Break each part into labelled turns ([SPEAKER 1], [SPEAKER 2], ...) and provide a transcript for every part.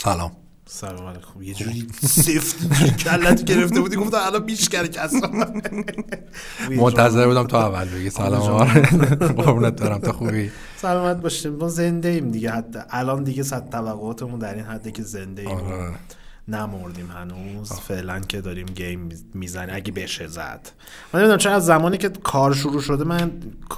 [SPEAKER 1] سلام
[SPEAKER 2] علیکم. یه جوری سفت کلت گرفته بودی گفتم الان بیشتر کسا
[SPEAKER 1] منتظر بودم تو اول بگی سلام. قربونت برم، تو خوبی؟
[SPEAKER 2] سلامت باشیم. ما زنده ایم دیگه، حتی الان دیگه صد توقعاتمون در این حده که زنده ایم. نمردیم هنوز فعلا که داریم گیم میزنیم اگه بشه زد. من نمیدونم چرا از زمانی که کار شروع شده من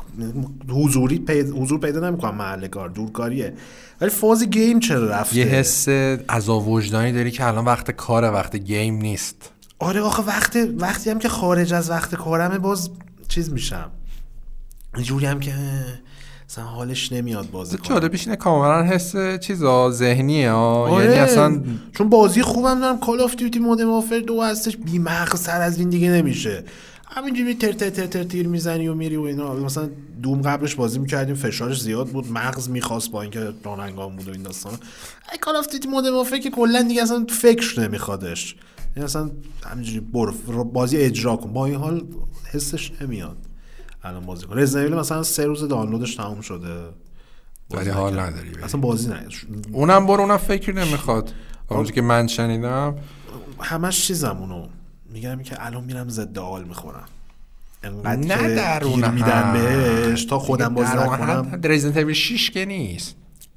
[SPEAKER 2] حضور پیدا نمیکنم محل کار، دورکاریه، ولی فاز گیم چرا رفته؟
[SPEAKER 1] یه حس عذاب وجدانی داری که الان وقت کاره، وقت گیم نیست.
[SPEAKER 2] آره آخه وقتی هم که خارج از وقت کارمه باز چیز میشم، اینجوری هم که مثلا حالش نمیاد بازی کنم.
[SPEAKER 1] جاده پیش اینه کاملا حس چیزا ذهنیه
[SPEAKER 2] آره.
[SPEAKER 1] یعنی اصلا
[SPEAKER 2] چون بازی خوبم دارم، کال آف دیوتی مودرن وارفر 2 هستش، بی مغز سر از این دیگه نمیشه، همینجوری تر تیر میزنی و میری و اینا. مثلا دوم قبلش بازی میکردیم فشارش زیاد بود، مغز میخواست با اینکه رانندگان بود و این داستانا. کال آف دیوتی مودرن وارفر که کلا دیگه اصلا فکر نمیخوادش، یعنی اصلا همینجوری بازی اجرا کن، با این حال حسش نمیاد الان بازی کن. رزیدنت ایول مثلا 3 روز دانلودش تموم شده
[SPEAKER 1] ولی حال نداری
[SPEAKER 2] اصلا بازی نه،
[SPEAKER 1] اونم فکر نمیخواد. اونجوری که من شنیدم
[SPEAKER 2] همش چیزمونو میگم که الان میرم ضد حال میخورم، انقدر
[SPEAKER 1] نه در اون
[SPEAKER 2] میدن بهش تا خودم بازی نکنم.
[SPEAKER 1] رزیدنت ایول 6 که نیست.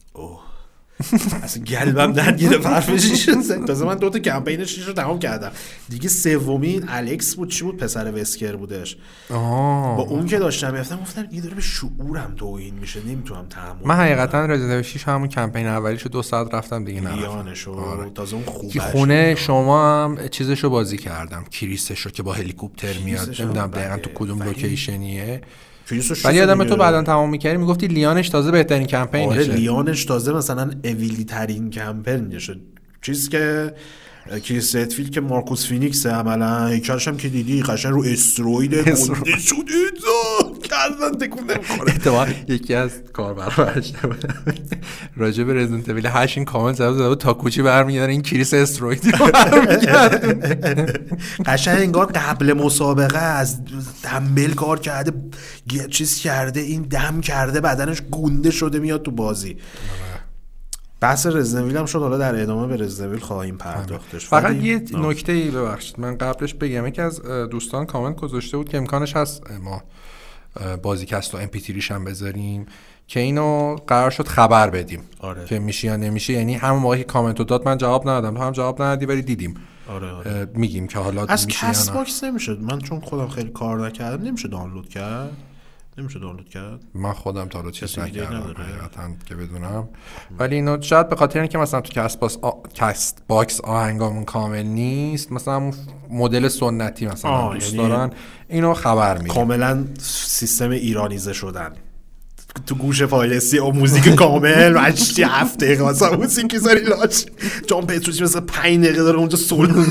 [SPEAKER 2] اصلا گلبم درگیر حرفش شد. تازه من 2 تا کمپین 6 رو تمام کردم دیگه. سومین الکس بود، چی بود، پسر وسکر بودش. با اون که داشتم گفتم این داره به شعورم توهین میشه، نمیتونم تحمل.
[SPEAKER 1] من حقیقتا رزیدنت ایول 6 همون کمپین اولیشو 2 ساعت رفتم دیگه نرفتم.
[SPEAKER 2] لیانشو تازه اون خوبه.
[SPEAKER 1] خونه شما هم چیزشو بازی کردم، کریسشو که با هلیکوپتر میاد، نمیدونم دقیقاً تو کدوم لوکیشنیه، ولی یادم تو بعداً تمام می‌کردی میگفتی لیانش تازه بهترین کمپینشه.
[SPEAKER 2] آره لیانش تازه مثلا اویلی ترین کمپین شد. چیز که کریس ردفیلد که مارکوس فینیکس عملا هیکلش هم که دیدی قشنگ رو استروید گنده شده کردن تکون نمی‌خوره.
[SPEAKER 1] اتفاقا یکی از کاربراش راجع به رزیدنت ایول 8 این کامنت زده تا کوچی برمیگردن این کریس استرویدی رو برمیگردن.
[SPEAKER 2] قشنگ انگار قبل مسابقه از دمبل کار کرده، چیز کرده، این دم کرده، بدنش گونده شده میاد تو بازی. بحث رزیدنت ایول هم شد، حالا در ادامه به رزیدنت ایول خواهیم پرداختش.
[SPEAKER 1] فقط یه نکته ببخشید من قبلش بگم، یکی از دوستان کامنت گذاشته بود که امکانش هست ما بازیکست و ام پی 3 هم بذاریم که اینو قرار شد خبر بدیم.
[SPEAKER 2] آره.
[SPEAKER 1] که میشه یا نمیشه، یعنی همون موقعی که کامنتو داد من جواب ندادم، تو هم جواب ندادی ولی دیدیم.
[SPEAKER 2] آره.
[SPEAKER 1] میگیم که حالا
[SPEAKER 2] از
[SPEAKER 1] میشه
[SPEAKER 2] کست باکس نمیشه، من چون خودم خیلی کار نکردم نمیشه دانلود کرد.
[SPEAKER 1] من خودم تا رو چیز نکردم حقیقتا که بدونم، ولی اینو شاید به خاطر اینکه مثلا تو کست باکس آهنگامون کامل نیست، مثلا مدل سنتی مثلا دوست دارن اینو خبر میدن،
[SPEAKER 2] کاملا سیستم ایرانیزه شدن تو گوش فایلسی و موزیک کامل و 7 دقیقه مثلا موزیک میذاری لاش جان پتروچی مثلا 5 دقیقه داره اونجا سول.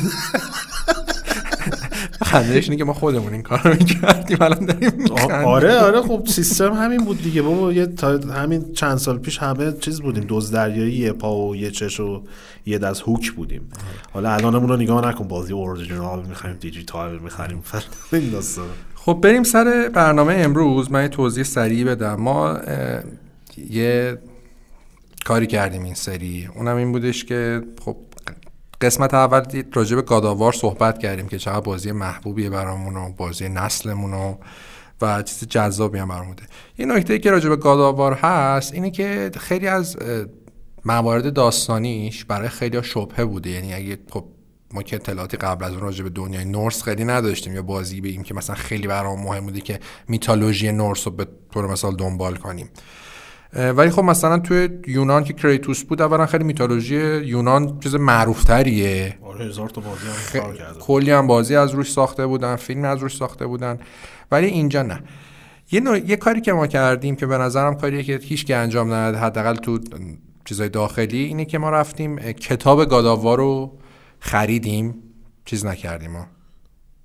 [SPEAKER 1] خندهش اینه که ما خودمون این کارو می‌کردیم الان داریم می‌خندیم.
[SPEAKER 2] آره خب سیستم همین بود دیگه بابا. همین چند سال پیش همه چیز بودیم، دزدریایی، یه پا و یه چش و یه دست هوک بودیم. حالا الانمون رو نگاه نکن، بازی اورجینال می‌خریم، دیجیتال می‌خریم، این داستان.
[SPEAKER 1] خب بریم سر برنامه امروز. من یه توضیح سریع بدم. ما یه کاری کردیم این سری، اونم این بودش که خب قسمت اول راجع به گاد آف وار صحبت کردیم که چقدر بازی محبوبیه برامون و بازی نسلمون و چیز جذابی هم برامون بوده. یه نکته‌ای که راجع به گاد آف وار هست اینه که خیلی از موارد داستانیش برای خیلی‌ها شبهه بوده، یعنی اگه خب ما که اطلاعاتی قبل از اون راجع به دنیای نورس خیلی نداشتیم یا بازی بگیم که مثلا خیلی برامون مهم بوده که میتولوژی نورس رو به طور مثال دنبال کنیم، ولی خب مثلا توی یونان که کریتوس بود اولا خیلی میتولوژی یونان چیز معروفتریه.
[SPEAKER 2] آره 1000 تا بازی هم کار کرده،
[SPEAKER 1] کلی هم بازی از روش ساخته بودن، فیلم از روش ساخته بودن، ولی اینجا نه. یه کاری که ما کردیم که به نظرم کاریه که هیچ کی انجام نداده حداقل تو چیزای داخلی، اینه که ما رفتیم کتاب گاد آف وار رو خریدیم، چیز نکردیم، ما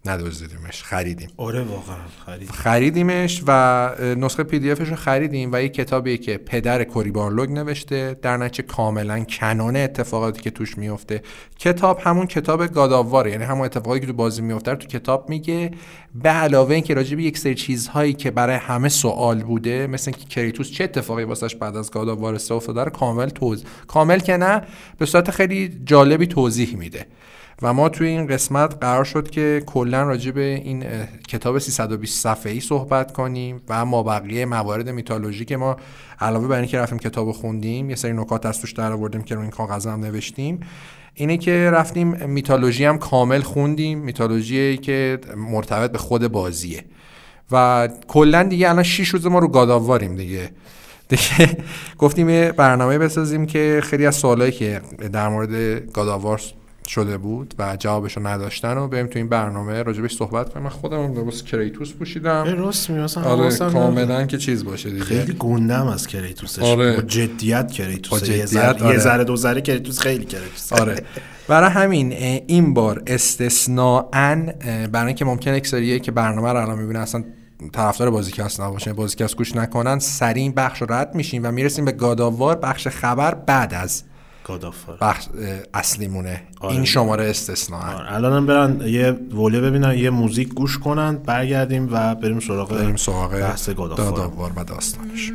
[SPEAKER 1] ندزدیدیمش، خریدیم.
[SPEAKER 2] آره واقعا
[SPEAKER 1] خریدیمش و نسخه پی دی افش رو خریدیم و یه کتابیه که پدر کوری بارلوگ نوشته، در نتیجه کاملا کنون اتفاقاتی که توش میفته. کتاب همون کتاب گاداواره، یعنی همون اتفاقاتی که تو بازی میفته رو تو کتاب میگه، به علاوه اینکه راجع به یک سری چیزهایی که برای همه سوال بوده، مثل اینکه کریتوس چه اتفاقی واسش بعد از گاداوار افتاده رو کامل که نه، به صورت خیلی جالبی توضیح میده. و ما توی این قسمت قرار شد که کلا راجع به این کتاب 320 صفحه‌ای صحبت کنیم و ما بقیه موارد میتولوژی که ما علاوه بر اینکه رفتیم کتابو خوندیم، یه سری نکات از توش در آوردیم که رو این کاغذ هم نوشتیم، اینه که رفتیم میتولوژی هم کامل خوندیم، میتولوژی که مرتبط به خود بازیه. و کلا دیگه الان 6 روز ما رو گاداواریم دیگه گفتیم یه برنامه بسازیم که خیلی از سوالایی که در مورد گاداوار شده بود و جوابشو نداشتن و بریم تو این برنامه راجبش صحبت کنیم. من خودم لباس کریتوس پوشیدم.
[SPEAKER 2] راست میگی مثلا
[SPEAKER 1] آره کاملا که چیز باشه دیگه.
[SPEAKER 2] خیلی گندم از کریتوسش.
[SPEAKER 1] آره.
[SPEAKER 2] با جدیت کریتوس.
[SPEAKER 1] یه
[SPEAKER 2] ذره دو ذره کریتوس خیلی کریتوس.
[SPEAKER 1] آره. برای همین این بار استثناءً برای اینکه ممکنه یک سریه که برنامه رو الان میبینن اصلا طرفدار بازیکست نباشن، بازیکست گوش نکنن، سریع بخش رو رد میشیم و میرسیم به گاداوار، بخش خبر بعد از
[SPEAKER 2] گاداوار
[SPEAKER 1] بخش اصلی مونه.
[SPEAKER 2] آره.
[SPEAKER 1] این شماره استثناء.
[SPEAKER 2] الانم برن یه وله ببینن، یه موزیک گوش کنن، برگردیم و بریم سراغ بحث گاداوار
[SPEAKER 1] و داستانش.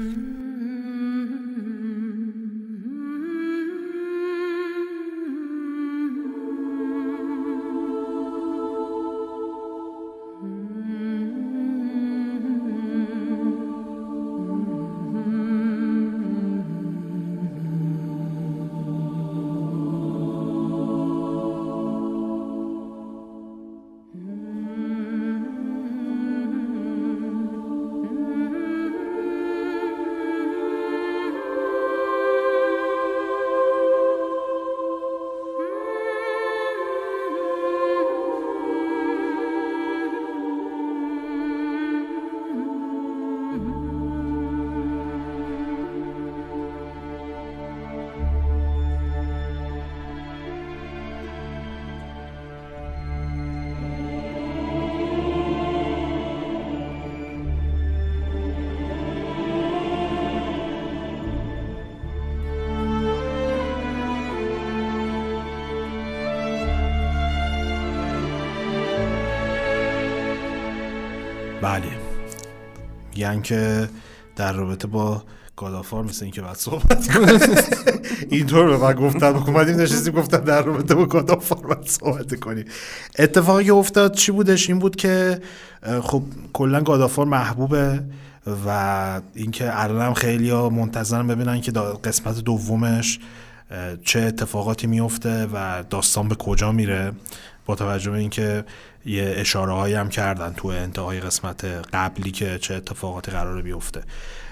[SPEAKER 2] بله، یعنی که در رابطه با گاداوار مثل این که باید صحبت کنیم. اینطور به من گفتن، اومدیم نشستیم گفتن در رابطه با گاداوار باید صحبت کنیم. اتفاقی که افتاد چی بودش؟ این بود که خب کلا گاداوار محبوبه و اینکه الان خیلی ها منتظرن ببینن که قسمت دومش چه اتفاقاتی میفته و داستان به کجا میره، با توجه به اینکه یه اشاره هایی هم کردن تو انتهای قسمت قبلی که چه اتفاقاتی قراره بیفته.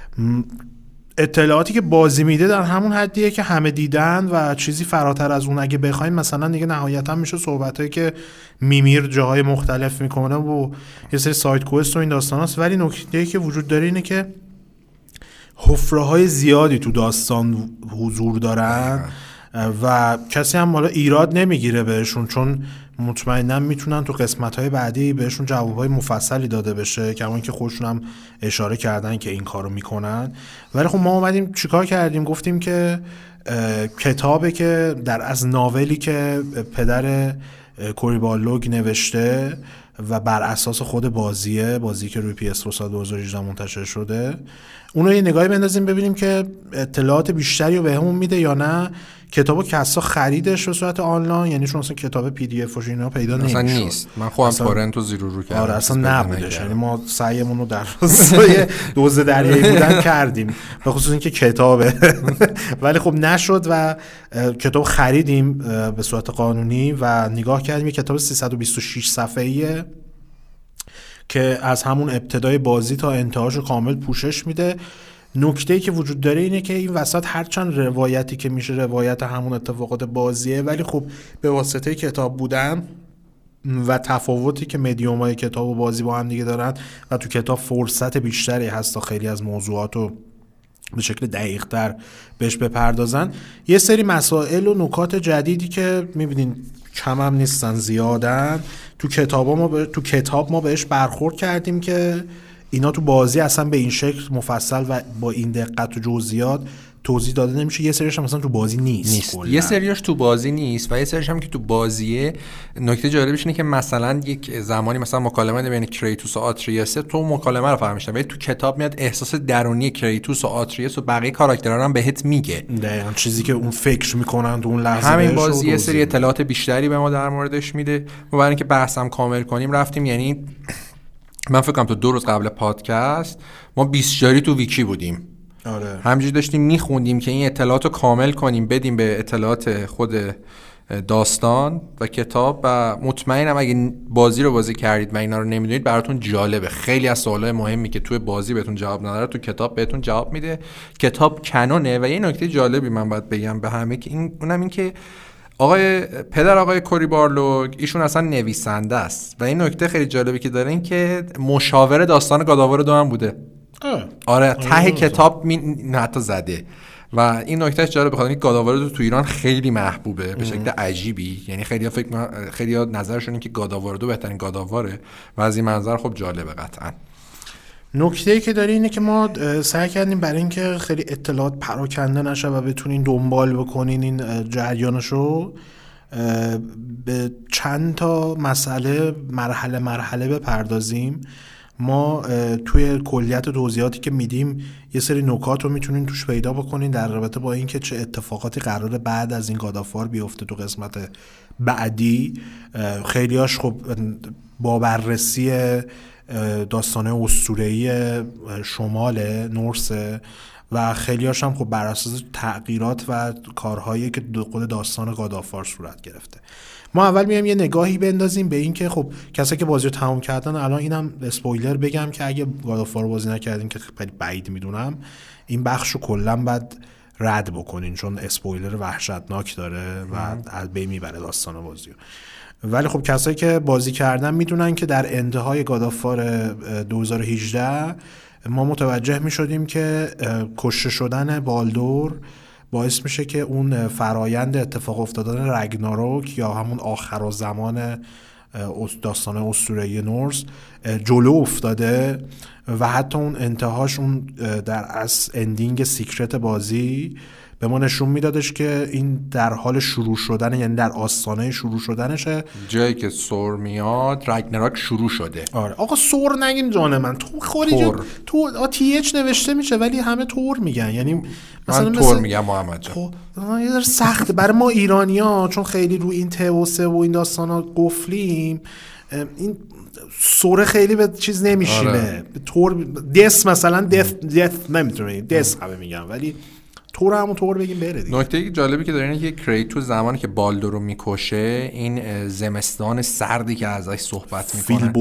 [SPEAKER 2] اطلاعاتی که بازی میده در همون حدیه که همه دیدن و چیزی فراتر از اون اگه بخوایم مثلا دیگه نهایتا میشه صحبتایی که میمیر جاهای مختلف میکنه و یه سری سایت کوست و این داستان هست. ولی نکته‌ای که وجود داره اینه که حفره های زیادی تو داستان حضور دارن و کسی هم حالا ایراد نمیگیره بهشون، چون مطمئنم میتونن تو قسمت‌های بعدی بهشون جوابای مفصلی داده بشه که همون که خودشون هم اشاره کردن که این کارو میکنن. ولی خب ما اومدیم چیکار کردیم؟ گفتیم که کتابی که از ناولی که پدر کوری بارلوگ نوشته و بر اساس خود بازی که روی PS رو سال 2018 منتشر شده، اونو یه نگاهی بندازیم ببینیم که اطلاعات بیشتری رو بهمون میده یا نه. کتابو کسا خریدش به صورت آنلاین، یعنی چون اصلا کتاب پی دی اف و اینا پیدا نمیشه، اصلا
[SPEAKER 1] نیست. من خودم تورنتو زیرو رو کردم.
[SPEAKER 2] آره اصلا نبودش، یعنی ما سعیمون رو در راستای دوز دریایی بودن کردیم به خصوص اینکه کتابه ولی خب نشد و کتاب خریدیم به صورت قانونی و نگاه کردیم. یه کتاب 326 صفحه‌ایه که از همون ابتدای بازی تا انتهاش رو کامل پوشش میده. نکته‌ای که وجود داره اینه که این وسط هرچند روایتی که میشه روایت همون اتفاقات بازیه، ولی خب به واسطه کتاب بودن و تفاوتی که مدیوم‌های کتاب و بازی با هم دیگه دارن و تو کتاب فرصت بیشتری هست تا خیلی از موضوعات رو به شکل دقیق‌تر بهش بپردازن. یه سری مسائل و نکات جدیدی که می‌بینین کم هم نیستن، زیادن. تو کتاب ما بهش برخورد کردیم که اینا تو بازی اصلا به این شکل مفصل و با این دقت و جزئیات توضیح داده نمیشه. یه سریش هم مثلا تو بازی نیست.
[SPEAKER 1] یه سریش تو بازی نیست و یه سریش هم که تو بازیه. نکته جالبش اینه که مثلا یک زمانی مثلا مکالمه بین کریتوس و آتریاس، تو مکالمه رو فهمیشن، ولی تو کتاب میاد احساس درونی کریتوس و آتریاس و بقیه کاراکترها هم بهت میگه.
[SPEAKER 2] دقیقاً چیزی که اون فکر میکنن تو اون لحظه.
[SPEAKER 1] همین بازی یه سری اطلاعات بیشتری به ما در موردش میده. ما برای اینکه بحثم کامل کنیم رفتیم، یعنی من فکر کنم تو 2 روز قبل پادکست ما 20 جاری تو ویکی بودیم.
[SPEAKER 2] آره.
[SPEAKER 1] همینجوری داشتیم میخوندیم که این اطلاعات رو کامل کنیم بدیم به اطلاعات خود داستان و کتاب. و مطمئنم اگه بازی رو بازی کردید و اینا رو نمیدونید براتون جالبه. خیلی از سوالای مهمی که توی بازی بهتون جواب نداره تو کتاب بهتون جواب میده. کتاب کنونه. و یه نکته جالبی من باید بگم به همه که اونم این که آقای کوری بارلوگ ایشون اصلا نویسنده است و این نکته خیلی جالبی که داره این که مشاور داستان گاداوار 2 هم بوده. آره ته کتاب حتی زده. و این نکتهش جالب، بخاطر اینکه گاداوار 2 تو ایران خیلی محبوبه به شکل عجیبی. یعنی خیلی‌ها نظرشون اینه که گاداوار 2 بهترین گاداواره و از این منظر خب جالبه قطعاً.
[SPEAKER 2] نکته‌ای که داره اینه که ما سعی کردیم برای اینکه خیلی اطلاعات پراکنده نشه و بتونین دنبال بکنین این جریانشو، به چند تا مسئله مرحله بپردازیم. ما توی کلیت توضیحاتی که میدیم یه سری نکات رو میتونین توش پیدا بکنین در رابطه با اینکه چه اتفاقاتی قراره بعد از این گادافار بیفته تو قسمت بعدی. خیلیاش خب با بررسی داستانه اسطوره‌ای شمال نورس و خیلیاش هم خب بر اساس تغییرات و کارهایی که خود داستان گادافار صورت گرفته. ما اول میایم یه نگاهی بندازیم به این که خب کسایی که بازی رو تموم کردن، الان اینم اسپویلر بگم که اگه گادافار رو بازی نکردین که خیلی بعید میدونم، این بخش رو کلا باید رد بکنین چون اسپویلر وحشتناک داره و از بین میبره داستان بازی رو. ولی خب کسایی که بازی کردن میدونن که در انتهای گادافار 2018 ما متوجه میشدیم که کشته شدن بالدور باعث میشه که اون فرایند اتفاق افتادن رگناروک یا همون آخرالزمان داستان اسطوره‌ای نورس جلو افتاده و حتی اون انتهاش اون در از اندینگ سیکرت بازی به ما نشون میدادش که این در حال شروع شدن، یعنی در آستانه شروع شدنشه.
[SPEAKER 1] جایی که سور میاد رگناراک شروع شده.
[SPEAKER 2] آره آقا سور نگین جان من، تو خارج تو TH نوشته میشه ولی همه تور میگن. یعنی
[SPEAKER 1] مثلا من تور میگم محمد جان.
[SPEAKER 2] خب یه ذره سخته برای ما ایرانی‌ها چون خیلی رو این توسه و این داستانا قفلیم. این سوره خیلی به چیز نمیشینه.
[SPEAKER 1] آره.
[SPEAKER 2] تور دس مثلا دث نمیتونه دس همه میگن ولی تور همون تور بگیم بره دیگه.
[SPEAKER 1] نکته جالبی که داره اینه که کریتوس زمانی که بالدور رو میکشه این زمستان سردی که ازش صحبت میکنه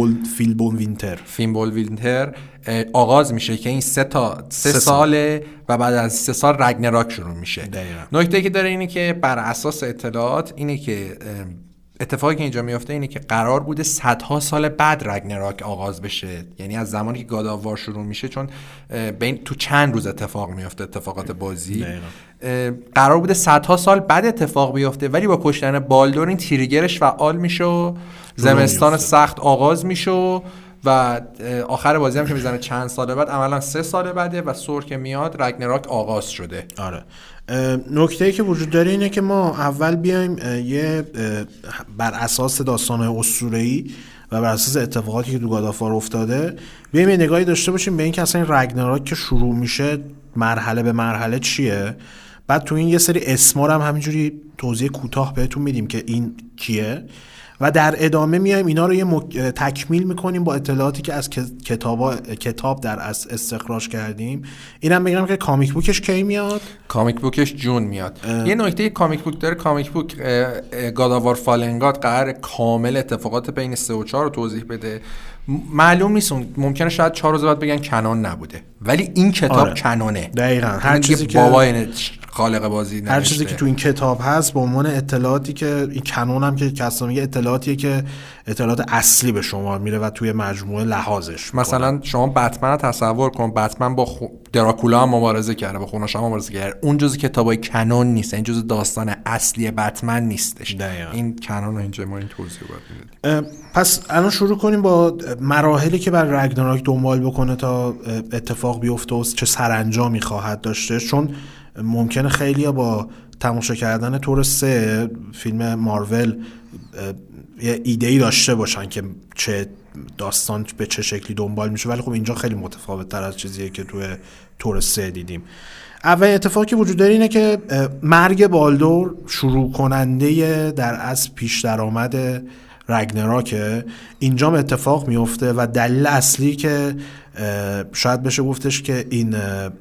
[SPEAKER 1] فیلبول وینتر آغاز میشه که این 3 ساله و بعد از 3 سال رگناراک شروع میشه. نکته که داره اینه که بر اساس اطلاعات اینه که اتفاقی که اینجا میفته اینه که قرار بوده صدها سال بعد رگناراک آغاز بشه، یعنی از زمانی که گاداوار شروع میشه، چون بین تو چند روز اتفاق میفته اتفاقات بازی، قرار بوده صدها سال بعد اتفاق بیفته، ولی با کشتن بالدور این تریگرش فعال میشه و زمستان سخت آغاز میشه و آخر بازی هم که میزنه چند سال بعد، عملا 3 سال بعده و سور که میاد رگناراک آغاز شده.
[SPEAKER 2] آره. نکته‌ای که وجود داره اینه که ما اول بیایم یه بر اساس داستان‌های اسطوره‌ای و بر اساس اتفاقاتی که تو گادافار افتاده بیایم یه نگاهی داشته باشیم به این که اصلا این رگناراک که شروع میشه مرحله به مرحله چیه. بعد تو این یه سری اسما هم همینجوری توضیح کوتاه بهتون میدیم که این کیه و در ادامه میایم اینا رو یه تکمیل میکنیم با اطلاعاتی که از کتاب در استخراج کردیم. اینم بگم که کامیک بوکش کی میاد؟
[SPEAKER 1] کامیک بوکش جون میاد. یه نکته کامیک بوک داره، کامیک بوک گاداوار فالنگاد قرار کامل اتفاقات بین 3 و 4 رو توضیح بده. معلوم نیست، ممکنه شاید 4 روز بعد بگن کنون نبوده، ولی این کتاب کنونه.
[SPEAKER 2] دقیقاً هر چیزی که
[SPEAKER 1] خالق بازی نوشته.
[SPEAKER 2] هر چیزی که تو این کتاب هست به عنوان اطلاعاتی که این کانون هم که کسا میگه اطلاعاتیه که اطلاعات اصلی به شما میره و توی مجموعه لحاظش
[SPEAKER 1] مثلا شما بتمن رو تصور کن، بتمن با دراکولا هم مبارزه کرده، با خونش هم مبارزه کرده. اون جزء کتابای کانون نیست، این جزء داستان اصلی بتمن نیستش. این کانون رو اینجا ما این توضیح بدیم.
[SPEAKER 2] پس الان شروع کنیم با مراحلی که بر رگناراک دنبال بکنه تا اتفاق بیفته و چه سرانجامی خواهد داشته، چون ممکنه خیلیا با تماشا کردن تور 3 فیلم مارول یه ایده‌ای داشته باشن که چه داستان به چه شکلی دنبال میشه، ولی خب اینجا خیلی متفاوت تر از چیزیه که توی تور 3 دیدیم. اولین اتفاقی که وجود داره اینه که مرگ بالدور شروع کننده در از پیش درآمد رگناراکه. اینجا اتفاق میفته و دلیل اصلی که شاید بشه گفتش که این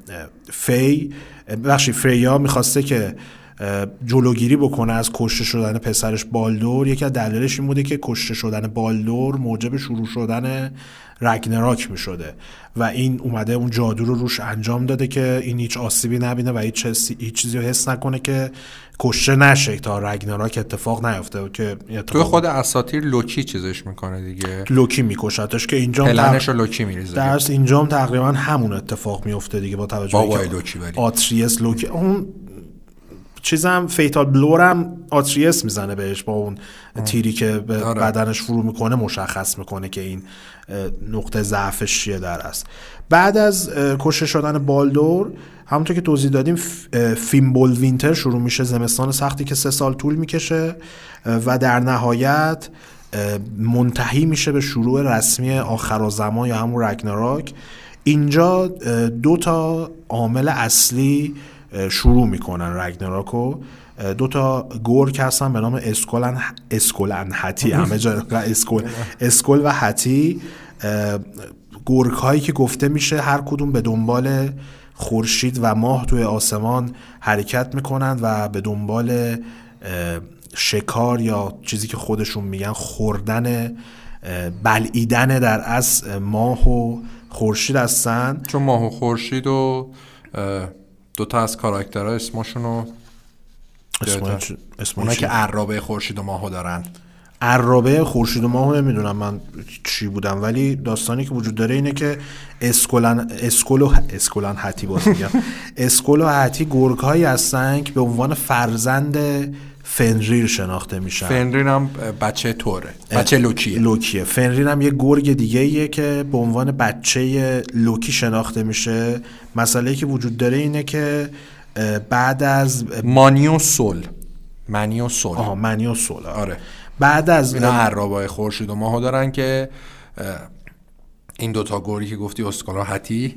[SPEAKER 2] فریا میخواسته که جلوگیری بکنه از کشته شدن پسرش بالدور. یکی از دلایلش این بوده که کشته شدن بالدور موجب شروع شدن رگناراک میشده و این اومده اون جادو رو روش انجام داده که این هیچ آسیبی نبینه و هیچ چیزی رو حس نکنه که کشته نشه تا رگناراک اتفاق نیفته. که
[SPEAKER 1] تو خود اساطیر لوکی چیزش میکنه دیگه،
[SPEAKER 2] لوکی میکشتش که اینجا
[SPEAKER 1] پلنش رو لوکی میریزه.
[SPEAKER 2] درست اینجا هم تقریبا همون اتفاق میفته دیگه، با توجه به
[SPEAKER 1] لوکی
[SPEAKER 2] آتریس لوکی اون چیزم فیتال بلور هم آتریس میزنه بهش با اون تیری که به بدنش فرو میکنه، مشخص میکنه که این نقطه ضعفش چیه در است. بعد از کشته شدن بالدور همونطور که توضیح دادیم فیمبول وینتر شروع میشه، زمستان سختی که 3 سال طول میکشه و در نهایت منتهی میشه به شروع رسمی آخرالزمان یا همون رگناراک. اینجا 2 تا عامل اصلی شروع میکنن رگناراکو. 2 تا گورگ هستن به نام اسکولن هتی، همه جا اسکول و هتی. گورگ هایی که گفته میشه هر کدوم به دنبال خورشید و ماه توی آسمان حرکت میکنن و به دنبال شکار یا چیزی که خودشون میگن خوردن، بلعیدن در از ماه و خورشید هستن.
[SPEAKER 1] چون ماه و خورشید و 2 تا از کاراکترها اسمشونو اونا که عرابه خورشید و ماهو دارن.
[SPEAKER 2] عرابه خورشید و ماهو نمیدونم من چی بودم، ولی داستانی که وجود داره اینه که اسکولان هتی باز میگم اسکول و هتی گورگ هایی هستن که به عنوان فرزند فنریر شناخته میشن.
[SPEAKER 1] فنریر هم بچه توره، بچه
[SPEAKER 2] لوکیه. فنریر هم یه گورگ دیگه ایه که به عنوان بچه لوکی شناخته میشه. مسئله که وجود داره اینه که بعد از
[SPEAKER 1] مانیو سول
[SPEAKER 2] آره، بعد از
[SPEAKER 1] اینا عرابای خورشید و ماهو دارن که این 2 تا گوری که گفتی اسکولا حتی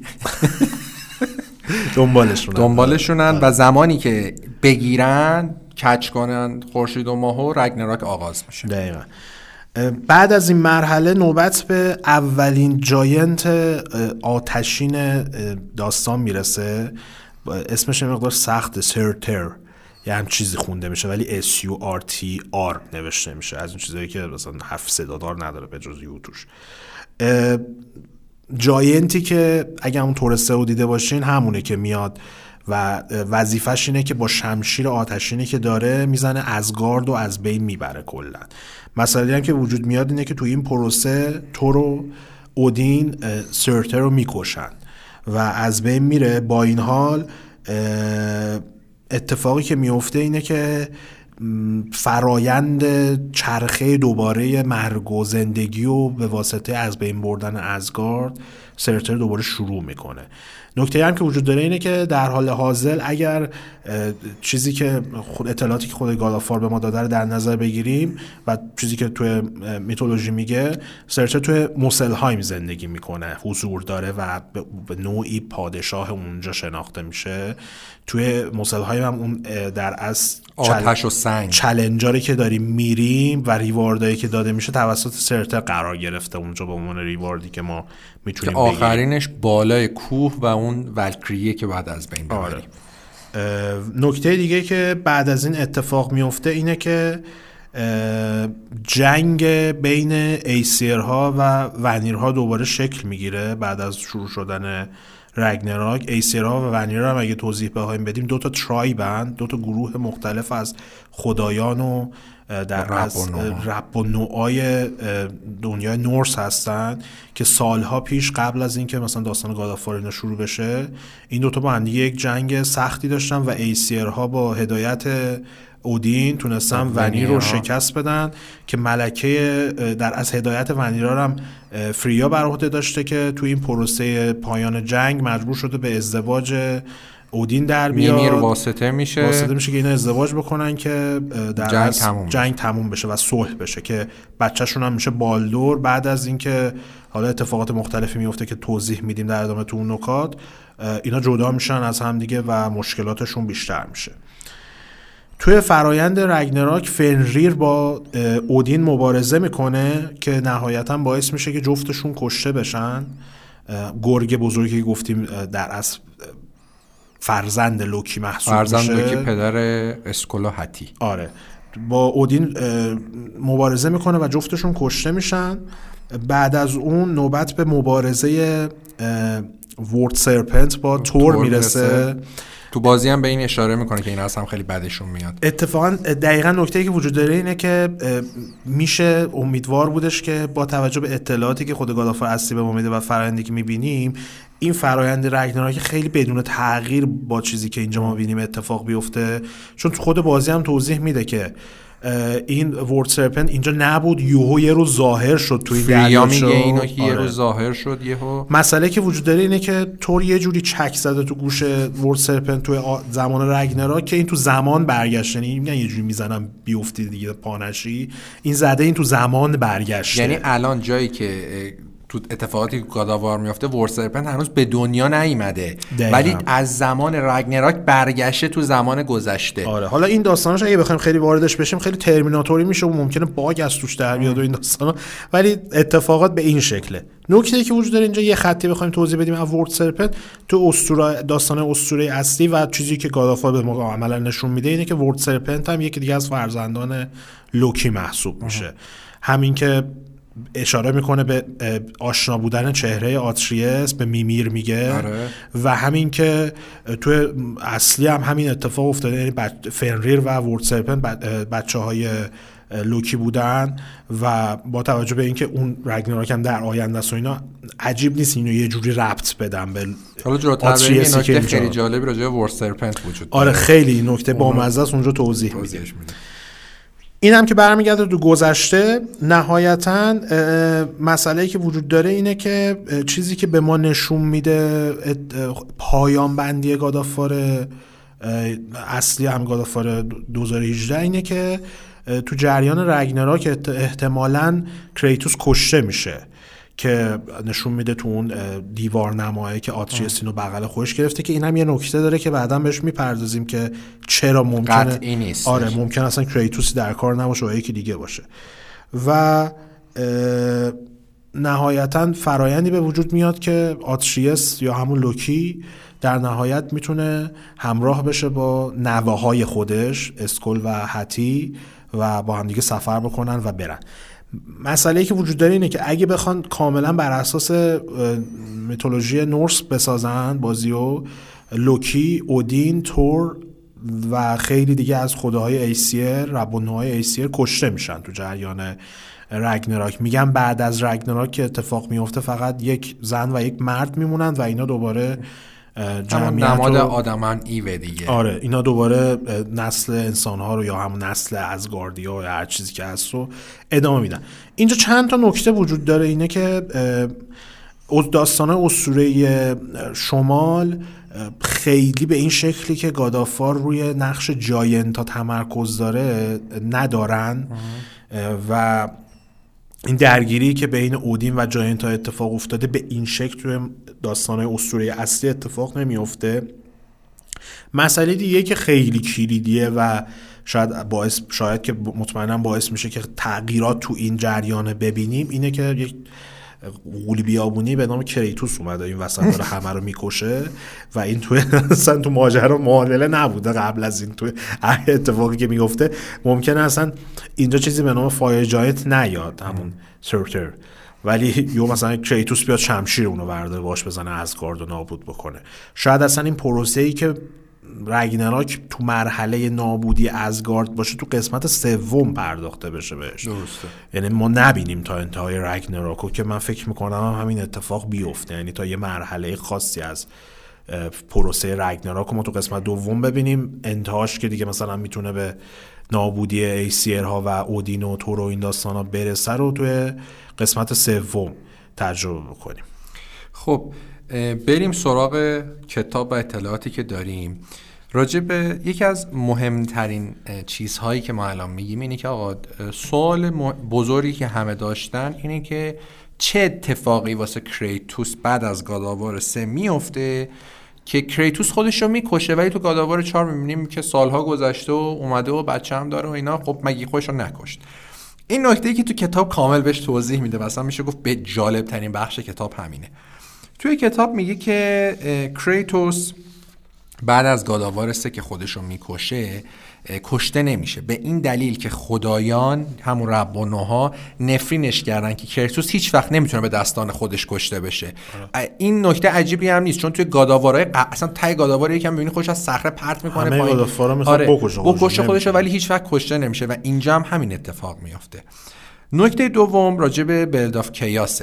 [SPEAKER 1] دنبالشونن و زمانی که بگیرن کچ کنن خورشید و ماهو رگناراک آغاز میشه.
[SPEAKER 2] دقیقاً. بعد از این مرحله نوبت به اولین جاینت آتشین داستان میرسه. اسمش مقدار سخت، سرتر یه هم چیزی خونده میشه ولی SURTR نوشته میشه، از اون چیزایی که مثلا حرف صدادار نداره به جز یو توش. جاینتی که اگه همون تور 3 رو دیده باشین همونه که میاد و وظیفش اینه که با شمشیر آتشینی که داره میزنه ازگارد و از بین میبره کلا. مسئله هم که وجود میاد اینه که تو این پروسه تور و اودین سرتر رو میکشن و از بین میره. با این حال اتفاقی که میفته اینه که فرایند چرخه دوباره مرگ و زندگی و به واسطه از بین بردن ازگارد سرتر دوباره شروع میکنه. نکته هم که وجود داره اینه که در حال حاضر اگر چیزی که اطلاعاتی که خود گالافار به ما داده رو در نظر بگیریم و چیزی که توی میتولوژی میگه، سرتر توی موسلهایم زندگی میکنه، حضور داره و به نوعی پادشاه اونجا شناخته میشه. توی موسلهایم هم اون در از
[SPEAKER 1] آتش و سنگ
[SPEAKER 2] چالنجاری که داریم میریم و ریواردایی که داده میشه توسط سرتر قرار گرفته اونجا به عنوان ریواردی که ما میتونیم بگیریم.
[SPEAKER 1] آخرینش بالای کوه و اون والکریه که بعد از بین ببریم.
[SPEAKER 2] نکته دیگه که بعد از این اتفاق میفته اینه که جنگ بین ایسیرها و ونیرها دوباره شکل میگیره بعد از شروع شدن رگنراک. ایسیرها و ونیرا هم اگه توضیح بخوایم بدیم 2 تا ترایبن، 2 تا گروه مختلف از خدایان و در از رب و نوعای دنیای نورس هستن که سالها پیش قبل از اینکه مثلا داستان گاد آف وار اینا شروع بشه این 2 تا با هم یک جنگ سختی داشتن و ایسیرها با هدایت اودین تونستن ونیر رو شکست بدن که ملکه در از هدایت ونیرا هم فریا بر عهده داشته که تو این پروسه پایان جنگ مجبور شده به ازدواج اودین در بیاد.
[SPEAKER 1] میمیر واسطه میشه
[SPEAKER 2] که اینا ازدواج بکنن که در جنگ تموم بشه و صلح بشه که بچه‌شون هم میشه بالدور. بعد از اینکه حالا اتفاقات مختلفی میفته که توضیح میدیم در ادامه تو اون نکات، اینا جدا میشن از هم دیگه و مشکلاتشون بیشتر میشه. توی فرایند رگنراک فنریر با اودین مبارزه میکنه که نهایتا باعث میشه که جفتشون کشته بشن. گرگ بزرگی گفتیم در اصل فرزند لوکی محسوب میشه،
[SPEAKER 1] فرزند لوکی پدر اسکولا هتی.
[SPEAKER 2] آره، با اودین مبارزه میکنه و جفتشون کشته میشن. بعد از اون نوبت به مبارزه ورد سرپنت با تور میرسه.
[SPEAKER 1] تو بازی هم به این اشاره میکنه که این هم خیلی بدشون میاد.
[SPEAKER 2] اتفاقا دقیقاً نکته‌ای که وجود داره اینه که میشه امیدوار بودش که با توجه به اطلاعاتی که خود گاد آف وار اصلی به ما میده و فرآیندی که میبینیم این فرآیند رگناراک خیلی بدون تغییر با چیزی که اینجا ما میبینیم اتفاق بیفته، چون تو خود بازی هم توضیح میده که این ورد سرپنت اینجا نبود، یه روز ظاهر شد تو این
[SPEAKER 1] دریاچه. میگه اینو که یه روز ظاهر شد یهو.
[SPEAKER 2] مسئله که وجود داره اینه که تور یه جوری چک زده تو گوش ورد سرپنت تو زمان رگناراک که این تو زمان برگشت. یعنی میگن یه جوری میزنم بیفتی دیگه پانشی، این زده این تو زمان برگشته.
[SPEAKER 1] یعنی الان جایی که تو اتفاقاتی که گاد آف وار میفته ورد سرپنت هنوز به دنیا نیومده ولی از زمان رگناراک برگشته تو زمان گذشته.
[SPEAKER 2] آره، حالا این داستانش اگه بخوایم خیلی واردش بشیم خیلی ترمیناتوری میشه و ممکنه باگ از توش در بیاد و این داستانا، ولی اتفاقات به این شکله. نکته‌ای که وجود داره اینجا یه خطی بخوایم توضیح بدیم از ورد سرپنت تو اسطوره، داستان اسطوره اصلی و چیزی که گاد آف وار به ما عملا نشون میده اینه که ورد سرپنت هم یکی دیگه از فرزندان لوکی محسوب میشه. همین که اشاره میکنه به آشنا بودن چهره آتریس به میمیر میگه.
[SPEAKER 1] آره.
[SPEAKER 2] و همین که توی اصلی هم همین اتفاق افتاده، یعنی فنریر و ورد سرپنت بچه های لوکی بودن و با توجه به اینکه اون رگناراک هم در آینده است و اینا عجیب نیست اینو یه جوری ربط بدن به
[SPEAKER 1] حالا جوتر این نکته خیلی جالبی راجع به ورد سرپنت وجود داره.
[SPEAKER 2] آره، خیلی نکته بامزه است اونجا توضیح میده. این هم که برمیگرده تو گذشته. نهایتاً مسئله‌ای که وجود داره اینه که چیزی که به ما نشون میده پایان بندی گاد آف وار اصلی هم گاد آف وار 2018 اینه که تو جریان رگناراک احتمالاً کریتوس کشته میشه که نشون میده تو اون دیوار نمایی که آتریس اینو بغل خودش گرفته که این هم یه نکته داره که بعداً بهش میپردازیم که چرا ممکنه
[SPEAKER 1] قطعی نیست.
[SPEAKER 2] آره، ممکن اصلا کریتوسی در کار نباشه و یکی دیگه باشه. و نهایتاً فرایندی به وجود میاد که آتریس یا همون لوکی در نهایت میتونه همراه بشه با نوه‌های خودش اسکول و هتی و با هم دیگه سفر بکنن و برن. مسئله‌ای که وجود داره اینه که اگه بخوان کاملا بر اساس میتولوژی نورس بسازن بازیو، لوکی، اودین، تور و خیلی دیگه از خداهای ایسیر، رب و نوعای ایسیر کشته میشن تو جریان رگناراک. میگن بعد از رگناراک که اتفاق میفته فقط یک زن و یک مرد میمونن و اینا دوباره
[SPEAKER 1] جمعیت نماد آدمان ایوه دیگه.
[SPEAKER 2] آره، اینا دوباره نسل انسان‌ها رو یا همون نسل ازگاردیا یا هر چیزی که هست رو ادامه میدن. اینجا چند تا نکته وجود داره. اینه که داستان اسطوره شمال خیلی به این شکلی که گاد آف وار روی نقش جاینتا تمرکز داره ندارن و این درگیری که بین اودین و جاینتا اتفاق افتاده به این شکل توی داستان‌های اسطوره اصلی اتفاق نمیفته. مسئله دیگه که خیلی کلیدیه و شاید که مطمئناً باعث میشه که تغییرات تو این جریان ببینیم اینه که یک غول بیابونی به نام کریتوس اومده این وسط داره همه رو میکشه و این توی اصلا تو ماجرا معادله نبوده قبل از این. توی اتفاقی که میفته ممکنه اصلا اینجا چیزی به نام فایر جاینت نیاد، همون سرتر، ولی یو مثلا کریتوس بیاد شمشیر اونو ورده باش بزنه اسگارد رو نابود بکنه. شاید اصلا این پروسه‌ای که رگناراک تو مرحله نابودی اسگارد باشه تو قسمت سوم پرداخته بشه بهش.
[SPEAKER 1] درسته.
[SPEAKER 2] یعنی ما نبینیم تا انتهای رگناراکو که من فکر میکنم همین اتفاق بیفته، یعنی تا یه مرحله خاصی از پروسه رگناراک ما تو قسمت دوم ببینیم، انتهاش که دیگه مثلا میتونه به نابودی ایسیر ها و اودین و تور و این داستان ها برسه رو توی قسمت سوم تجربه بکنیم.
[SPEAKER 1] خب بریم سراغ کتاب و اطلاعاتی که داریم. راجع به یکی از مهمترین چیزهایی که ما الان میگیم اینه که آقا سوال بزرگی که همه داشتن اینه که چه اتفاقی واسه کریتوس بعد از گاداوار 3 میفته که کریتوس خودش رو میکشه، ولی تو گاداوار 4 میبینیم که سالها گذشته و اومده و بچه هم داره و اینا، خب مگه خودش رو نکشت؟ این نکته‌ای که تو کتاب کامل بهش توضیح میده، مثلا میشه گفت به جالب ترین بخش کتاب همینه. توی کتاب میگه که کریتوس بعد از گاداوار 3 که خودش رو میکشه کشته نمیشه، به این دلیل که خدایان همون ربانوها نفرینش کردن که کریتوس هیچ وقت نمیتونه به دستان خودش کشته بشه. این نکته عجیبی هم نیست، چون توی گاداوارای اصلا تای گاداوار یکم میبینی خودش از صخره پرت میکنه پایین،
[SPEAKER 2] گادافارا میخواد
[SPEAKER 1] بکشه خودش ولی هیچ وقت کشته نمیشه و اینجا هم همین اتفاق میفته. نکته دوم راجع به بلد آف کیاسه.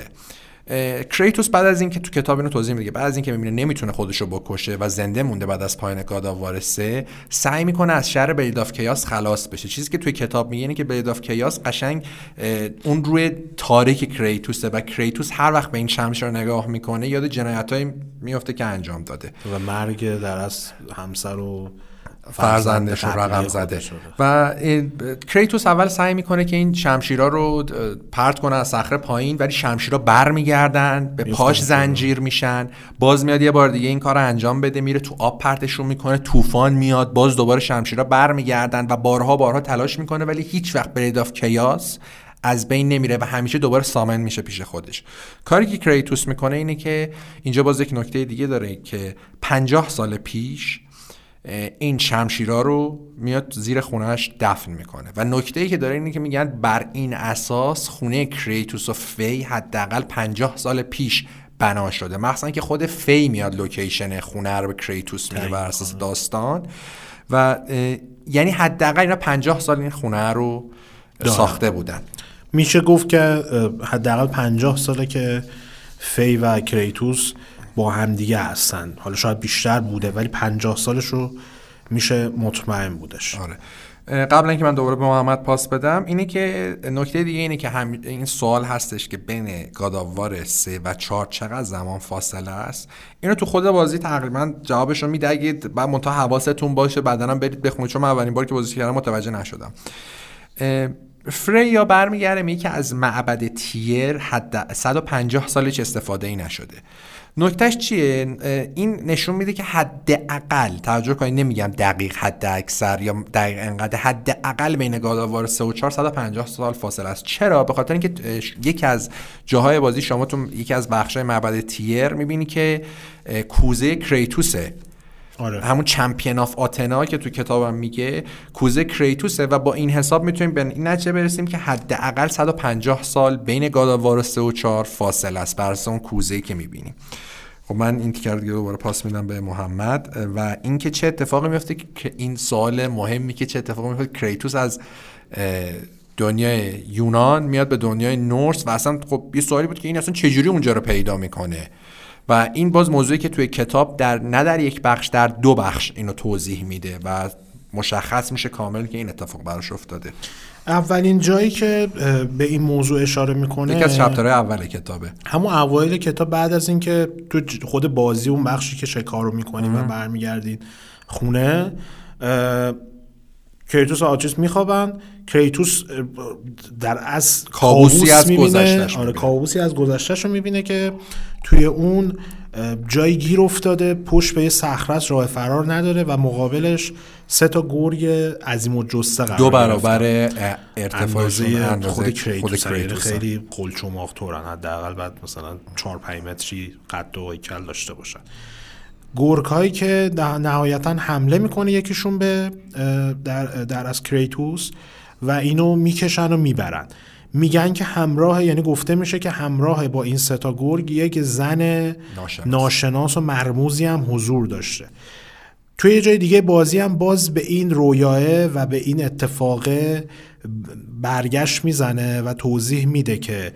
[SPEAKER 1] کریتوس بعد از اینکه تو کتاب اینو توضیح میده، بعد از اینکه میبینه نمیتونه خودشو بکشه و زنده مونده بعد از پایان گاداوار 3، سعی میکنه از شر بلد آف کیاس خلاص بشه. چیزی که توی کتاب میگه اینه که بلد آف کیاس قشنگ اون روی تاریک کریتوسه و کریتوس هر وقت به این شمشیر نگاه میکنه یاد جنایتایی میفته که انجام داده
[SPEAKER 2] و مرگ در از همسر و
[SPEAKER 1] فرزندش رو رقم زده و کریتوس اول سعی میکنه که این شمشیرها رو پرت کنه از صخره پایین، ولی شمشیرها برمیگردن به پاش زنجیر میشن، باز میاد یه بار دیگه این کار رو انجام بده، میره تو آب پرتشون میکنه، طوفان میاد، باز دوباره شمشیرها برمیگردن و بارها تلاش میکنه ولی هیچ وقت بلد آف کیاس از بین نمیره و همیشه دوباره سامن میشه پیش خودش. کاری که کریتوس میکنه اینه که اینجا باز یک نکته دیگه داره که 50 سال پیش این شمشیرها رو میاد زیر خونهش دفن میکنه و نکته‌ای که داره اینه که میگن بر این اساس خونه کریتوس و فی حداقل 50 سال پیش بنا شده، مخصوصا که خود فی میاد لوکیشن خونه رو به کریتوس میده بر اساس داستان و یعنی حداقل اینا 50 سال این خونه رو ساخته بودن.
[SPEAKER 2] میشه گفت که حداقل 50 ساله که فی و کریتوس با هم دیگه هستن، حالا شاید بیشتر بوده ولی 50 سالش رو میشه مطمئن بودش.
[SPEAKER 1] آره. قبل اینکه من دوباره به محمد پاس بدم اینه که نکته دیگه اینه که این سوال هستش که بین گاداوار 3 و 4 چقدر زمان فاصله است. اینو تو خود بازی تقریبا جوابش رو میده، اگه بعد منتها حواستون باشه بعداً هم برید بخونید، چون من اولین بار که بازی کردم متوجه نشدم. فریا برمیگره میگه که از معبد تیر حد 150 سالش استفاده ای نشده. نکتهش چیه؟ این نشون میده که حداقل، توجه کنید نمیگم دقیق، حد اکثر یا دقیق انقدر، حداقل بین گاداوار 3 و 4 150 سال فاصله است. چرا؟ به خاطر اینکه یکی از جاهای بازی شما تو یکی از بخشای معبد تیر میبینی که کوزه کریتوسه.
[SPEAKER 2] آره.
[SPEAKER 1] همون چمپیون آف آتنا که تو کتابم میگه کوزه کریتوسه و با این حساب میتونیم به این نتیجه برسیم که حداقل 150 سال بین گاداوار 3 و 4 فاصله است بر اساس اون کوزه‌ای که میبینیم. خب من این تیکر دیگه دوباره پاس میدم به محمد و اینکه چه اتفاقی میفته که این سوال مهمی که چه اتفاقی میفته کریتوس از دنیای یونان میاد به دنیای نورس و اصلا خب یه سوالی بود که این اصلا چجوری اونجا رو پیدا میکنه و این باز موضوعی که توی کتاب نه در یک بخش در 2 بخش اینو توضیح میده و مشخص میشه کامل که این اتفاق براش افتاده.
[SPEAKER 2] اولین جایی که به این موضوع اشاره میکنه
[SPEAKER 1] یکی از چپترهای اول کتابه،
[SPEAKER 2] همون اوایل کتاب بعد از اینکه تو خود بازی اون بخشی که شکار رو میکنیم و برمیگردین خونه، کریتوس و آتریس میخوابن، کریتوس در از
[SPEAKER 1] کابوسی از گذشته‌اش،
[SPEAKER 2] آره کابوسی از گذشته‌اش رو میبینه که توی اون جایی گیر افتاده، پشت به یه صخره راه فرار نداره و مقابلش 3 تا گرگ عظیم الجثه قرار
[SPEAKER 1] 2 برابر ارتفاع
[SPEAKER 2] خود کریتوس. خیلی قلچماق طورن، حداقل بعد مثلا 4-5 متری قد و هیکل داشته باشن. گرگ هایی که نهایتا حمله میکنه یکیشون به در از کریتوس و اینو میکشن و میبرن. میگن که همراه، یعنی گفته میشه که همراه با این سه تا گرگ یک زن ناشناس و مرموزی هم حضور داشته. توی یه جای دیگه بازی هم باز به این رویاه و به این اتفاقه برگشت میزنه و توضیح میده که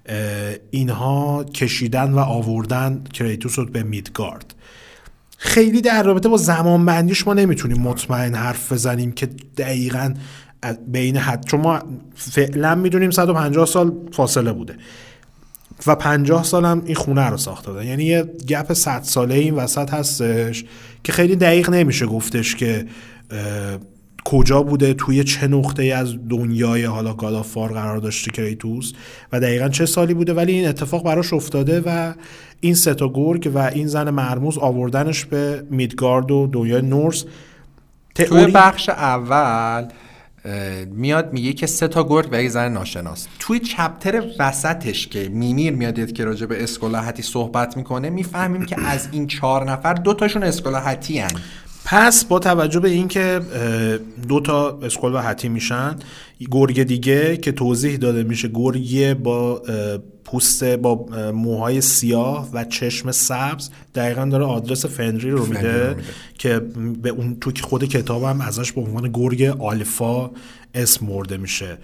[SPEAKER 2] اینها کشیدن و آوردن کریتوس رو به میدگارد. خیلی در رابطه با زمان بندیش ما نمیتونیم مطمئن حرف بزنیم که دقیقاً بین حد، چون ما فعلا میدونیم 150 سال فاصله بوده و 50 سال هم این خونه رو ساخته دادن، یعنی یه گپ 100 ساله این وسط هستش که خیلی دقیق نمیشه گفتش که کجا بوده، توی چه نقطه‌ای از دنیای حالا گادافار قرار داشته کریتوس و دقیقاً چه سالی بوده، ولی این اتفاق براش افتاده و این سه تا گرگ و این زن مرموز آوردنش به میدگارد و دنیای نورس.
[SPEAKER 1] توی بخش اول میاد میگه که سه تا گرگ و یک زن ناشناس. توی چپتر وسطش که میمیر میاد که راجع به اسکولاهتی صحبت میکنه، میفهمیم که از این 4 نفر 2 تاشون اسکولاهتی هن.
[SPEAKER 2] پس با توجه به این که 2 تا اسکول و حتی میشن، گرگ دیگه که توضیح داده میشه گرگی با پوست با موهای سیاه و چشم سبز، دقیقاً داره آدرس فنریر رو میده که به اون تو خود کتاب هم ازش به عنوان گرگ آلفا اسم برده میشه،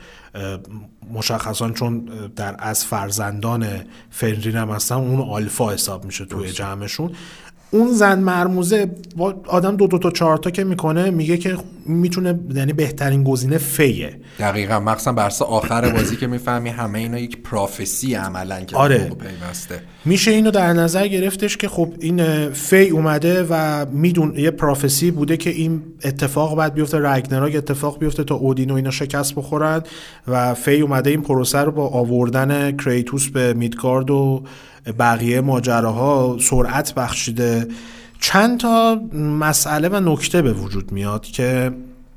[SPEAKER 2] مشخصا چون در از فرزندان فنریر هم هستن، اون آلفا حساب میشه توی جمعشون. اون زن مرموزه با آدم 2 تا 4 تا که میکنه میگه که میتونه، یعنی بهترین گزینه فیه.
[SPEAKER 1] دقیقاً، مخصوصا برسه آخر بازی که میفهمی همه اینا یک پروفسی عملاً که
[SPEAKER 2] آره.
[SPEAKER 1] پیوسته
[SPEAKER 2] میشه اینو در نظر گرفتش که خب این فی اومده و میدون یه پروفسی بوده که این اتفاق بعد بیفته، رگناراک اتفاق بیفته تا اودین و اینا شکست بخورن و فی اومده این پروسه رو با آوردن کریتوس به میدگارد و بقیه ماجراها سرعت بخشیده. چند تا مسئله و نکته به وجود میاد که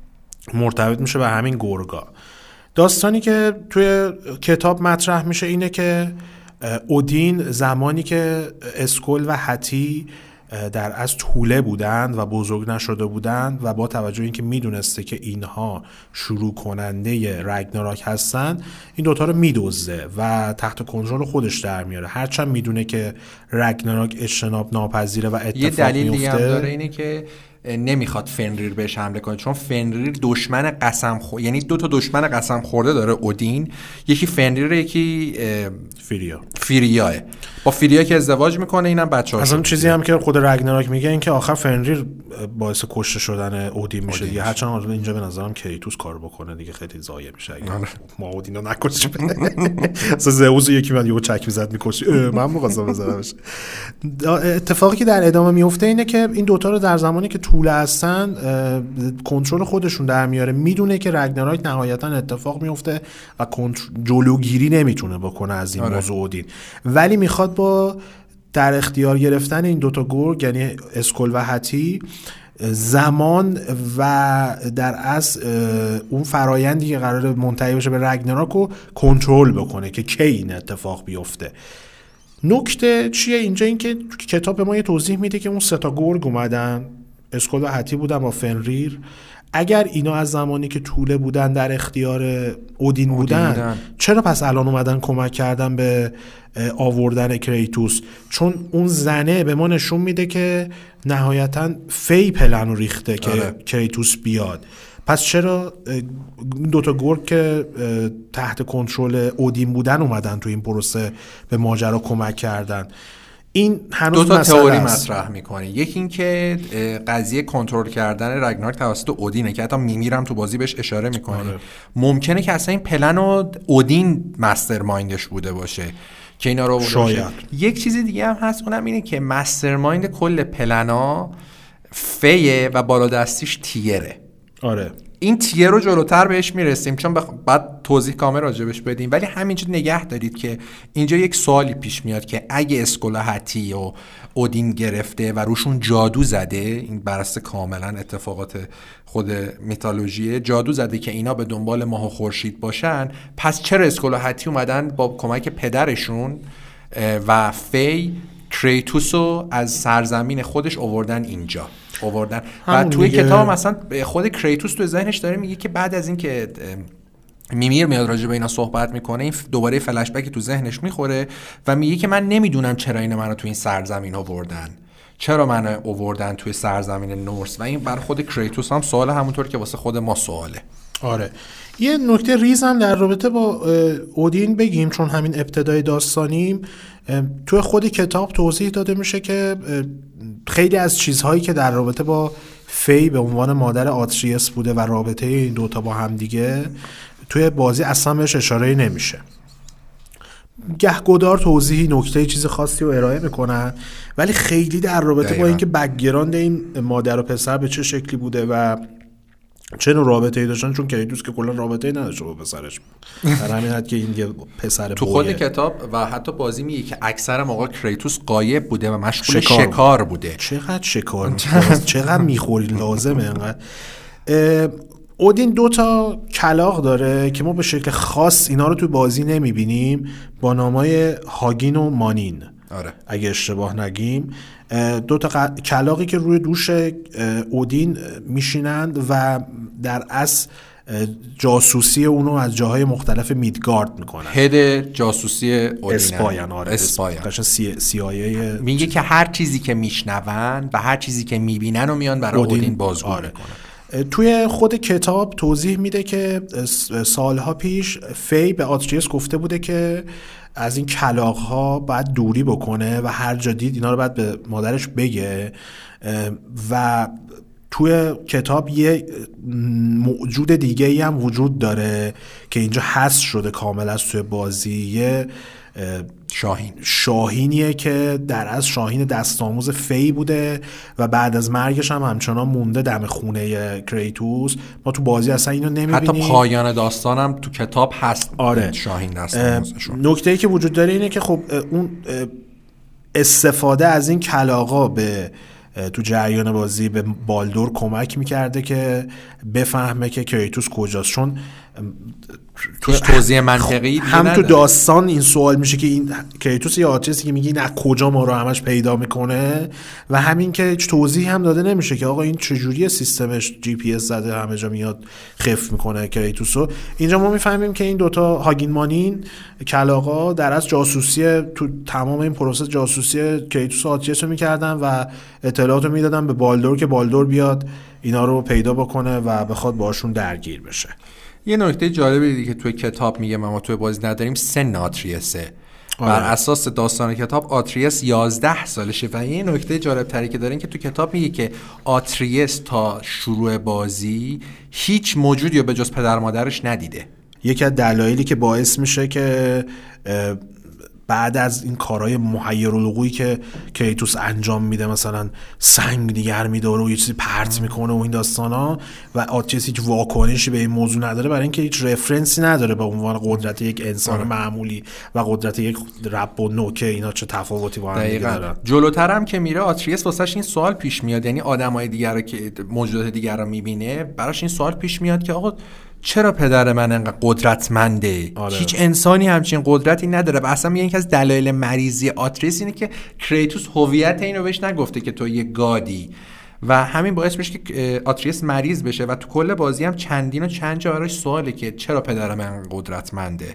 [SPEAKER 2] مرتبط میشه به همین گرگا. داستانی که توی کتاب مطرح میشه اینه که اودین زمانی که اسکول و حتی در از طوله بودند و بزرگ نشده بودند و با توجه اینکه میدونسته که اینها شروع کننده رگناراک هستن، این دوتا رو میدزده و تحت کنترل خودش در میاره، هرچند میدونه که رگناراک اجتناب ناپذیره و اتفاق میفته.
[SPEAKER 1] یه دلیل دیگه هم داره، اینه که نمیخواد فنریر بهش حمله کنه، چون فنریر دشمن قسم یعنی 2 تا دشمن قسم خورده داره اودین، یکی فنریر، یکی فیریاه. با فیریا که ازدواج میکنه، اینم بچه‌هاش.
[SPEAKER 2] اصلا چیزی هم که خود رگناراک میگه این که آخر فنریر باعث کشته شدن اودین میشه دیگه، هرچند اینجا به نظرم کریتوس کار بکنه دیگه خیلی ضایع میشه اگه ما اودینو نکشیم. اصلا زئوس یکی من یهو چک میزد میکشی، من می‌خواستم بزنمش. اتفاقی که در ادامه میفته اینه که این دوتا رو در زمانی که طوله هستن کنترل خودشون در میاره، میدونه که رگناراک نهایتا اتفاق میفته و جلوگیری نمیتونه بکنه از این موضوع اودین، ولی میخواد با در اختیار گرفتن این 2 تا گرگ، یعنی اسکول و حتی، زمان و در از اون فرایندی که قراره منتهی بشه به رگناراک رو کنترل بکنه که کی این اتفاق بیفته. نکته چیه اینجا؟ این که کتاب ما یه توضیح میده که اون 3 تا گرگ اومدن، اسکول و حتی بودن با فنریر. اگر اینا از زمانی که طوله بودن در اختیار اودین بودن، چرا پس الان اومدن کمک کردن به آوردن کریتوس؟ چون اون زنه به ما نشون میده که نهایتا فی پلن رو ریخته که کریتوس بیاد. پس چرا 2 تا گرگ که تحت کنترل اودین بودن اومدن تو این پروسه به ماجرا کمک کردن؟ این هنوز
[SPEAKER 1] 2 تا تئوری مطرح میکنه. یکی این که قضیه کنترل کردن رگناراک توسط اودینه که حتی میمیرم تو بازی بهش اشاره میکنه. ممکنه که اصلا این پلن رو اودین مستر مایندش بوده باشه که اینا رو
[SPEAKER 2] شاید.
[SPEAKER 1] یک چیز دیگه هم هست، اونم اینه که مستر مایند کل پلنا فیه و بالا دستیش تیره.
[SPEAKER 2] آره،
[SPEAKER 1] این تیر رو جلوتر بهش میرسیم چون بعد توضیح کامل راجبش بدیم، ولی همینجا نگه دارید که اینجا یک سوالی پیش میاد که اگه اسکولا حتی و اودین گرفته و روشون جادو زده، این براساس کاملا اتفاقات خود میتولوژی جادو زده که اینا به دنبال ماه و خورشید باشن، پس چرا اسکولا حتی اومدن با کمک پدرشون و فی کریتوسو از سرزمین خودش آوردن اینجا و توی کتاب مثلا خود کریتوس تو ذهنش داره میگه که بعد از این که میمیر میاد راجع به اینا صحبت میکنه، این دوباره فلش بک تو ذهنش میخوره و میگه که من نمیدونم چرا اینا منو تو این سرزمین آوردن، چرا منو آوردن توی سرزمین نورس، و این بر خود کریتوس هم سوال همونطور که واسه خود ما سواله.
[SPEAKER 2] آره یه نکته ریزم در رابطه با اودین بگیم، چون همین ابتدای داستانیم. توی خود کتاب توضیح داده میشه که خیلی از چیزهایی که در رابطه با فی به عنوان مادر آتریس بوده و رابطه این دوتا با هم دیگه توی بازی اصلا بهش اشاره نمیشه. گهگدار توضیحی نکته چیز خاصی رو ارائه میکنن، ولی خیلی در رابطه با اینکه بک‌گراند این مادر و پسر به چه شکلی بوده و چه نوع رابطه‌ای داشتن، چون کریتوس که کلا رابطه‌ای نداشته با پسرش، در همین حد که این یه پسر
[SPEAKER 1] تو خود کتاب و حتی بازی میگه که اکثر موقع کریتوس غایب بوده و مشغول شکار بوده.
[SPEAKER 2] چقدر شکار چقدر میخوری لازمه اینقدر. اودین 2 کلاغ داره که ما به شکل خاص اینا رو تو بازی نمیبینیم، با نامای هاگین و مانین.
[SPEAKER 1] آره.
[SPEAKER 2] اگه اشتباه نگیم 2 کلاغی که روی دوش اودین میشینند و در اصل جاسوسی اونو از جاهای مختلف میدگارد میکنن.
[SPEAKER 1] هد جاسوسی اودین
[SPEAKER 2] اسپاین. آره اسپاین CIA
[SPEAKER 1] میگه که هر چیزی که میشنون و هر چیزی که میبینن رو میان برای اودین بازگو میکنن.
[SPEAKER 2] توی خود کتاب توضیح میده که سالها پیش فی به آتریس گفته بوده که از این کلاغ‌ها باید دوری بکنه و هر جا دید اینا رو باید به مادرش بگه. و توی کتاب یه موجود دیگه ای هم وجود داره که اینجا حذف شده کاملا از توی بازی، یه شاهینیه که در از شاهین دستاموز فی بوده و بعد از مرگش هم همچنان مونده دم خونه کریتوس. ما تو بازی اصلا اینو نمیبینیم،
[SPEAKER 1] حتی پایان داستانم تو کتاب هست.
[SPEAKER 2] آره.
[SPEAKER 1] شاهین دستاموزشون.
[SPEAKER 2] نکته‌ای که وجود داره اینه که خب اون استفاده از این کلاغا به تو جریان بازی به بالدور کمک میکرده که بفهمه که کریتوس کجاست، چون
[SPEAKER 1] تو توضیح منطقی
[SPEAKER 2] هم تو داستان این سوال میشه که این کریتوس یا آتریسی که میگه این از کجا ما رو همش پیدا میکنه، و همین که توضیح هم داده نمیشه که آقا این چجوری سیستمش GPS زده همه جا میاد خف میکنه کریتوسو. اینجا ما میفهمیم که این 2 هاگین مانین کلاغا در از جاسوسی تو تمام این پروسه جاسوسی کریتوس و آتریس رو میکردن و اطلاعات رو میدادن به بالدور که بالدور بیاد اینا رو پیدا بکنه و بخواد باشون درگیر بشه.
[SPEAKER 1] یه نکته جالبی دیگه که توی کتاب میگه ما توی بازی نداریم، سن آتریسه. بر اساس داستان کتاب آتریس 11 سالشه و یه نکته جالب تری که دارین که تو کتاب میگه که آتریس تا شروع بازی هیچ موجودی رو به جز پدر مادرش ندیده.
[SPEAKER 2] یکی از دلایلی که باعث میشه که بعد از این کارهای محیرالوقویی که کریتوس انجام میده، مثلا سنگ دیگر میداره و یه چیزی پرت میکنه و این داستانا، و آتریس هیچ واکنشی به این موضوع نداره برای اینکه هیچ رفرنسی نداره به عنوان قدرت یک انسان معمولی و قدرت یک رب و نوک، اینا چه تفاوتی با هم دارن.
[SPEAKER 1] جلوتر هم که میره آتریس واسش این سوال پیش میاد، یعنی آدمای دیگر رو که موجودات دیگر رو میبینه براش این سوال پیش میاد که آقا چرا پدر من انقدر قدرتمنده؟
[SPEAKER 2] آره.
[SPEAKER 1] هیچ انسانی همچین قدرتی نداره. و اصلا یکی از دلایل مریضی آتریس اینه که کریتوس هویت اینو بهش نگفته که تو یه گادی، و همین باعث میشه که آتریس مریض بشه و تو کل بازی هم چندین و چند جا براش سواله که چرا پدر من قدرتمنده.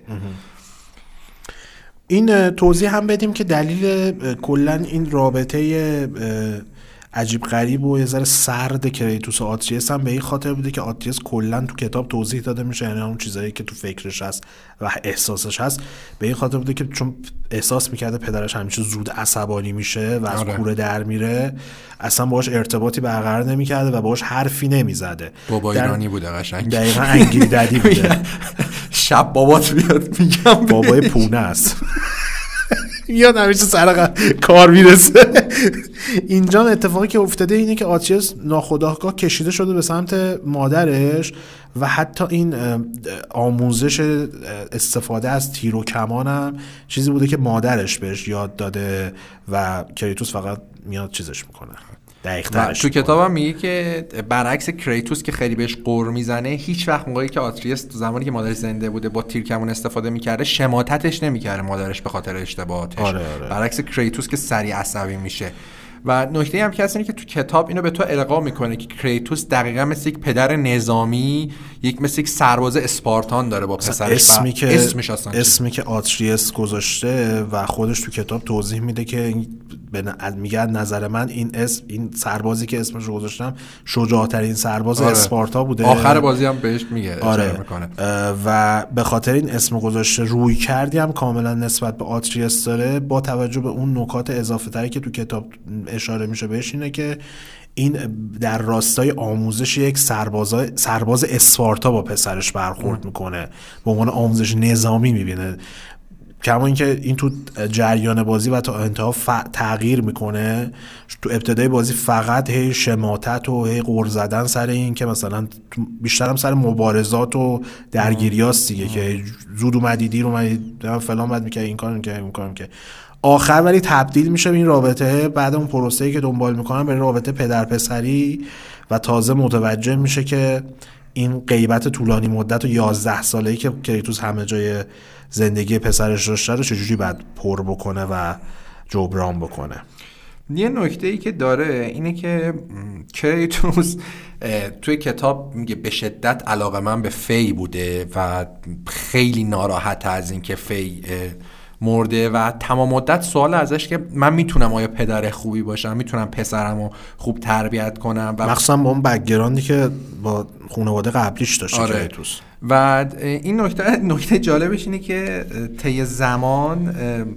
[SPEAKER 2] این توضیح هم بدیم که دلیل کلن این رابطه عجیب غریب و یه ذره سرد کریتوس و آتریس هم به این خاطر بوده که آتریس کلا تو کتاب توضیح داده میشه، یعنی اون چیزایی که تو فکرش هست و احساسش هست به این خاطر بوده که چون احساس میکرده پدرش همیشه زود عصبانی میشه و از کوره در میره، اصلا باهاش ارتباطی برقرار نمیکرده و باهاش حرفی نمیزده.
[SPEAKER 1] بابا ایرانی بوده قشنگ،
[SPEAKER 2] دقیقاً انگیری ددی بوده.
[SPEAKER 1] شب بابات بیاد میگم
[SPEAKER 2] بابای پونه است. میاد همیشه سر کار میرسه. اینجا اتفاقی که افتاده اینه که آتریس ناخودآگاه کشیده شده به سمت مادرش و حتی این آموزش استفاده از تیر و کمان هم چیزی بوده که مادرش بهش یاد داده و کریتوس فقط میاد چیزش میکنه.
[SPEAKER 1] تو کتابم میگه که برعکس کریتوس که خیلی بهش قور میزنه، هیچ وقت موقعی که آتریس تو زمانی که مادرش زنده بوده با تیر کمون استفاده میکرده شماتتش نمیکرده مادرش به خاطر اشتباهاتش.
[SPEAKER 2] آره.
[SPEAKER 1] برعکس کریتوس که سریع عصبی میشه. و نکته هم که هست اینه که تو کتاب اینو به تو القا میکنه که کریتوس دقیقاً مثل یک پدر نظامی، مثل یک سرباز اسپارتان داره با پسرش.
[SPEAKER 2] اسمی که آتریس گذاشته و خودش تو کتاب توضیح میده که میگه نظر من این سربازی که اسمش رو گذاشتم شجاع‌ترین سرباز اسپارتا بوده.
[SPEAKER 1] آخر بازی هم بهش میگه میکنه.
[SPEAKER 2] و به خاطر این اسم گذاشته. روی کردی هم کاملا نسبت به آتریس داره، با توجه به اون نکات اضافه تری که تو کتاب اشاره میشه بهش، اینه که این در راستای آموزش یک سرباز اسپارتا با پسرش برخورد میکنه، به عنوان آموزش نظامی میبینه. کما اینکه این تو جریان بازی و تا انتها تغییر میکنه. تو ابتدای بازی فقط هی شماتت و هی غر زدن سر این که مثلا بیشتر هم سر مبارزات و درگیریاست دیگه، که زود اومدی دیر اومدی فلان بعد میکنه این کارو که آخر ولی تبدیل میشه به این رابطه بعد اون پروسه‌ای که دنبال میکنن به رابطه پدر پسری و تازه متوجه میشه که این غیبت طولانی مدت و 11 ساله‌ای که کریتوس همه جای زندگی پسرش داشته رو چجوری باید پر بکنه و جبران بکنه.
[SPEAKER 1] یه نکته‌ای که داره اینه که کریتوس توی کتاب میگه به شدت علاقه‌مند به فی بوده و خیلی ناراحت از این که فی مرده و تمام مدت سوال ازش که من میتونم آیا پدر خوبی باشم، میتونم پسرمو خوب تربیت کنم، و
[SPEAKER 2] مخصوصا با اون بک‌گراندی که با خانواده قبلیش داشته کریتوس.
[SPEAKER 1] و این نکته جالبش اینه که طی زمان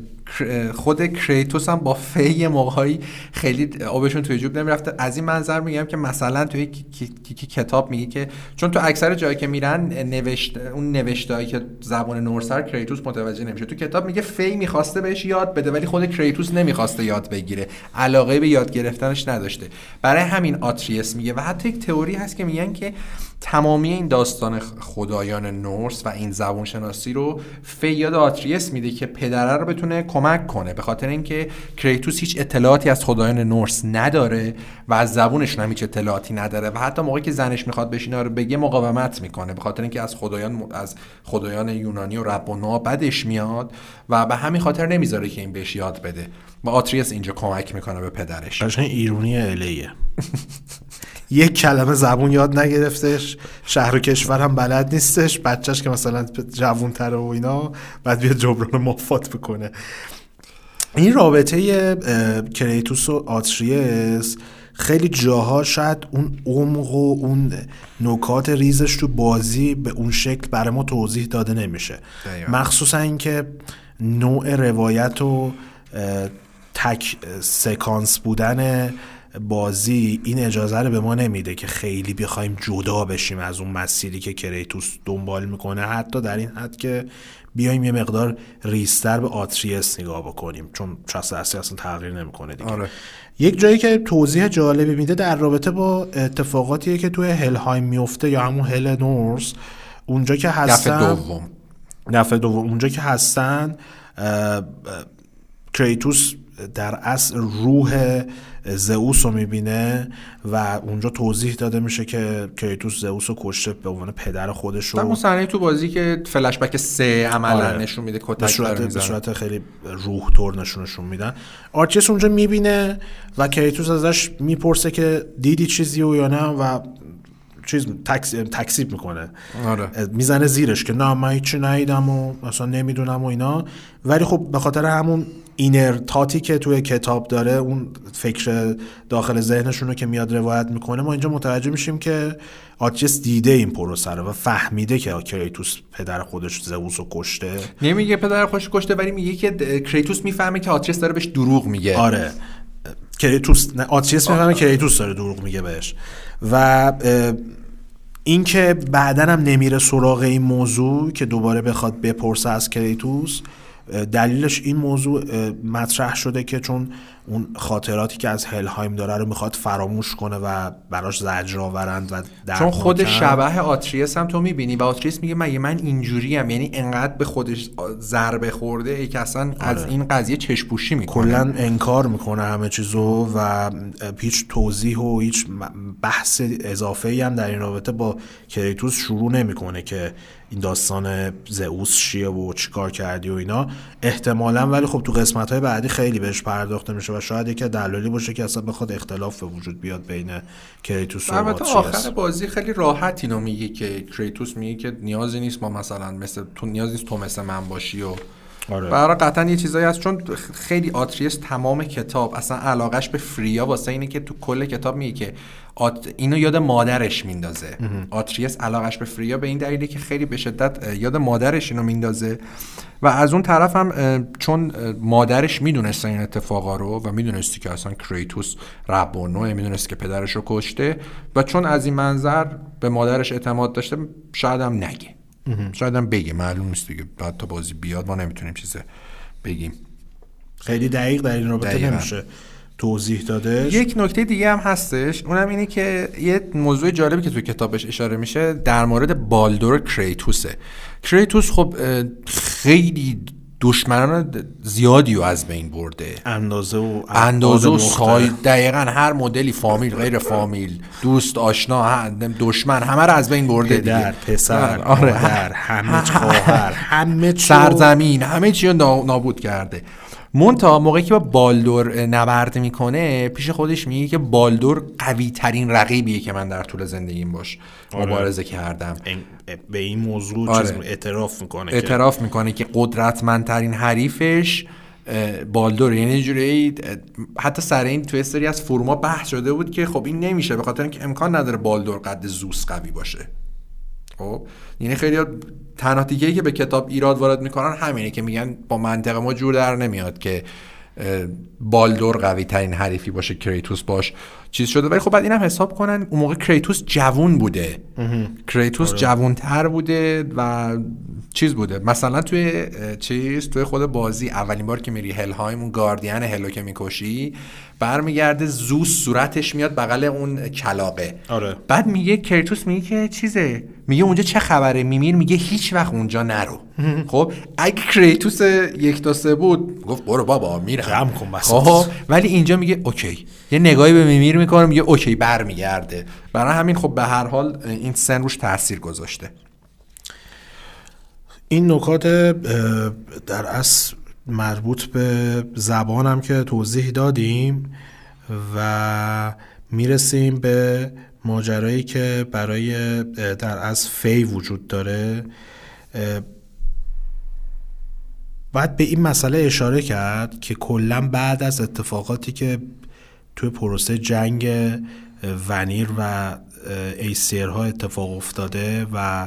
[SPEAKER 1] خود کریتوس هم با فی موقعی خیلی آبشون توی جوب نمیرفته. از این منظر میگم که مثلا توی کتاب میگه که چون تو اکثر جایی که میرن اون نوشتهایی که زبان نورسر کریتوس متوجه نمیشه. تو کتاب میگه فی میخواسته بهش یاد بده ولی خود کریتوس نمیخواسته یاد بگیره، علاقه به یاد گرفتنش نداشته. برای همین آتریس میگه. و حتی یک تئوری هست که میگن که تمامی این داستان خدایان نورس و این زبان شناسی رو فی یاد آتریس میده که پدره رو بتونه کمک کنه، به خاطر اینکه کریتوس هیچ اطلاعاتی از خدایان نورس نداره و از زبونشون هم هیچ اطلاعاتی نداره و حتی موقعی که زنش میخواد بشینه رو بگه مقاومت میکنه، به خاطر اینکه از خدایان یونانی و رب و نوع بدش میاد و به همین خاطر نمیذاره که این بهش یاد بده. و آتریس اینجا کمک میکنه به پدرش.
[SPEAKER 2] قشنگ ایرونی الیه. یک کلمه زبون یاد نگرفتش، شهر و کشور هم بلد نیستش، بچهش که مثلا جوان‌تره و اینا بعد بیاد جبران مافات بکنه. این رابطه کریتوس و آتریس خیلی جاها شاید اون عمق و اون نکات ریزش تو بازی به اون شکل برای ما توضیح داده نمیشه، مخصوصا اینکه نوع روایت و تک سکانس بودن بازی این اجازه رو به ما نمیده که خیلی بخوایم جدا بشیم از اون مسیری که کریتوس دنبال میکنه، حتی در این حد که بیایم یه مقدار ریستر به آتریس نگاه بکنیم، چون شخص اصلی اصلا تغییر نمیکنه دیگه. یک جایی که توضیح جالبی میده در رابطه با اتفاقاتیه که توی هلهایم میفته یا همون هل نورس، اونجا که هستن دفعه دوم اونجا که هستن کریتوس در اصل روح زئوس رو میبینه و اونجا توضیح داده میشه که کریتوس زئوس رو کشته به عنوان پدر خودش رو.
[SPEAKER 1] اون صحنه تو بازی که فلش بک 3 عملا نشون میده کتک
[SPEAKER 2] به صورت خیلی روح طور نشون میدن. آرچیس اونجا میبینه و کریتوس ازش میپرسه که دیدی چیزی یا نه و چیز تکذیب میکنه. میزنه زیرش که نه من هیچی ندیدم و اصلا نمیدونم و اینا، ولی خب به خاطر همون اینر تاتی که توی کتاب داره، اون فکر داخل ذهنشون رو که میاد روایت میکنه، ما اینجا متوجه میشیم که آتریس دیده این پروسه رو و فهمیده که کریتوس پدر خودش زئوس رو کشته.
[SPEAKER 1] نمیگه پدر خودش کشته ولی میگه که کریتوس میفهمه که آتریس داره بهش دروغ میگه.
[SPEAKER 2] آره آتریس میفهمه کریتوس داره دروغ میگه بهش. و این که بعدن هم نمیره سراغ این موضوع که دوباره بخواد بپرسه از کریتوس، دلیلش این موضوع مطرح شده که چون اون خاطراتی که از هلهایم داره رو میخواد فراموش کنه و براش زجر آورند و
[SPEAKER 1] چون خود شبح آتریس هم تو میبینی و آتریس میگه من اینجوریم، یعنی انقدر به خودش ضربه خورده ای که اصلا از این قضیه چشپوشی میکنه،
[SPEAKER 2] کلا انکار میکنه همه چیزو و هیچ توضیح و هیچ بحث اضافه‌ای هم در این رابطه با کریتوس شروع نمیکنه که این داستان زئوس چیه و چیکار کردی و اینا احتمالاً، ولی خب تو قسمت‌های بعدی خیلی بهش پرداخته میشه و و شاید یکی دلالی باشه که اصلا بخواد اختلاف به وجود بیاد بین کریتوس و
[SPEAKER 1] البته
[SPEAKER 2] آتریاس.
[SPEAKER 1] آخر بازی خیلی راحت اینو میگه که کریتوس میگه که نیازی نیست ما مثلا مثل تو نیازی نیست تو مثل من باشی و برای قطعا یه چیزایی هست، چون خیلی آتریاس تمام کتاب اصلا علاقش به فریا واسه اینه که تو کل کتاب میگه که اینو یاد مادرش میندازه. آتریاس علاقش به فریا به این دلیله که خیلی به شدت یاد مادرش اینو میندازه و از اون طرف هم چون مادرش میدونسته این اتفاقا رو و میدونستی که اصلا کریتوس رب و نوعه، میدونستی که پدرش رو کشته و چون از این منظر به مادرش اعتماد داشته شاید هم نگه، شاید هم بگه، معلوم نیست دیگه، بعد تا بازی بیاد ما نمیتونیم چیزی بگیم.
[SPEAKER 2] خیلی دقیق در این رابطه نمیشه توضیح داده.
[SPEAKER 1] یک نکته دیگه هم هستش، اونم اینه که یه موضوع جالبی که توی کتابش اشاره میشه در مورد بالدور کریتوسه. کریتوس خب خیلی دشمنان زیادی رو از بین برده،
[SPEAKER 2] اندازه و
[SPEAKER 1] دقیقاً هر مدلی، فامیل غیر فامیل، دوست آشنا دشمن، همه رو از بین برده،
[SPEAKER 2] پدر پسر مادر همه خواهر همه
[SPEAKER 1] سرزمین همه چی رو نابود کرده. مونتا موقعی که با بالدور نبرد میکنه پیش خودش میگه که بالدور قوی ترین رقیبیه که من در طول زندگیم باش مبارزه کردم.
[SPEAKER 2] به این موضوع
[SPEAKER 1] اعتراف میکنه که قدرتمندترین حریفش بالدور. یعنی جوری حتی سر این توی سری از فروما بحث شده بود که خب این نمیشه به خاطر اینکه امکان نداره بالدور قد زوس قوی باشه. خب یعنی خیلی تنها دیگه‌ای که به کتاب ایراد وارد میکنن همینه که میگن با منطق ما جور در نمیاد که بالدور قوی ترین حریفی باشه کریتوس باش چیز شده. ولی خب بعد اینم حساب کنن اون موقع کریتوس جوون بوده، کریتوس جوونتر بوده و چیز بوده. مثلا توی خود بازی اولین بار که میری هلهایم اون گاردین هلو که میکشی برمیگرده زوس صورتش میاد بغل اون کلاغه. بعد میگه کریتوس میگه که چیزه، میگه اونجا چه خبره؟ میمیر میگه هیچ وقت اونجا نرو. خب اگه کریتوس 1 تا 3 بود گفت برو بابا میرم. خب ولی اینجا میگه اوکی، یه نگاهی به میمیر میکنه میگه اوکی برمیگرده. برای همین خب به هر حال این سن روش تاثیر گذاشته.
[SPEAKER 2] این نکات در اصل مربوط به زبانم که توضیح دادیم و میرسیم به ماجرایی که برای در اصل فی وجود داره. بعد به این مسئله اشاره کرد که کلا بعد از اتفاقاتی که توی پروسه جنگ ونیر و ایسیرها اتفاق افتاده و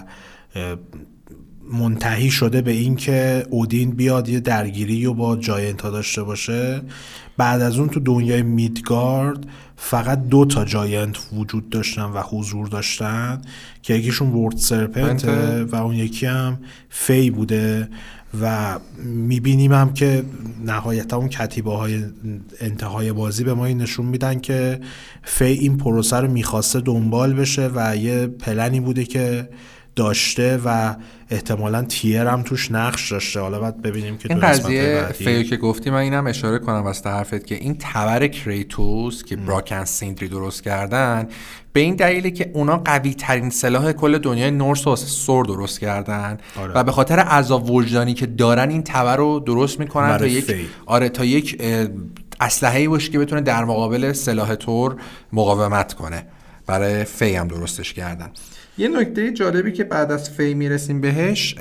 [SPEAKER 2] منتهی شده به این که اودین بیاد یه درگیری رو با جاینت ها داشته باشه، بعد از اون تو دنیای میدگارد فقط 2 تا جاینت وجود داشتن و حضور داشتن که یکیشون ورد سرپنت و اون یکی هم فی بوده و میبینیم هم که نهایتا اون کتیبه های انتهای بازی به ما این نشون میدن که فی این پروسه رو میخواسته دنبال بشه و یه پلنی بوده که داشته و احتمالاً تیر هم توش نقش داشته. حالا بعد ببینیم که
[SPEAKER 1] این قضیه فیو که گفتی من اینم اشاره کنم واسه حرفت که این تبر کریتوس که براکن سیندری درست کردن به این دلیله که اونا قوی ترین سلاح کل دنیای نورس و سور درست کردن و به خاطر عذاب وجدانی که دارن این تبر رو درست میکنن تا یک اسلحه‌ای باشه که بتونه در مقابل سلاح تور مقاومت کنه. برای فی هم درستش کردن. یه نکته جالبی که بعد از فی میرسیم بهش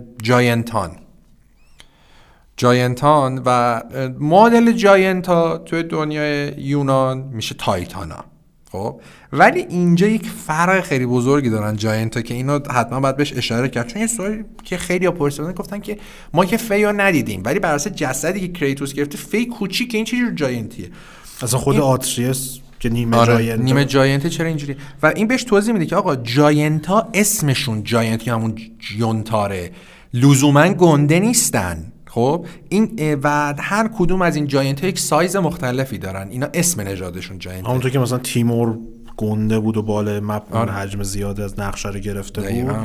[SPEAKER 1] جاینتان و مدل جاینتا توی دنیای یونان میشه تایتانا. خب ولی اینجا یک فرق خیلی بزرگی دارن جاینتا که اینو حتما باید بهش اشاره کرد، چون یه سوالی که خیلی پرسیدن گفتن که ما که فی رو ندیدیم ولی بر اساس جسدی که کریتوس گرفته فی کوچیکه، این چه جور جاینتیه؟
[SPEAKER 2] اصلا خود آتریاس که نیمه
[SPEAKER 1] جاینته چرا اینجوری؟ و این بهش توضیح میده که آقا جاینتا اسمشون جاینت یا همون یونتاره، لزوما گنده نیستن. خب این و هر کدوم از این جاینت ها یک سایز مختلفی دارن، اینا اسم نژادشون جاینت.
[SPEAKER 2] همونطور که مثلا تیمور گنده بود و بالا مپ حجم زیاد از نقشه رو گرفته بود،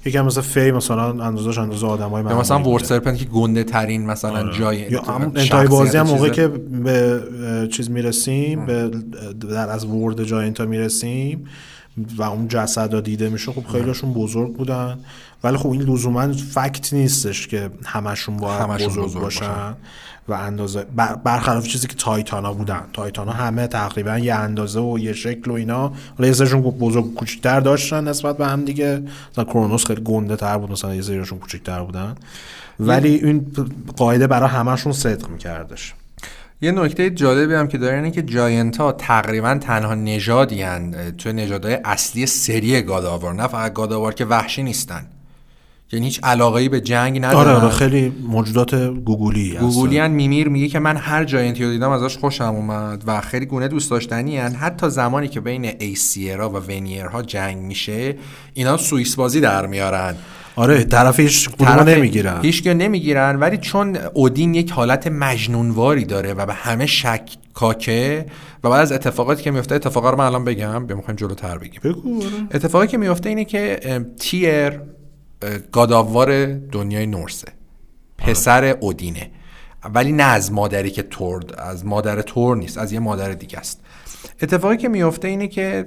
[SPEAKER 2] یکم مثلا فی مثلا اندازه آدمای
[SPEAKER 1] معمولی، مثلا ورد سرپنت که گنده ترین مثلا جای
[SPEAKER 2] یا انتهای بازی هم موقعی که به چیز میرسیم به در از ورد جاینتا میرسیم و اون جسدا دیده میشه، خب خیلیشون بزرگ بودن، ولی خب این لزوما فکت نیستش که همشون باید بزرگ باشن و اندازه برخلاف چیزی که تایتانا بودن. تایتانا همه تقریبا یه اندازه و یه شکل و اینا، حالا یه سرشون بزرگ کوچیک‌تر داشتن نسبت به هم دیگه، مثلا کرونوس خیلی گنده تر بود، مثلا یه سرشون کوچیک‌تر بودن، ولی این قاعده برای همشون صدق می‌کردش.
[SPEAKER 1] یه نکته جالبی هم که داره اینه که جاینت‌ها تقریبا تنها نژادی ان توی نژادهای اصلی سری گادآوار، نه فقط گادآوار که وحشی نیستن، یعنی هیچ علاقه‌ای به جنگ ندارن.
[SPEAKER 2] آره خیلی موجودات گوگولی
[SPEAKER 1] ان. میمیر میگه که من هر جاینتی رو دیدم ازش خوشم اومد و خیلی گونه دوست داشتنی ان. حتی زمانی که بین ایسیرها و ونیرها جنگ میشه اینا سوئیس بازی در میارن.
[SPEAKER 2] آره طرف هیچ
[SPEAKER 1] نمیگیرن، ولی چون اودین یک حالت مجنونواری داره و به همه شکاکه و بعد از اتفاقاتی که میفته، اتفاقا رو من الان بگم میخوایم جلوتر بگیم.
[SPEAKER 2] بگو.
[SPEAKER 1] اتفاقی که میفته اینه که تیر گادآوار دنیای نورسه، پسر اودینه، ولی نه از مادری که از مادر تور نیست، از یه مادر دیگه است. اتفاقی که میفته اینه که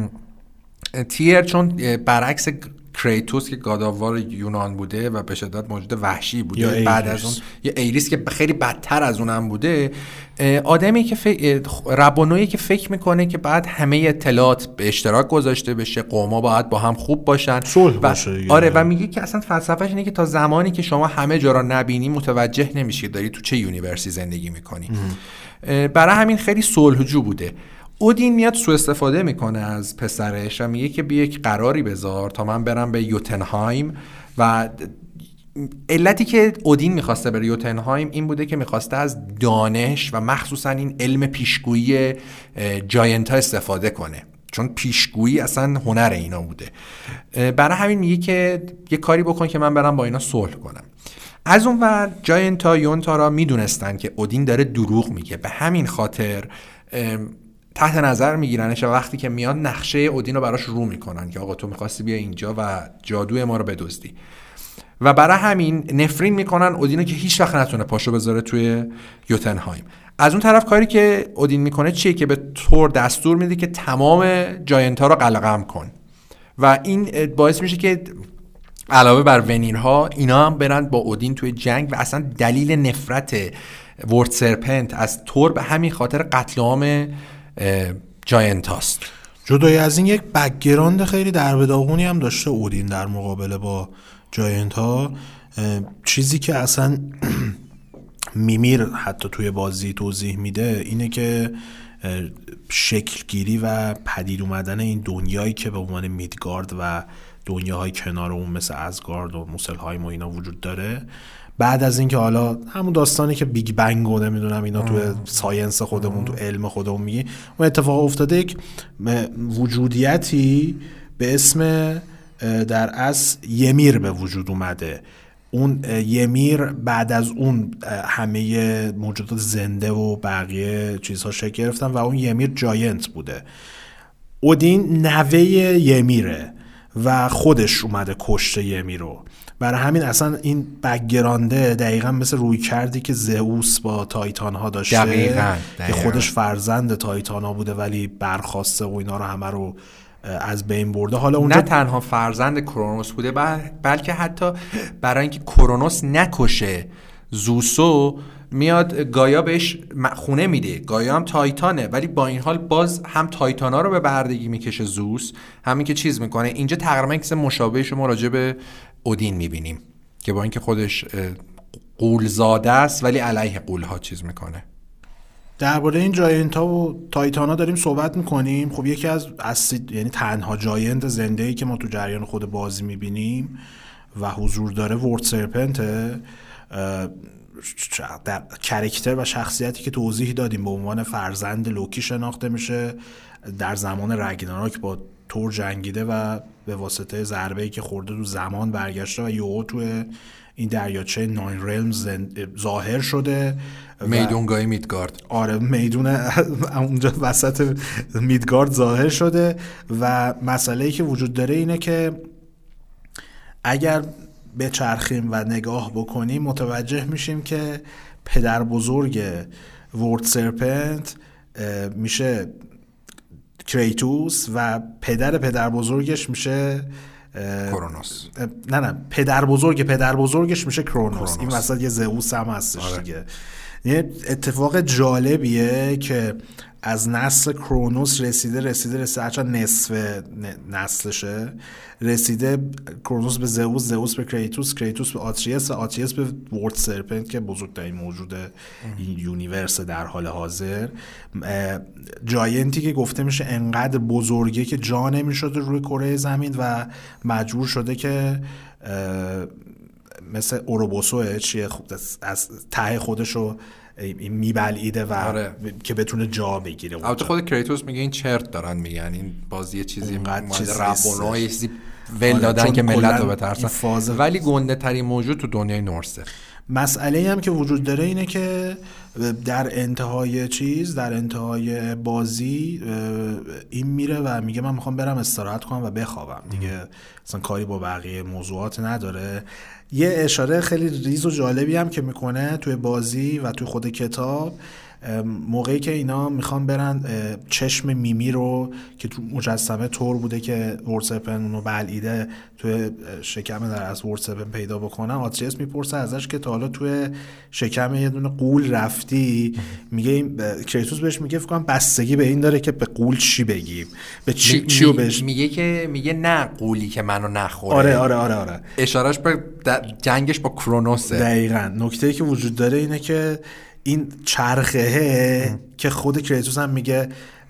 [SPEAKER 1] تیر چون برعکس کریتوس که گادآوار یونان بوده و به شدت موجود وحشی بوده، بعد از اون یه ایریس که خیلی بدتر از اونم بوده، آدمی که ربانویی که فکر میکنه که بعد همه اطلاعات به اشتراک گذاشته بشه، قوما باید با هم خوب باشن،
[SPEAKER 2] صلح باشه.
[SPEAKER 1] آره، و میگه که اصلا فلسفه‌اش اینه که تا زمانی که شما همه جا را نبینی متوجه نمیشی داری تو چه یونیورسی زندگی میکنی. برای همین خیلی صلحجو بوده. اودین میاد سوء استفاده میکنه از پسرش و میگه که بیا یک قراری بذار تا من برم به یوتنهایم، و علتی که اودین میخواسته بره یوتنهایم این بوده که میخواسته از دانش و مخصوصا این علم پیشگویی جاینتا استفاده کنه، چون پیشگویی اصلا هنر اینا بوده. برای همین میگه که یه کاری بکن که من برم با اینا صلح کنم. از اون ور جاینتا یونتارا میدونستن که اودین داره دروغ میگه، به همین خاطر تحت نظر میگیرنش و وقتی که میاد نقشه اودین رو براش رو میکنن که آقا تو میخواستی بیا اینجا و جادوی ما رو بدزدی، و برای همین نفرین میکنن اودین رو که هیچ وقت نتونه پاشو بذاره توی یوتنهایم. از اون طرف کاری که اودین میکنه چیه که به تور دستور میده که تمام جاینتا رو قلقم کن، و این باعث میشه که علاوه بر ونیرها اینا هم برن با اودین توی جنگ، و اصلا دلیل نفرت ورد سرپنت از تور به همین خاطر قتل عام جاینتاست.
[SPEAKER 2] جدای از این یک بک‌گراند خیلی درب داغونی هم داشته اودین در مقابله با جاینت‌ها، چیزی که اصلا میمیر حتی توی بازی توضیح میده اینه که شکلگیری و پدید اومدن این دنیایی که به عنوان میدگارد و دنیاهای کنار اون مثل ازگارد و موسلهایم و اینا وجود داره، بعد از اینکه حالا همون داستانی که بیگ بنگ و نمیدونم اینا تو ساینس خودمون تو علم خودمون میگی، اون اتفاق افتاده، یک وجودیتی به اسم در اصل یمیر به وجود اومده. اون یمیر بعد از اون همه موجودات زنده و بقیه چیزها شکل گرفتن و اون یمیر جاینت بوده. اودین نوه یمیره و خودش اومده کشته یمیر رو. برای همین اصلا این بک‌گراند دقیقاً مثل روی کردی که زئوس با تایتان ها داشته،
[SPEAKER 1] دقیقاً.
[SPEAKER 2] که خودش فرزند تایتان ها بوده ولی برخواسته و اینا رو همه رو از بین برده. حالا اونجا
[SPEAKER 1] نه تنها فرزند کرونوس بوده بلکه حتی برای اینکه کرونوس نکشه زوسو میاد گایا بهش خونه میده، گایا هم تایتانه، ولی با این حال باز هم تایتانا رو به بردگی میکشه زوس، همین که چیز میکنه. اینجا تقریبا کسی مشابه شما راجع به اودین میبینیم که با اینکه خودش غول زاده است ولی علیه غول ها چیز میکنه.
[SPEAKER 2] درباره این جاینت ها و تایتانا داریم صحبت میکنیم. خب یکی از یعنی تنها جاینت زنده‌ای که ما تو جریان خود بازی میبینیم و حضور داره ورد سرپنته، در کاراکتر و شخصیتی که توضیح دادیم به عنوان فرزند لوکی شناخته میشه، در زمان رگناراک با تور جنگیده و به واسطه ضربه‌ای که خورده تو زمان برگشته و یهو تو این دریاچه ناین رلمز ظاهر شده،
[SPEAKER 1] میدونگاه میدگارد.
[SPEAKER 2] آره میدون اونجا وسط میدگارد ظاهر شده. و مسئله‌ای که وجود داره اینه که اگر بچرخیم و نگاه بکنیم متوجه میشیم که پدر بزرگ ورد سرپنت میشه کریتوس و پدر بزرگش میشه
[SPEAKER 1] کرونوس.
[SPEAKER 2] نه پدر بزرگش میشه کرونوس. این وسط یه زئوس هم هستش دیگه. یه اتفاق جالبیه که از نسل کرونوس رسیده هرچند نصف نسلشه رسیده. کرونوس به زئوس به کریتوس به آتریس و آتریس به ورد سرپنت که بزرگترین موجود این یونیورس در حال حاضر. جاینتی که گفته میشه انقدر بزرگه که جا نمیشده روی کره زمین و مجبور شده که مثل اوروبوسوه چیه از ته خودشو میبلعیده و که بتونه جا بگیره.
[SPEAKER 1] البته خود کریتوس میگه این چرت دارن میگن، این باز یه چیزی ربونو یه چیزی ول دادن که ملت رو بترسن، ولی گنده ترین موجود تو دنیای نورسه.
[SPEAKER 2] مسئله هم که وجود داره اینه که در انتهای بازی این میره و میگه من میخوام برم استراحت کنم و بخوابم دیگه، اصلا کاری با بقیه موضوعات نداره. یه اشاره خیلی ریز و جالبی هم که میکنه توی بازی و توی خود کتاب، موقعی که اینا میخوان برن چشم میمی رو که تو مجسمه طور بوده که ورد سرپنت اونو بلعیده توی شکم در از ورد سرپنت پیدا بکنن، آتریس میپرسه ازش که تا حالا توی شکم یه دونه غول رفتی؟ میگه کریتوس بهش میگه فکر کنم بستگی به این داره که به غول چی بگیم، به چیو بهش میگه
[SPEAKER 1] نه غولی که منو نخوره.
[SPEAKER 2] آره
[SPEAKER 1] اشارهش به جنگش با کرونوسه.
[SPEAKER 2] دقیقاً نکته‌ای که وجود داره اینه که این چرخه که خود کریتوس هم میگه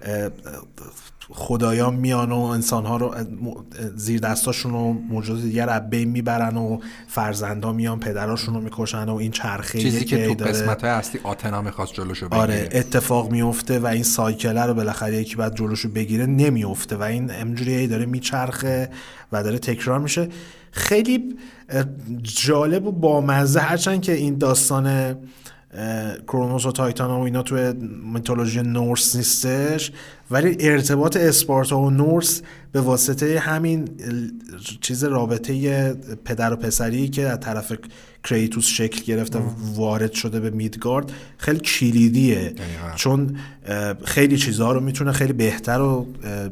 [SPEAKER 2] خدایان میان و انسانها رو زیر دستاشون رو موجود دیگر از بین میبرن و فرزندا میان پدراشون رو میکشن و این چرخه
[SPEAKER 1] چیزی که تو قسمت‌های اصلی آتنا میخواست جلوشو بگیره.
[SPEAKER 2] آره اتفاق میفته و این سایکل رو بالاخره یکی بعد جلوشو بگیره نمیفته و این همجوری داره میچرخه و داره تکرار میشه. خیلی جالب و بامزه، هرچند که این داستان کرونوس و تایتان و اینا توی میتولوژی نورس نیستش، ولی ارتباط اسپارتا و نورس به واسطه همین چیز رابطه پدر و پسری که از طرف کریتوس شکل گرفته وارد شده به میدگارد خیلی کلیدیه. چون خیلی چیزها رو میتونه خیلی بهتر و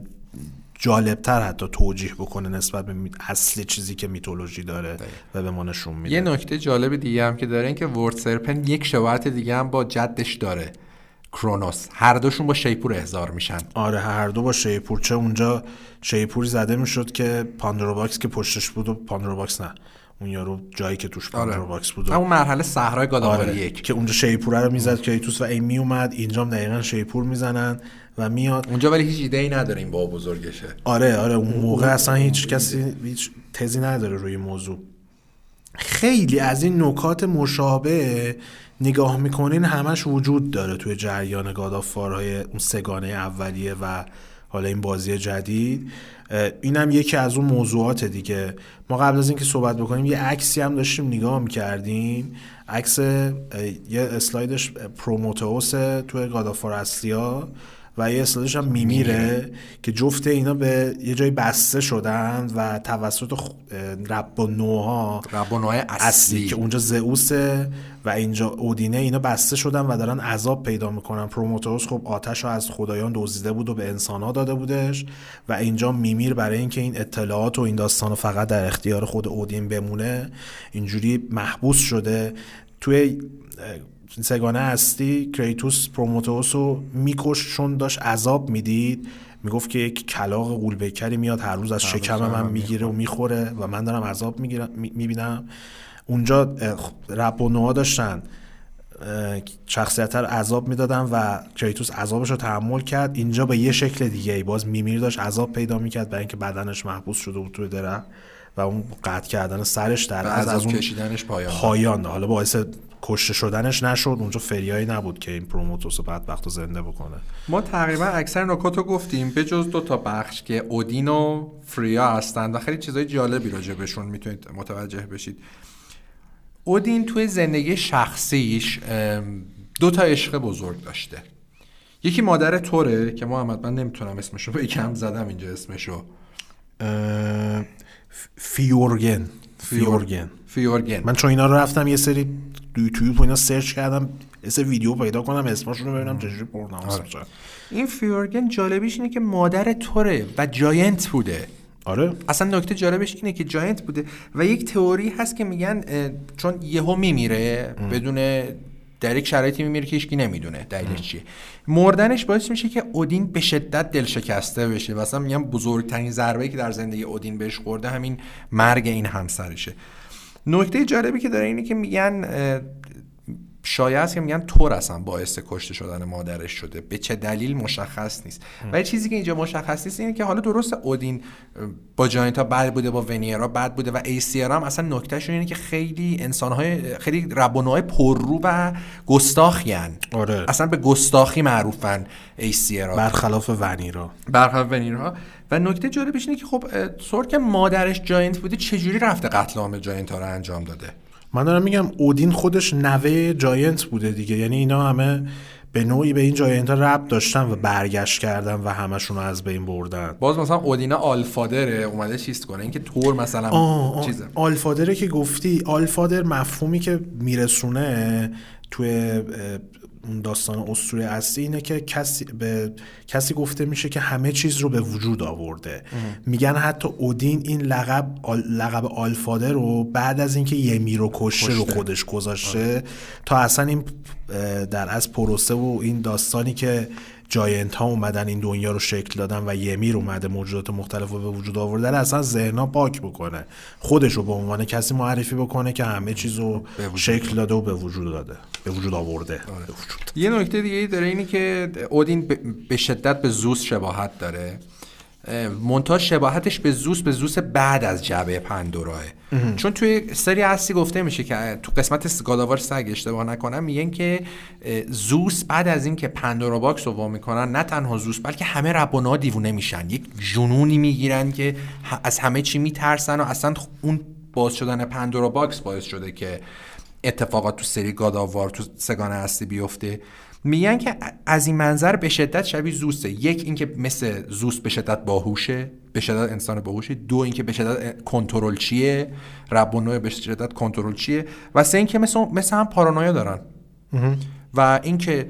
[SPEAKER 2] جالبتر حتی توجیه بکنه نسبت به اصلی چیزی که میتولوژی داره و به ما نشون میده.
[SPEAKER 1] یه نکته جالب دیگه هم که داره این که ورد سرپنت یک شباهت دیگه هم با جدش داره، کرونوس. هر دوشون با شیپور احضار میشن.
[SPEAKER 2] آره هر دو با شیپور. چه اونجا شیپوری زده میشد که پاندورا باکس که پشتش بود و پاندورا باکس نه اون یارو جایی که توش پاندورا باکس بود
[SPEAKER 1] همون مرحله صحرای گاداوار یک
[SPEAKER 2] که اونجا شیپور رو میزد کریتوس و این میومد، اینجا هم دقیقاً شیپور میزنن و میاد
[SPEAKER 1] اونجا، ولی هیچ ایده‌ای نداره این با بزرگشه.
[SPEAKER 2] آره اون موقع اصلا هیچ کسی هیچ تزی نداره روی موضوع. خیلی از این نکات مشابه نگاه میکنین همش وجود داره توی جریان گادافارهای اون سگانه اولیه و حالا این بازی جدید. اینم یکی از اون موضوعات دیگه. ما قبل از اینکه صحبت بکنیم یه عکسی هم داشتیم نگاه میکردیم، عکس یه اسلایدش پروموتئوس توی گادافار اصلیا و یه اسلایدش هم میمیره که جفت اینا به یه جای بسته شدن و توسط ربونوهای اصلی که اونجا زئوسه و اینجا اودینه، اینا بسته شدن و دارن عذاب پیدا میکنن. پروموتئوس خب آتش رو از خدایان دزدیده بود و به انسان‌ها داده بودش و اینجا میمیر برای اینکه این اطلاعات و این داستانو فقط در اختیار خود اودین بمونه اینجوری محبوس شده. توی سگانه هستی کریتوس پروموتئوس رو میکش چون داشت عذاب میدید، میگفت که یک کلاغ غول‌پیکری میاد هر روز از شکم من میگیره و میخوره و من دارم عذاب میبینم. اونجا رب و نوها داشتن شخصیت رو عذاب میدادن و کریتوس عذابش رو تحمل کرد. اینجا به یه شکل دیگه باز میمیر داشت عذاب پیدا میکرد برای اینکه بدنش محبوس شده بود توی درخت و اون قطع کردن سرش در از اون
[SPEAKER 1] کشیدنش
[SPEAKER 2] پایان حالا باعث کشته شدنش نشد. اونجا فریایی نبود که این پروموتوس بدبختو زنده بکنه.
[SPEAKER 1] ما تقریبا اکثر نکاتو گفتیم به جز 2 تا بخش که اودین و فریا هستن و خیلی چیزای جالبی راجع بهشون میتونید متوجه بشید. اودین توی زندگی شخصیش 2 تا عشق بزرگ داشته. یکی مادر توره که محمد من نمیتونم اسمشو بگم، زدم اینجا اسمشو، فیورگن.
[SPEAKER 2] من چون اینا رو رفتم یه سری یوتیوب و اینا سرچ کردم، یه سری ویدیو پیدا کنم اسمشون رو ببینم چجوری پرونانس میشه.
[SPEAKER 1] این فیورگن جالبیش اینه که مادر توره و جاینت بوده.
[SPEAKER 2] آره
[SPEAKER 1] اصلا نکته جالبش اینه که جاینت بوده و یک تئوری هست که میگن چون یهو میمیره بدون در یک شرایطی میمیره که هیچکی نمیدونه دلیلش چیه، مردنش باعث میشه که اودین به شدت دلشکسته بشه. مثلا میگن بزرگترین ضربه‌ای که در زندگی اودین بهش خورده همین مرگ این همسرشه. نکته جالبی که داره اینه که میگن شایعه است که میگن تور اصلا باعث کشته شدن مادرش شده، به چه دلیل مشخص نیست. ولی چیزی که اینجا مشخص نیست اینه که حالا درست اودین با جاینتا بد بوده، با ونیرا بد بوده و ایسیرا هم اصلا نکتهش اینه که خیلی انسان‌های خیلی ربانه‌های پررو و گستاخیان.
[SPEAKER 2] آره
[SPEAKER 1] اصلا به گستاخی معروفن ایسیرا
[SPEAKER 2] برخلاف ونیرا.
[SPEAKER 1] و نکته جالبش اینه که خب سور که مادرش جاینت بوده چجوری رفته قتل عام جاینتا رو انجام داده؟
[SPEAKER 2] من دارم میگم اودین خودش نوه جاینت بوده دیگه، یعنی اینا همه به نوعی به این جاینت ها ربط داشتن و برگشت کردن و همشون رو از بین بردن.
[SPEAKER 1] باز مثلا اودین آلفادره اومده چیز کنه، اینکه تور مثلا چیزه
[SPEAKER 2] آلفادره که گفتی، آلفادر مفهومی که میرسونه توی اون داستان اسطوره اصلی اینه که کسی گفته میشه که همه چیز رو به وجود آورده. میگن حتی اودین این لقب آلفادر رو بعد از اینکه یمی رو کشته رو خودش گذاشته تا اصلا این در از پروسه و این داستانی که جاینت ها اومدن این دنیا رو شکل دادن و ymir اومده موجودات مختلف رو به وجود آورده اصلا ذهن‌ها پاک بکنه، خودش رو به عنوان کسی معرفی بکنه که همه چیز رو شکل داده و به وجود آورده.
[SPEAKER 1] یه نکته دیگه داره اینی که اودین به شدت به زوس شباهت داره، منتها شباهتش به زوس بعد از جبهه پندوراه. چون توی سری اصلی گفته میشه که تو قسمت گاداوار سگ اشتباه نکنم میگن که زوس بعد از این که پندورا باکس رو وا میکنن، نه تنها زوس بلکه همه ربانه‌ها دیوونه میشن، یک جنونی میگیرن که از همه چی میترسن و اصلا اون باز شدن پندورا باکس باعث شده که اتفاقات تو سری گاداوار تو سگان اصلی بیفته. میگن که از این منظر به شدت شبیه زوسه، یک اینکه مثل زوس به شدت باهوشه، به شدت انسان باهوشه، دو اینکه به شدت کنترل چیه، ربونوی به شدت کنترل چیه، و سه اینکه مثل هم پارانویا دارن. و اینکه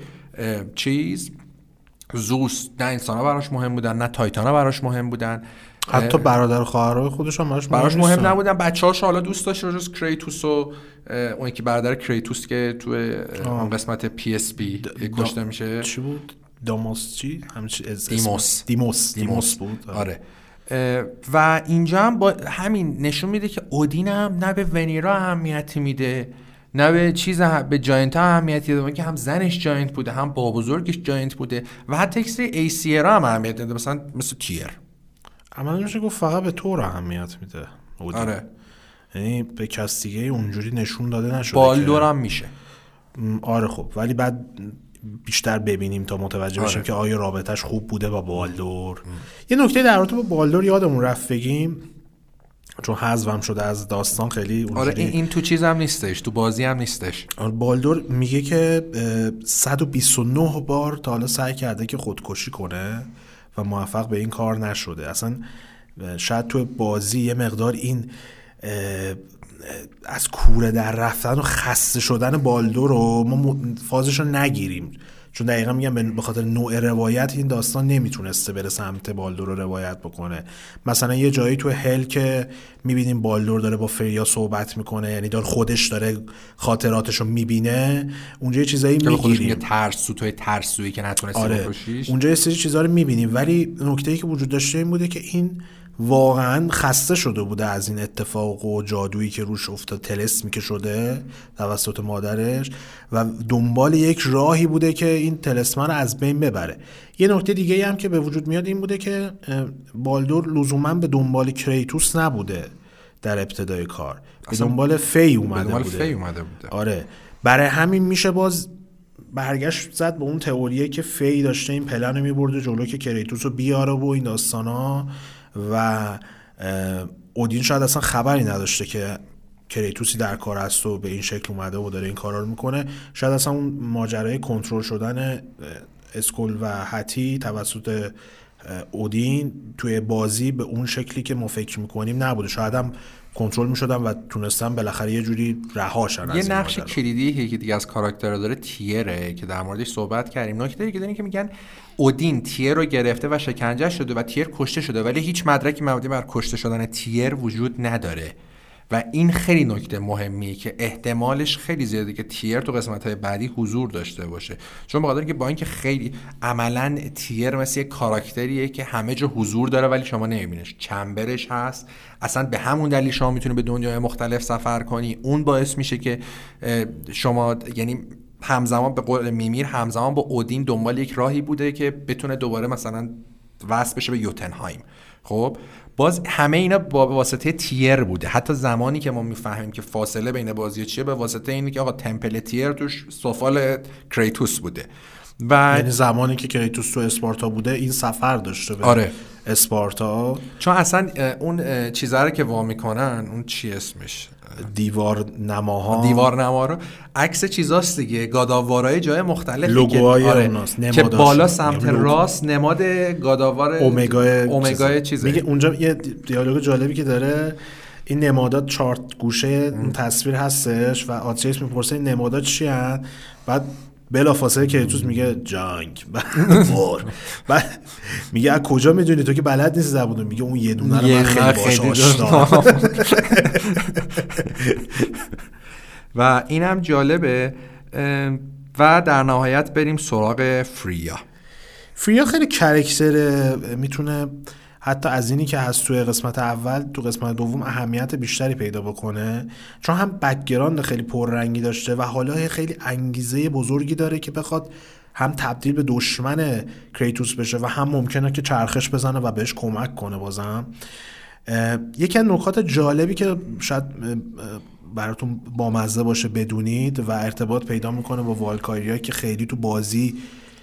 [SPEAKER 1] زوس نه انسانا براش مهم بودن نه تایتانا براش مهم بودن،
[SPEAKER 2] حتی برادر و خواهرای خودش هم
[SPEAKER 1] براش مهم نبودن. بچه‌هاش حالا دوست داشت جز کریتوس و اون که برادر کریتوس که تو اون قسمت PSP کشته میشه،
[SPEAKER 2] چی بود؟ داموس چی؟ دیموس بود.
[SPEAKER 1] آره. و اینجا هم با همین نشون میده که اودین هم نه به ونیرا اهمیتی میده نه به به جاینت ها اهمیتی داده، که هم زنش جاینت بوده هم با بزرگش جاینت بوده و حتی اکسری ایسیرا هم اهمیت داده، مثل تیر.
[SPEAKER 2] عملا میشه گفت فقط به تور اهمیت میده اودین.
[SPEAKER 1] آره.
[SPEAKER 2] یعنی به کس دیگه اونجوری نشون داده نشده.
[SPEAKER 1] بالدور هم میشه.
[SPEAKER 2] آره خب، ولی بعد بیشتر ببینیم تا متوجه بشیم که آیا رابطش خوب بوده با بالدور. یه نکته در رابطه با بالدور یادمون رفت بگیم، چون حذفم شده از داستان خیلی اونجوری.
[SPEAKER 1] آره این تو چیز هم نیستش، تو بازی هم نیستش.
[SPEAKER 2] بالدور میگه که 129 بار تا حالا سعی کرده که خودکشی کنه و موفق به این کار نشده. اصلا شاید تو بازی یه مقدار این از کوره در رفتن و خسته شدن بالدور رو ما فازش رو نگیریم، چون دقیقا میگم به خاطر نوع روایت این داستان نمیتونسته بره سمت بالدور رو روایت بکنه. مثلا یه جایی تو هل که میبینیم بالدور داره با فریا صحبت میکنه، یعنی داره خودش داره خاطراتش رو میبینه، اونجا یه چیزایی میگیریم،
[SPEAKER 1] ترسویی که نتونستی بکشیش.
[SPEAKER 2] اونجا یه سری چیزا رو میبینیم، ولی نکته‌ای که وجود داشته این بوده که این واقعا خسته شده بوده از این اتفاق و جادویی که روش افتاد، طلسمی که شده توسط مادرش، و دنبال یک راهی بوده که این طلسم رو از بین ببره. یه نکته دیگه هم که به وجود میاد این بوده که بالدور لزوما به دنبال کریتوس نبوده در ابتدای کار، به دنبال فی اومده بوده. آره، برای همین میشه باز برگشت زد به اون تئوریه که فی داشته این پلن رو میبرده جلو که کریتوس رو بیاره و این داستانا، و اودین شاید اصلا خبری نداشته که کریتوسی در کار است و به این شکل اومده و داره این کارا رو میکنه. شاید اصلا اون ماجرای کنترل شدن اسکول و هتی توسط اودین توی بازی به اون شکلی که ما فکر میکنیم نبوده. شاید هم کنترل میشدن و تونستن بالاخره یه جوری رهاشن.
[SPEAKER 1] یه نقش کلیدی که دیگه از کاراکترها داره تیره که در موردش صحبت کردیم. نکته دیگه داریم که میگن اودین تیر رو گرفته و شکنجه شده و تیر کشته شده، ولی هیچ مدرکی مبنی بر کشته شدن تیر وجود نداره و این خیلی نکته مهمیه که احتمالش خیلی زیاده که تیر تو قسمت‌های بعدی حضور داشته باشه، چون بخاطر اینکه با اینکه خیلی عملاً تیر مثل یه کاراکتریه که همه جا حضور داره ولی شما نمیبینیش، چمبرش هست، اصلا به همون دلیل شما میتونی به دنیای مختلف سفر کنی. اون باعث میشه که شما یعنی همزمان به قول میمیر همزمان با اودین دنبال یک راهی بوده که بتونه دوباره مثلا وصل بشه به یوتنهایم. خب باز همه اینا با واسطه تیر بوده. حتی زمانی که ما میفهمیم که فاصله بین بازی چیه به واسطه اینه که آقا تمپل تیر توش سفال کریتوس بوده و
[SPEAKER 2] یعنی زمانی که کریتوس تو اسپارتا بوده این سفر داشته به اسپارتا،
[SPEAKER 1] چون اصلا اون چیزا رو که وا میکنن اون چی اسمش
[SPEAKER 2] دیوار نما
[SPEAKER 1] رو عکس چیزاست دیگه، گاداوارای جای مختلفی
[SPEAKER 2] لوگوهای
[SPEAKER 1] که بالا سمت راست نماد گاداوار اومگا چیزه.
[SPEAKER 2] میگه اونجا یه دیالوگ جالبی که داره، این نمادات چارت گوشه تصویر هستش و آتریس میپرسه این نمادات چی هست، بعد بلافاصله کریتوس میگه جنگ بعد میگه از کجا میدونی تو که بلد نیستی زبونو؟ میگه اون یه دونه رو من خیلی باش آشنام.
[SPEAKER 1] و اینم جالبه. و در نهایت بریم سراغ فریا.
[SPEAKER 2] خیلی کرکتره، میتونه حتی از اینی که هست توی قسمت اول تو قسمت دوم اهمیت بیشتری پیدا بکنه، چون هم بک‌گراند خیلی پررنگی داشته و حالا خیلی انگیزه بزرگی داره که بخواد هم تبدیل به دشمن کریتوس بشه و هم ممکنه که چرخش بزنه و بهش کمک کنه. بازم یکی از نکات جالبی که شاید براتون بامزه باشه بدونید و ارتباط پیدا میکنه با والکایریا که خیلی تو بازی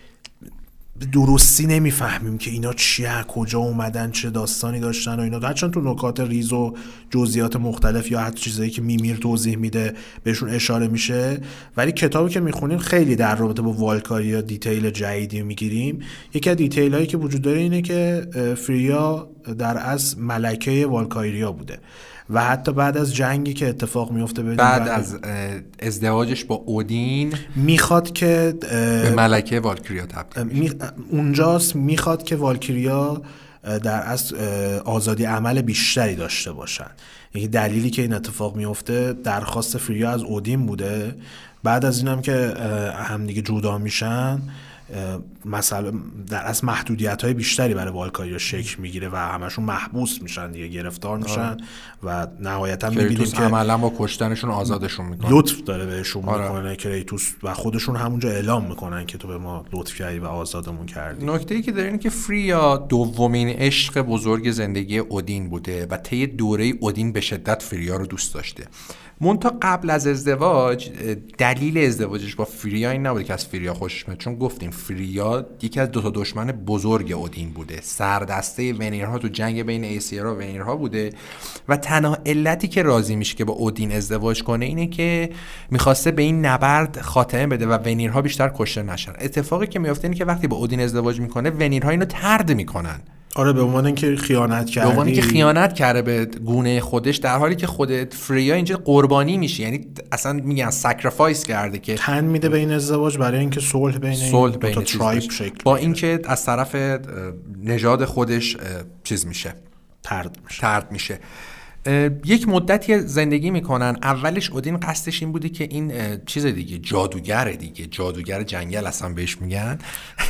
[SPEAKER 2] درستی نمیفهمیم که اینا چیه، کجا اومدن، چه داستانی داشتن و اینا، هرچند تو نکات ریز و جزئیات مختلف یا حتی چیزایی که میمیر توضیح میده بهشون اشاره میشه، ولی کتابی که میخونیم خیلی در رابطه با والکاریا دیتیل جدیدی میگیریم. یکی از دیتیل هایی که وجود داره اینه که فریا در اصل ملکه والکایریا بوده و حتی بعد از جنگی که اتفاق میفته
[SPEAKER 1] بعد از ازدواجش با اودین
[SPEAKER 2] میخواد که
[SPEAKER 1] به ملکه والکیریا تبدیل
[SPEAKER 2] اونجاست، میخواد که والکیریا در اصل آزادی عمل بیشتری داشته باشن. یعنی دلیلی که این اتفاق میفته درخواست فریا از اودین بوده. بعد از اینم که هم دیگه جدا میشن مثلا در اصل محدودیت‌های بیشتری برای والکاریا شکل میگیره و همشون محبوس میشن دیگه، گرفتار میشن و نهایتا میبینیم که
[SPEAKER 1] عملا با کشتنشون آزادشون میکنه،
[SPEAKER 2] لطف داره بهشون میکنه کریتوس و خودشون همونجا اعلام میکنن که تو به ما لطف کردی و آزادمون کردی.
[SPEAKER 1] نکته‌ای که داره اینه که فریا دومین عشق بزرگ زندگی اودین بوده و طی دوره اودین به شدت فریا رو دوست داشته. منتها قبل از ازدواج دلیل ازدواجش با فریا این نبوده که از فریا خوشش میاد، چون گفتیم فریا یکی از دو تا دشمن بزرگ اودین بوده، سردسته ونیرها تو جنگ بین ایسیرا و ونیرها بوده و تنها علتی که راضی میشه که با اودین ازدواج کنه اینه که میخواسته به این نبرد خاتمه بده و ونیرها بیشتر کشته نشن. اتفاقی که میفته اینه که وقتی با اودین ازدواج میکنه ونیرها اینو طرد میکنن.
[SPEAKER 2] آره، به عنوان اینکه خیانت کردی،
[SPEAKER 1] به عنوان اینکه خیانت کرده به گونه خودش، در حالی که خودت فریا اینجا قربانی میشه، یعنی اصلا میگن ساکریفایس کرده که
[SPEAKER 2] تن میده به این ازدواج برای اینکه صلح بین دو تا ترایب شکل
[SPEAKER 1] با اینکه از طرف نژاد خودش چیز میشه، طرد میشه. یک مدتی زندگی میکنن. اولش اودین قصدش این بوده که این چیز دیگه جادوگر جنگل اصلا بهش میگن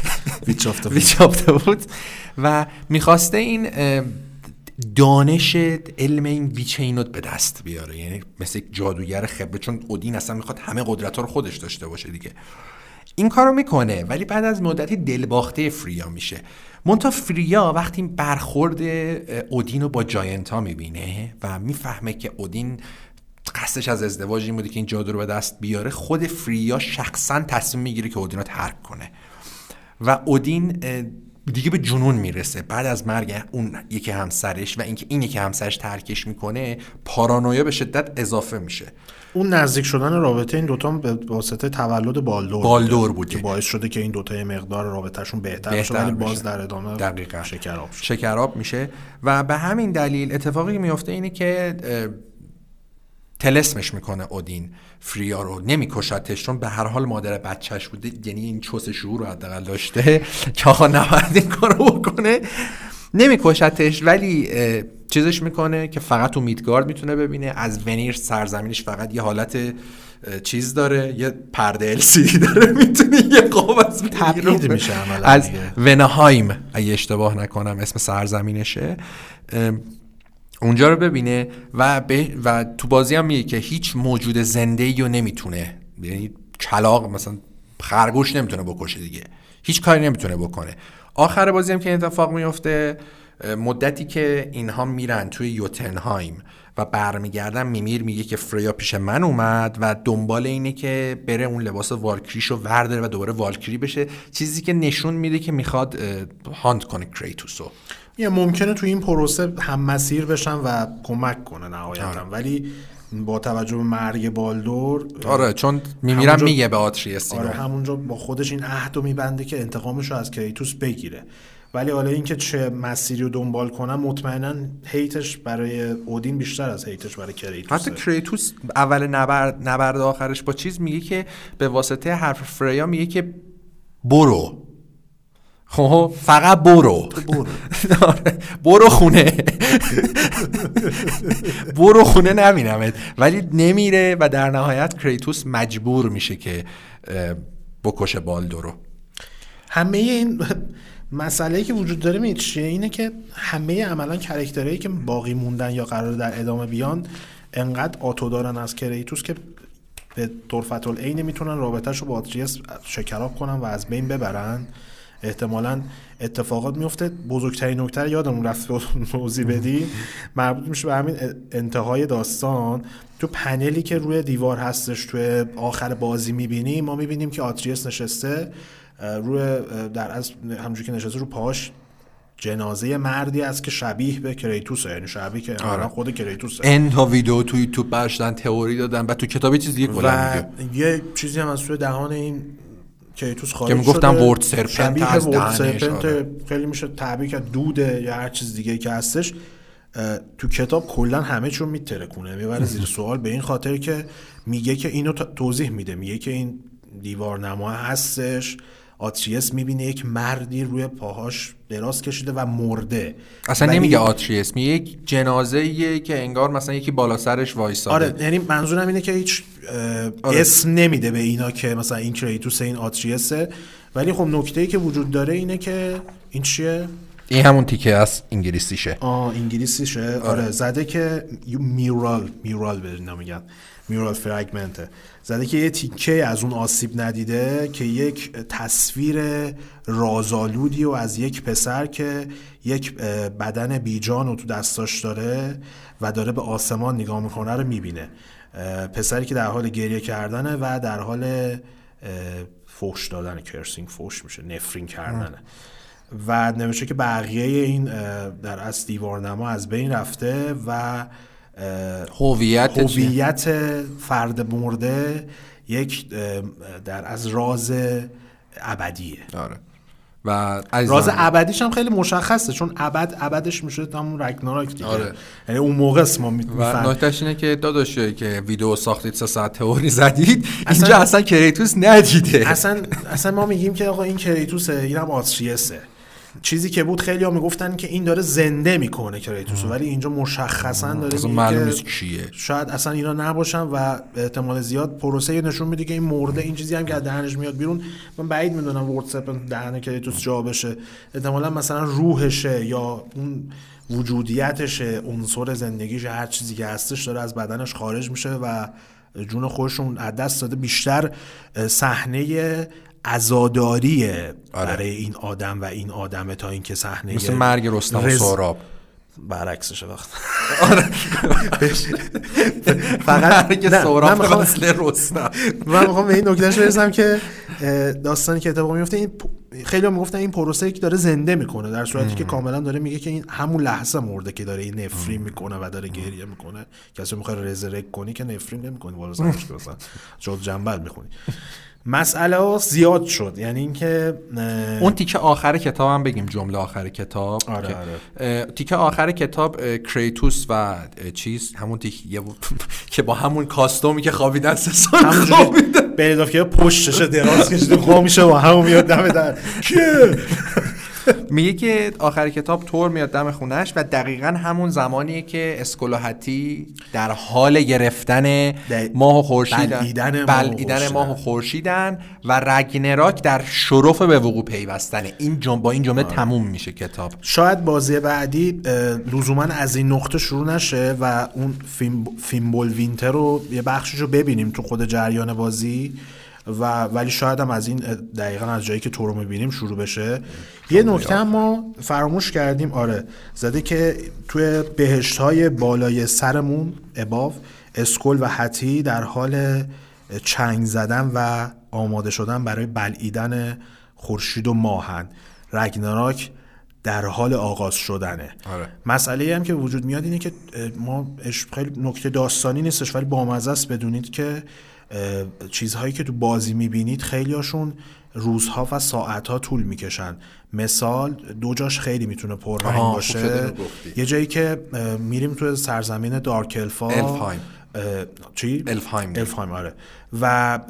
[SPEAKER 1] ویچافته بود و میخواسته این دانش علم این ویچ اینو به دست بیاره، یعنی مثل یک جادوگر خبره، چون اودین اصلا میخواد همه قدرت ها رو خودش داشته باشه دیگه. این کارو میکنه ولی بعد از مدتی دلباخته فریا میشه. منتها فریا وقتی برخورد اودین رو با جاینت ها میبینه و میفهمه که اودین قصدش از ازدواج این بوده که این جادو رو به دست بیاره، خود فریا شخصا تصمیم میگیره که اودین رو ترک کنه و اودین دیگه به جنون میرسه بعد از مرگ اون یکی همسرش و اینکه این یکی همسرش ترکش میکنه، پارانویا به شدت اضافه میشه.
[SPEAKER 2] اون نزدیک شدن رابطه این دوتا به واسطه تولد بالدور بوده که باعث شده که این دوتا یه مقدار رابطهشون بهتر بشه، ولی باز در ادامه
[SPEAKER 1] شکراب میشه. و به همین دلیل اتفاقی که میفته اینه که تلسمش میکنه اودین فریا رو، نمیکشتش چون به هر حال مادر بچهش بوده، یعنی این چوس شعور رو حداقل داشته که آقا نباید این کارو بکنه، نمیکشتش ولی چیزش میکنه که فقط تو میدگارد میتونه ببینه. از ونیر سرزمینش فقط یه حالت چیز داره، یه پرده LCD داره، میتونه یه قاب از
[SPEAKER 2] تبعید میشه عملا
[SPEAKER 1] از ونهایم اگه اشتباه نکنم اسم سرزمینشه، اونجا رو ببینه و تو بازی هم میگه که هیچ موجود زنده‌ای رو نمیتونه، یعنی کلاغ مثلا خرگوش نمیتونه بکشه دیگه، هیچ کاری نمیتونه بکنه. آخر بازی هم که اتفاق میفته، مدتی که اینها میرن توی یوتنهایم و برمیگردن، میمیر میگه که فریا پیش من اومد و دنبال اینه که بره اون لباس والکریشو ورداره و دوباره والکری بشه، چیزی که نشون میده که میخواد هانت کنه کریتوسو.
[SPEAKER 2] یه ممکنه تو این پروسه هم مسیر بشن و کمک کنه نهایتا، ولی با توجه به مرگ بالدور
[SPEAKER 1] چون میمیرم میگه به آتریاس
[SPEAKER 2] همونجا با خودش این عهدو میبنده که انتقامشو از کریتوس بگیره. ولی حالا اینکه چه مسیری رو دنبال کنن، مطمئنا هیتش برای اودین بیشتر از هیتش برای کریتوسه.
[SPEAKER 1] حتی کریتوس اول نبرد آخرش با چیز میگه که به واسطه حرف فریا میگه که برو، خب فقط برو برو خونه برو خونه نبینمت، ولی نمیره و در نهایت کریتوس مجبور میشه که بکشه بالدور رو.
[SPEAKER 2] همه این مسئله‌ای که وجود داره میشه اینه که همه عملا کاراکترایی که باقی موندن یا قرار در ادامه بیان انقدر آتو دارن از کریتوس که به طرفت العین میتونن رابطه‌شو با آتریاس شکراب کنن و از بین ببرن. احتمالاً اتفاقات میفته. بزرگترین نکته یادمون رفت توضیح بدی، مربوط میشه به همین انتهای داستان. تو پنلی که روی دیوار هستش توی آخر بازی میبینیم، ما میبینیم که آتریاس نشسته روی در از همونجوری که نشسته رو پاش جنازه مردی است که شبیه به کریتوسه، یعنی شبیه که خود کریتوسه.
[SPEAKER 1] انتا ویدیو تو یوتیوب برشتن تئوری دادن و تو کتابی چیز دیگه کلا
[SPEAKER 2] میگه یه چیزی هم از توی دهان این کریتوس خارج
[SPEAKER 1] شده که میگفتن ورد سرپنت از
[SPEAKER 2] ورد سرپنت خیلی میشه تعبیر که دوده یا هر چیز دیگه که هستش. تو کتاب کلا همه چون میترکونه میبره زیر سوال، به این خاطر که میگه که اینو توضیح میده، میگه که این دیوارنما هستش، آتریاس میبینه یک مردی روی پاهاش دراز کشیده و مرده.
[SPEAKER 1] اصلا نمیگه آتریاس، میگه یک جنازه‌ایه که انگار مثلا یکی بالا سرش وایساده.
[SPEAKER 2] آره، یعنی منظورم اینه که هیچ اسم نمیده به اینا که مثلا این کریتوس این آتریاسه. ولی خب نکته‌ای که وجود داره اینه که این چیه؟
[SPEAKER 1] این همون تیکه از انگلیسیشه.
[SPEAKER 2] انگلیسیشه. آره زده که میورال به اینا میگن، میورال فرگمنته. زده که یه تیکه از اون آسیب ندیده که یک تصویر رازآلودی و از یک پسر که یک بدن بیجان رو تو دستاش داره و داره به آسمان نگاه میکنه رو میبینه. پسری که در حال گریه کردنه و در حال فحش دادن، کرسینگ فحش میشه، نفرین کردنه. و نوشته که بقیه این در اصل دیوارنما از بین رفته و هویت فرد مرده یک در از راز ابدیه.
[SPEAKER 1] آره. و
[SPEAKER 2] راز ابدیش هم خیلی مشخصه، چون ابدش میشه همون رگناراک دیگه.
[SPEAKER 1] آره.
[SPEAKER 2] یعنی اون موقع ما میفهمیم.
[SPEAKER 1] و نکتهش اینه که داداشی که ویدیو ساختید 3 ساعت تئوری زدید، اینجا اصلا کریتوس ندیده.
[SPEAKER 2] اصلا ما میگیم که آقا این کریتوسه، اینم آتریاسه. چیزی که بود خیلی ها میگفتن که این داره زنده میکنه کریتوسو، ولی اینجا مشخصا داره
[SPEAKER 1] معلوم نیست کیه.
[SPEAKER 2] شاید اصلا اینا نباشن و احتمال زیاد پروسه نشون میده که این مرده. این چیزی هم که از دهنش میاد بیرون، من بعید میدونم ورد سرپنت دهن کریتوس جا بشه. احتمالا مثلا روحشه یا اون وجودیتشه، عنصر زندگیش، هر چیزی که هستش داره از بدنش خارج میشه و جون خودشون از دست داده. بیشتر صحنه عزاداریه برای این آدم و این آدمه تا اینکه صحنه
[SPEAKER 1] مثل مرگ رستم و سهراب
[SPEAKER 2] برعکسشه. وقت
[SPEAKER 1] فقط که سهراب مثل رستم.
[SPEAKER 2] من میخوام به این نکتهش برسم که داستانی که اتفاق میفته، این خیلی هم میگفتن این پروسه‌ای که داره زنده میکنه، در صورتی که کاملا داره میگه که این همون لحظه مرده که داره این نفرین میکنه و داره گریه میکنه. کسی میخواد رزرک کنی که نفرین نمیکنی، بالا سرش که مثلا جز جنبل میخونی. مسئله زیاد شد، یعنی اینکه
[SPEAKER 1] اون تیکه آخر کتاب هم بگیم، جمله آخر کتاب.
[SPEAKER 2] آره.
[SPEAKER 1] تیکه آخر کتاب کریتوس و چیز همون تیکه بود که با همون کاستومی که خوابیدن 3 سال خوابیدن،
[SPEAKER 2] به اضافه که پشتش دراز کشیده خواب میشه و همون میاد دم در که
[SPEAKER 1] میگه که آخر کتاب تور میاد دم خونش و دقیقاً همون زمانیه که اسکول و حتی در حال گرفتن ماه و خورشید، بلعیدن ماه و خورشیدن و رگنراک در شرف به وقوع پیوستن. این با این جمله تموم میشه کتاب.
[SPEAKER 2] شاید بازی بعدی لزوما از این نقطه شروع نشه و اون فیمبول وینتر رو یه بخشش رو ببینیم تو خود جریان بازی ولی شاید هم از این دقیقاً از جایی که تو رو میبینیم شروع بشه. یه نکته هم ما فراموش کردیم، آره زده که توی بهشت‌های بالای سرمون اباو اسکول و حتی در حال چنگ زدن و آماده شدن برای بلعیدن خورشید و ماهن. رگناراک در حال آغاز شدنه.
[SPEAKER 1] آره.
[SPEAKER 2] مسئله هم که وجود میاد اینه که ما خیلی نکته داستانی نیستش ولی بامزه است بدونید که چیزهایی که تو بازی میبینید خیلی هاشون روزها و ساعتها طول میکشن. مثال 2 جاش خیلی میتونه پررنگ باشه. یه جایی که میریم تو سرزمین دارک الفا، چی؟ الفهایم آره. و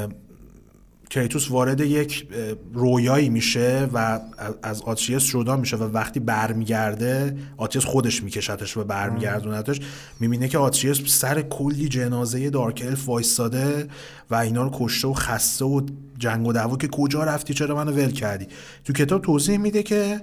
[SPEAKER 2] کریتوس وارد یک رویایی میشه و از آتریس جدا میشه و وقتی برمیگرده آتریس خودش میکشتش و برمیگردونتش، میبینه که آتریس سر کلی جنازه دارک الف وایستاده و اینا رو کشته و خسته و جنگ و دعوا که کجا رفتی، چرا منو ول کردی. تو کتاب توضیح میده که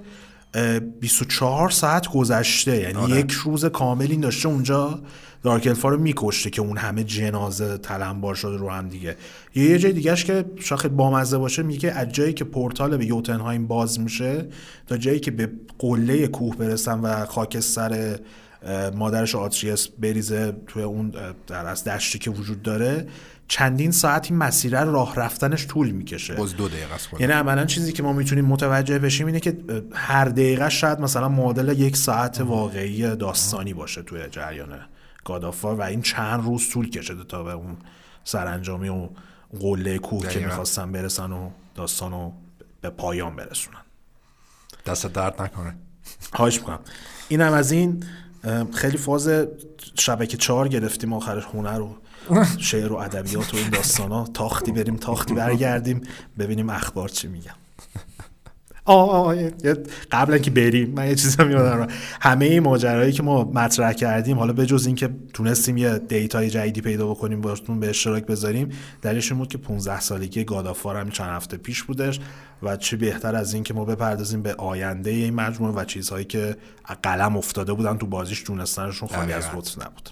[SPEAKER 2] 24 ساعت گذشته، یعنی یک روز کامل این داشته اونجا دارک الفا رو میکشته که اون همه جنازه تلمبار شده رو هم دیگه. یه جای دیگهش که شاید بامزه باشه میگه از جایی که پورتال به یوتنهایم باز میشه تا جایی که به قله کوه برسن و خاکستر مادرش آتریس بریزه توی اون در از دشتی که وجود داره، چندین ساعت این مسیر راه رفتنش طول میکشه.
[SPEAKER 1] باز 2 دقیقه است.
[SPEAKER 2] یعنی عملاً چیزی که ما میتونیم متوجه بشیم اینه که هر دقیقه شاید مثلا معادل 1 ساعت واقعی داستانی باشه توی جریان گادافار و این چند روز طول کشیده تا به اون سرانجامی و قله کوه که میخواستن برسن و داستانو به پایان برسونن.
[SPEAKER 1] دست درد نکنه.
[SPEAKER 2] خواهش میکنم. اینم از این. خیلی فاز شبکه 4 گرفتیم آخرش، هنر رو شعر و ادبیات و این داستانا، تاختی بریم تاختی برگردیم ببینیم اخبار چی میگن. قبل اینکه بریم من یه چیزی میادم، همه این ماجرایی که ما مطرح کردیم حالا بجز این که تونستیم یه دیتای جدیدی پیدا بکنیم باشتون به اشتراک بذاریم، دلیلش این بود که 15 سالگی گادافار هم چند هفته پیش بودش و چه بهتر از این که ما بپردازیم به آینده این مجموعه و چیزهایی که قلم افتاده بودن تو بازیش دونستنشون خالی از لطف نبود.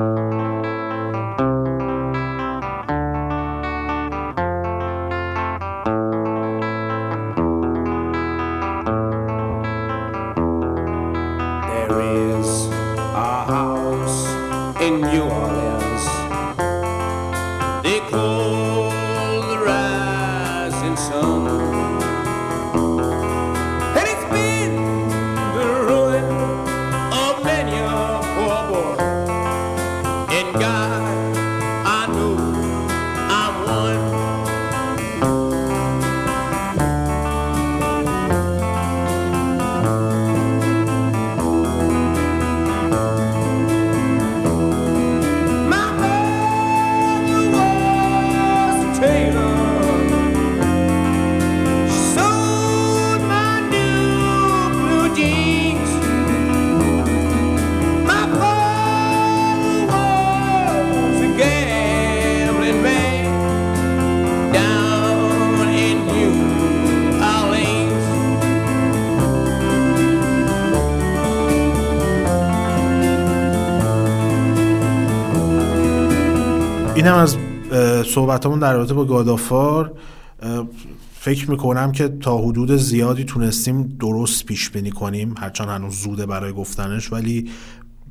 [SPEAKER 2] اینم از صحبتامون در رابطه با گادافار. فکر میکنم که تا حدود زیادی تونستیم درست پیش بینی کنیم، هرچند هنوز زوده برای گفتنش، ولی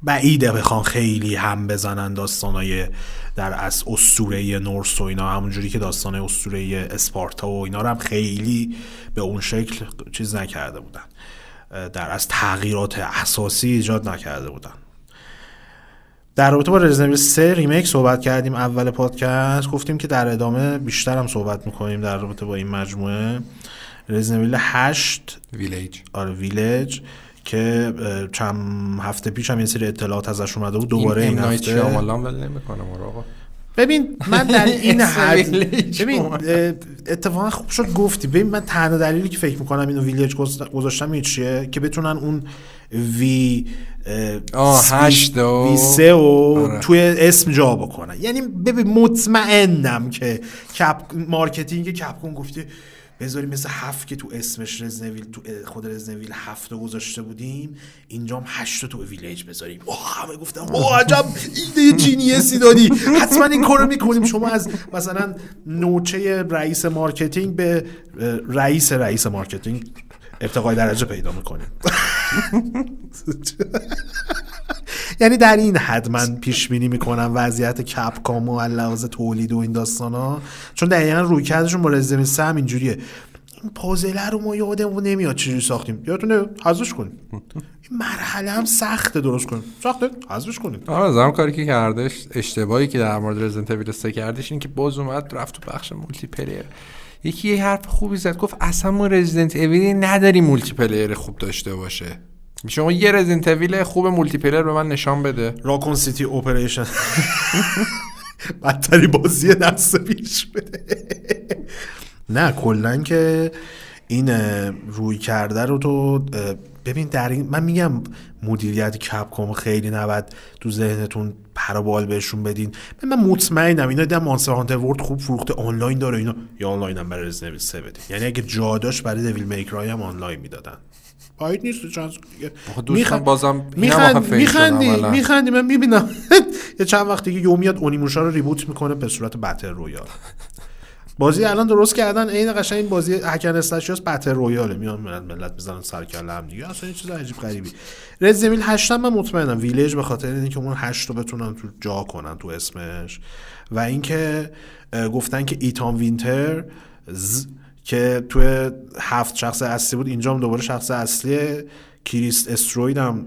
[SPEAKER 2] بعیده بخوان خیلی هم بزنن داستانای در از اسطوره نورس و اینا، همونجوری که داستان اسطوره اسپارتا و اینا رو هم خیلی به اون شکل چیز نکرده بودن، در از تغییرات اساسی ایجاد نکرده بودن. در رابطه با رزیدنت ایول 3 ریمیک صحبت کردیم اول پادکست، گفتیم که در ادامه بیشتر هم صحبت میکنیم در رابطه با این مجموعه. رزیدنت ایول 8
[SPEAKER 1] ویلیج،
[SPEAKER 2] آره ویلیج، که چند هفته پیش هم یه سری اطلاعات ازش اومده بود، دوباره این هفته
[SPEAKER 1] شیامالان ول نمیکنه مراقب.
[SPEAKER 2] ببین من در این حد ببین اتفاقا خوب شد گفتی. ببین من تنها دلیلی که فکر میکنم اینو ویلیج گذاشتم این چیه که بتونن اون وی
[SPEAKER 1] 8
[SPEAKER 2] وی 3 و توی اسم جا بکنن. یعنی ببین مطمئنم که مارکتینگ کپکوم گفته بذاریم مثل 7 که تو اسمش رزنویل، تو خود رزنویل 7 رو گذاشته بودیم اینجام 8 تو ویلیج بذاریم. همه گفتم عجب ایده جینیسی دادی، حتما این کارو میکنیم. شما از مثلا نوچه رئیس مارکتینگ به رئیس مارکتینگ ارتقای درجه پیدا میکنیم. یعنی در این حد من پیش بینی میکنم وضعیت کپکام و لحاظ تولید و این داستانا، چون دقیقاً رویکردشون با رزیدنت 3 هم اینجوریه. این پازل رو ما یادمون نمیاد چجوری ساختیم، یادتونه حذفش کنیم. این مرحله هم سخته درست کنیم، سخته حذفش کنیم.
[SPEAKER 1] آره زمان کاری که کردش، اشتباهی که در مورد رزیدنت ایول 3 کردش این که باز اومد رفت تو بخش مولتی پلیر. یه حرف خوبی زد، گفت اصلا ما رزیدنت ایول نداریم مولتی پلیر خوب داشته باشه. شما یه رزیدنت ایول خوب مولتی پلیر به من نشان بده.
[SPEAKER 2] راکون سیتی اپریشن بدتری بازی دست پیش بده. نه کلن که این روی کرده رو تو ببین. در این من میگم مدیریت کپکام خیلی نباید تو ذهنتون پرابال بهشون بدین. من مطمئنم اینا دیدن مانستر هانتر ورلد خوب فروخته، آنلاین داره، اینا یا آنلاین هم برای رزیدنت ایول 3 بده. یعنی اگه جا داشت برای دیویل می کرای هم آنلاین میدادن. باید نیست چند دیگه
[SPEAKER 1] بازم
[SPEAKER 2] میخندی من میبینم یه چند وقت دیگه یومیات اونیموشا رو ریبوت میکنه به صورت بتل رویال. بازی الان درست کردن عین قشنگ این بازی هکر استاشیوس بتل رویاله، میان ملت میزنن سر کله هم دیگه. اصلا یه چیز عجیب غریبی. رزیدنت ایول 8 من مطمئنم ویلیج به خاطر اینکه اون 8 رو بتونن تو جا کنن تو اسمش، و اینکه گفتن که ایتان وینتر که توی 7 شخص اصلی بود اینجا هم دوباره شخص اصلیه. کریس استروید هم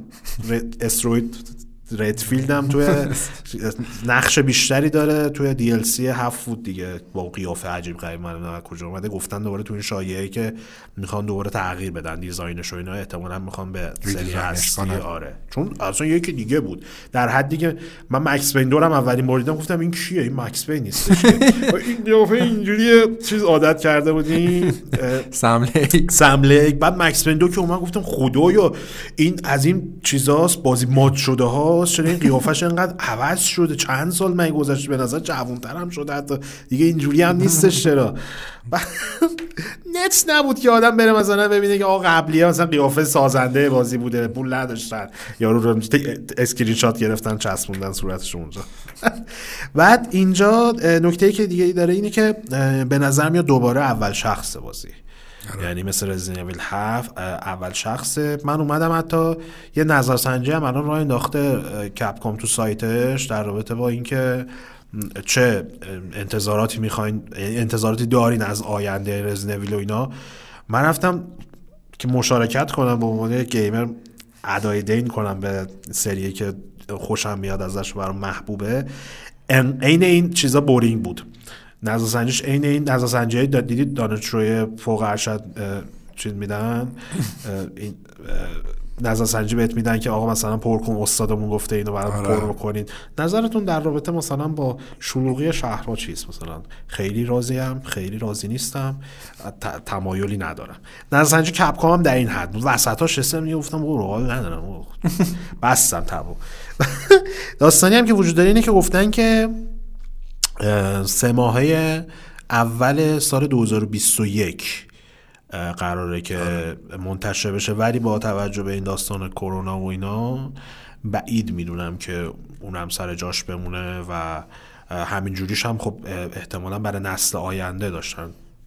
[SPEAKER 2] ردفیلد هم توی نقش بیشتری داره توی DLC 7 بود دیگه، با قیافه عجیب غریب. من کجا اومده گفتن دوباره تو این شایعه که میخوان دوباره تغییر بدن دیزاینش و اینا، احتمالاً میخوان به سری اصلی. آره چون اصلا یکی دیگه بود در حدی که من مکس پین دورم اولین بار دیدم گفتم این کیه، این مکس پین نیستش این قیافه اینجوری چیز عادت کرده بودیم. سملیک بعد مکس پین دو که اومد گفتم خدایا این از این چیزاست، بازی ماد شده ها شده، این قیافش انقدر عوض شده، چند سال من گذشته به نظر جوان‌تر هم شده، حتی دیگه اینجوری هم نیستش. چرا نت نبود که آدم بره مثلا ببینه که آقا قبلیه مثلا قیافه سازنده بازی بوده، پول نداشتن، یارو رو اسکرین شات گرفتن چسبوندن صورتش اونجا. بعد اینجا نکته‌ای که دیگه داره اینه که به نظر میاد دوباره اول شخص بازی، یعنی مثل رزیدنت ایول 7 اول شخصه. من اومدم حتی یه نظرسنجی هم الان راه انداخته کپکام تو سایتش در رابطه با اینکه چه انتظاراتی میخواین، انتظاراتی دارین از آینده رزیدنت ایول و اینا. من رفتم که مشارکت کنم به عنوان گیمر، ادای دین کنم به سریه که خوشم میاد ازش، برام محبوبه. عین این چیزا بورینگ بود. نظرسنجیش عین این نظرسنجی دیدید دانشجوی فوق ارشد چیز میدن، این نظرسنجی بهت میدن که آقا مثلا پر کن، استادمون گفته اینو برام پر بکنید، نظرتون در رابطه مثلا با شلوغی شهرها چیست، مثلا خیلی راضیم، خیلی راضی نیستم، تمایلی ندارم. نظرسنجی کپکام هم در این حد بود، وسطاش رسیدم میگفتم برو حال ندارم بستم تبو. داستانی هم که وجود داره اینه که گفتن که 3 ماهه اول سال 2021 قراره که منتشر بشه، ولی با توجه به این داستان کرونا و اینا بعید میدونم که اونم سر جاش بمونه و همین جوریش هم خب احتمالاً برای نسل آینده داشتن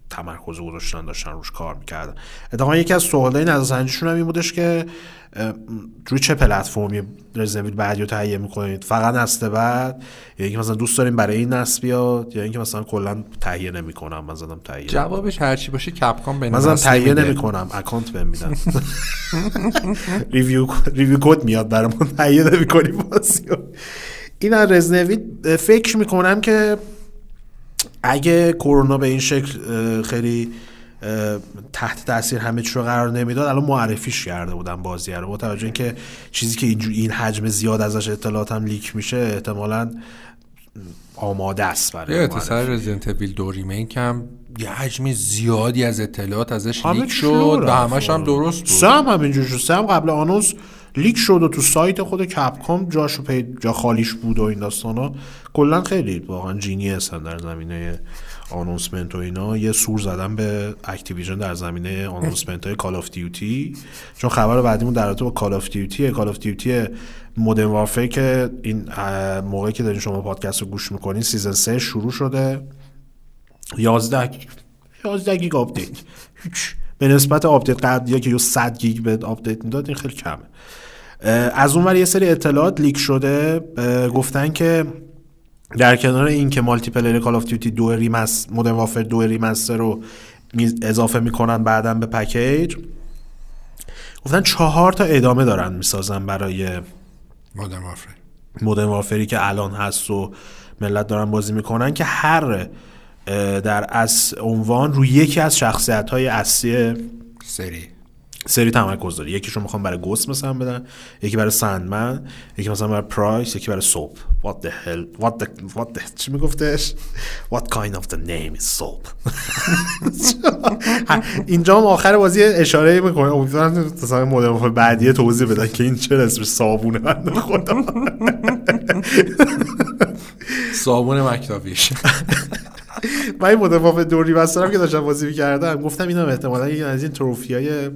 [SPEAKER 2] تمرکز گذاشتن داشتن روش کار میکردن. اتفاقا یکی از سوالای نظرسنجیشون هم این بودش که روی چه پلتفرمی رزیدنت ایول بعدی رو تهیه میکنید، فقط نسل بعد، یا اینکه مثلا دوست داریم برای این نسل بیاد، یا اینکه مثلا کلا تهیه نمیکنم. من زدم تهیه.
[SPEAKER 1] جوابش هر چی باشه کپکام بین
[SPEAKER 2] من زدم تهیه نمیکنم، اکانت بهم میدن. ریویو کد میاد برامون، تهیه نمیکنیم بازیو. این از رزیدنت ایول فکر میکنم که اگه کرونا به این شکل خیلی تحت تاثیر همه چی رو قرار نمیداد، الان معرفیش کرده بودن بازی رو، با توجه اینکه چیزی که این حجم زیاد ازش اطلاعات هم لیک میشه احتمالاً آماده است برای
[SPEAKER 1] معرفی. اتصال رزیدنت ایول 2 ریمیک هم یه حجم زیادی از اطلاعات ازش لیک شد و همش هم درست بود.
[SPEAKER 2] سم همینجور شد. سم قبل آنونس لیک شد و تو سایت خود کپکام جا خالیش بود و این داستانا. کلا خیلی واقعا جینیس هم در زمینه آنونسمنت و اینا. یه سور زدن به اکتیویژن در زمینه آنونسمنت های کال آف دیوتی، چون خبر بعدیمون در رابطه با کال آف دیوتی مودرن وارفیر که این موقعی که دارین شما پادکست رو گوش میکنین سیزن 3 شروع شده. 11 گیگ آپدیت، هیچ به نسبت آپدیت قبلی که 100 گیگ به آپدیت میداد این خیلی کمه. از اون ور یه سری اطلاعات لیک شده، گفتن که در کنار این که مالتی پلیر کال آف دیوتی 2 مودرن وارفیر 2 ریمستر رو اضافه میکنن بعداً به پکیج، گفتن 4 تا ادامه دارن میسازن برای مودرن وارفری که الان هست و ملت دارن بازی میکنن، که هر در از عنوان روی یکی از شخصیت‌های اصلی سری تمرکز داره. یکیشو میخوام برای گوست مثلا بدن، یکی برای سندمن، یکی مثلا برای پرایس، یکی برای سوپ. What the hell what the چی میگفتش؟ What kind of the name is soap. اینجا هم آخر بازی اشاره میکنه، امیدوارم مثلا مودرن بعدی توضیح بدن که این چرا اسمش صابونه. بنده خدا
[SPEAKER 1] صابون مکتبیش.
[SPEAKER 2] من این مودرن وارفیر 2 ریمسترم که داشتم بازی می‌کردم گفتم اینا احتمالاً یکی از این تروفیای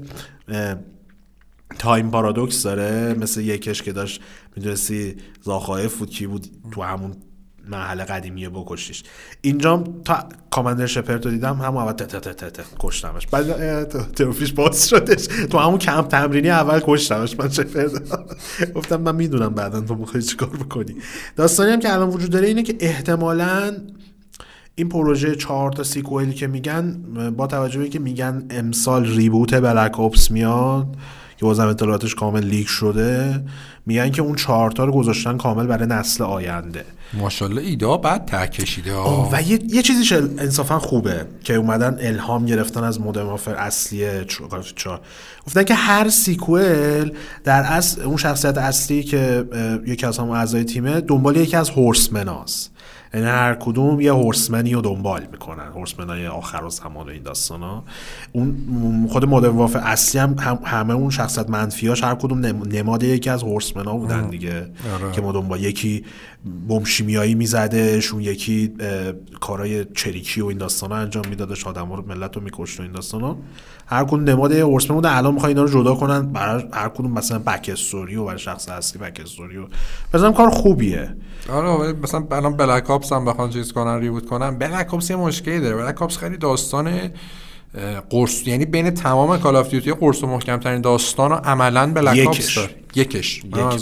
[SPEAKER 2] تایم پارادوکس داره، مثل یکش که داشت میدونستی زاخایف بود کی بود تو همون محل قدیمیه بکشیش. اینجا تا کاماندر شپرد رو دیدم همون اول کشتمش، بعد تروفیش باز شدش، تو همون کمپ تمرینی اول کشتمش من شپرد. گفتم من میدونم بعداً تو می‌خوای چیکار بکنی. داستانی هم که الان وجود داره اینه که احتمالاً این پروژه 4 تا سیکوئلی که میگن، با توجه به که میگن امسال ریبوت بلک اپس میاد که بازم اطلاعاتش کامل لیک شده، میگن که اون 4 تا رو گذاشتن کامل برای نسل آینده.
[SPEAKER 1] ماشاءالله ایده بعد ته کشیده
[SPEAKER 2] و یه چیزیش انصافا خوبه که اومدن الهام گرفتن از مودرن وارفیر اصلی 4. گفتن که هر سیکوئل در اصل اون شخصیت اصلی که یکی از همون اعضای تیمه دنبال یکی از هورسمناست، یعنی هر کدوم یه هورسمنی رو دنبال میکنن، هورسمنای آخر الزمان و این داستانا. اون خود مودرن وارفیر اصلی هم همه اون شخصیت منفیاش هر کدوم نماد یکی از هورسمنا بودن دیگه. که ما دنبال یکی بمب شیمیایی میزدش، اون یکی کارهای چریکی و این داستانا انجام میدادش، آدما رو ملت رو میکشت و این داستانا. هر کدوم نماد یه هورسمن بودن. الان میخوان اینا رو جدا کنن، برای هر کدوم مثلا بک استوری و برای شخص اصلی بک استوری و مثلا کار خوبیه.
[SPEAKER 1] آره مثلا الان بلک اپس هم بخوان چیز کنن ریبوت کنن، بلک اپس یه مشکلی داره. بلک اپس خیلی داستان قرص، یعنی بین تمام کال آف دیوتی قرص و محکم ترین داستان رو عملاً بلک اپس داره. یکش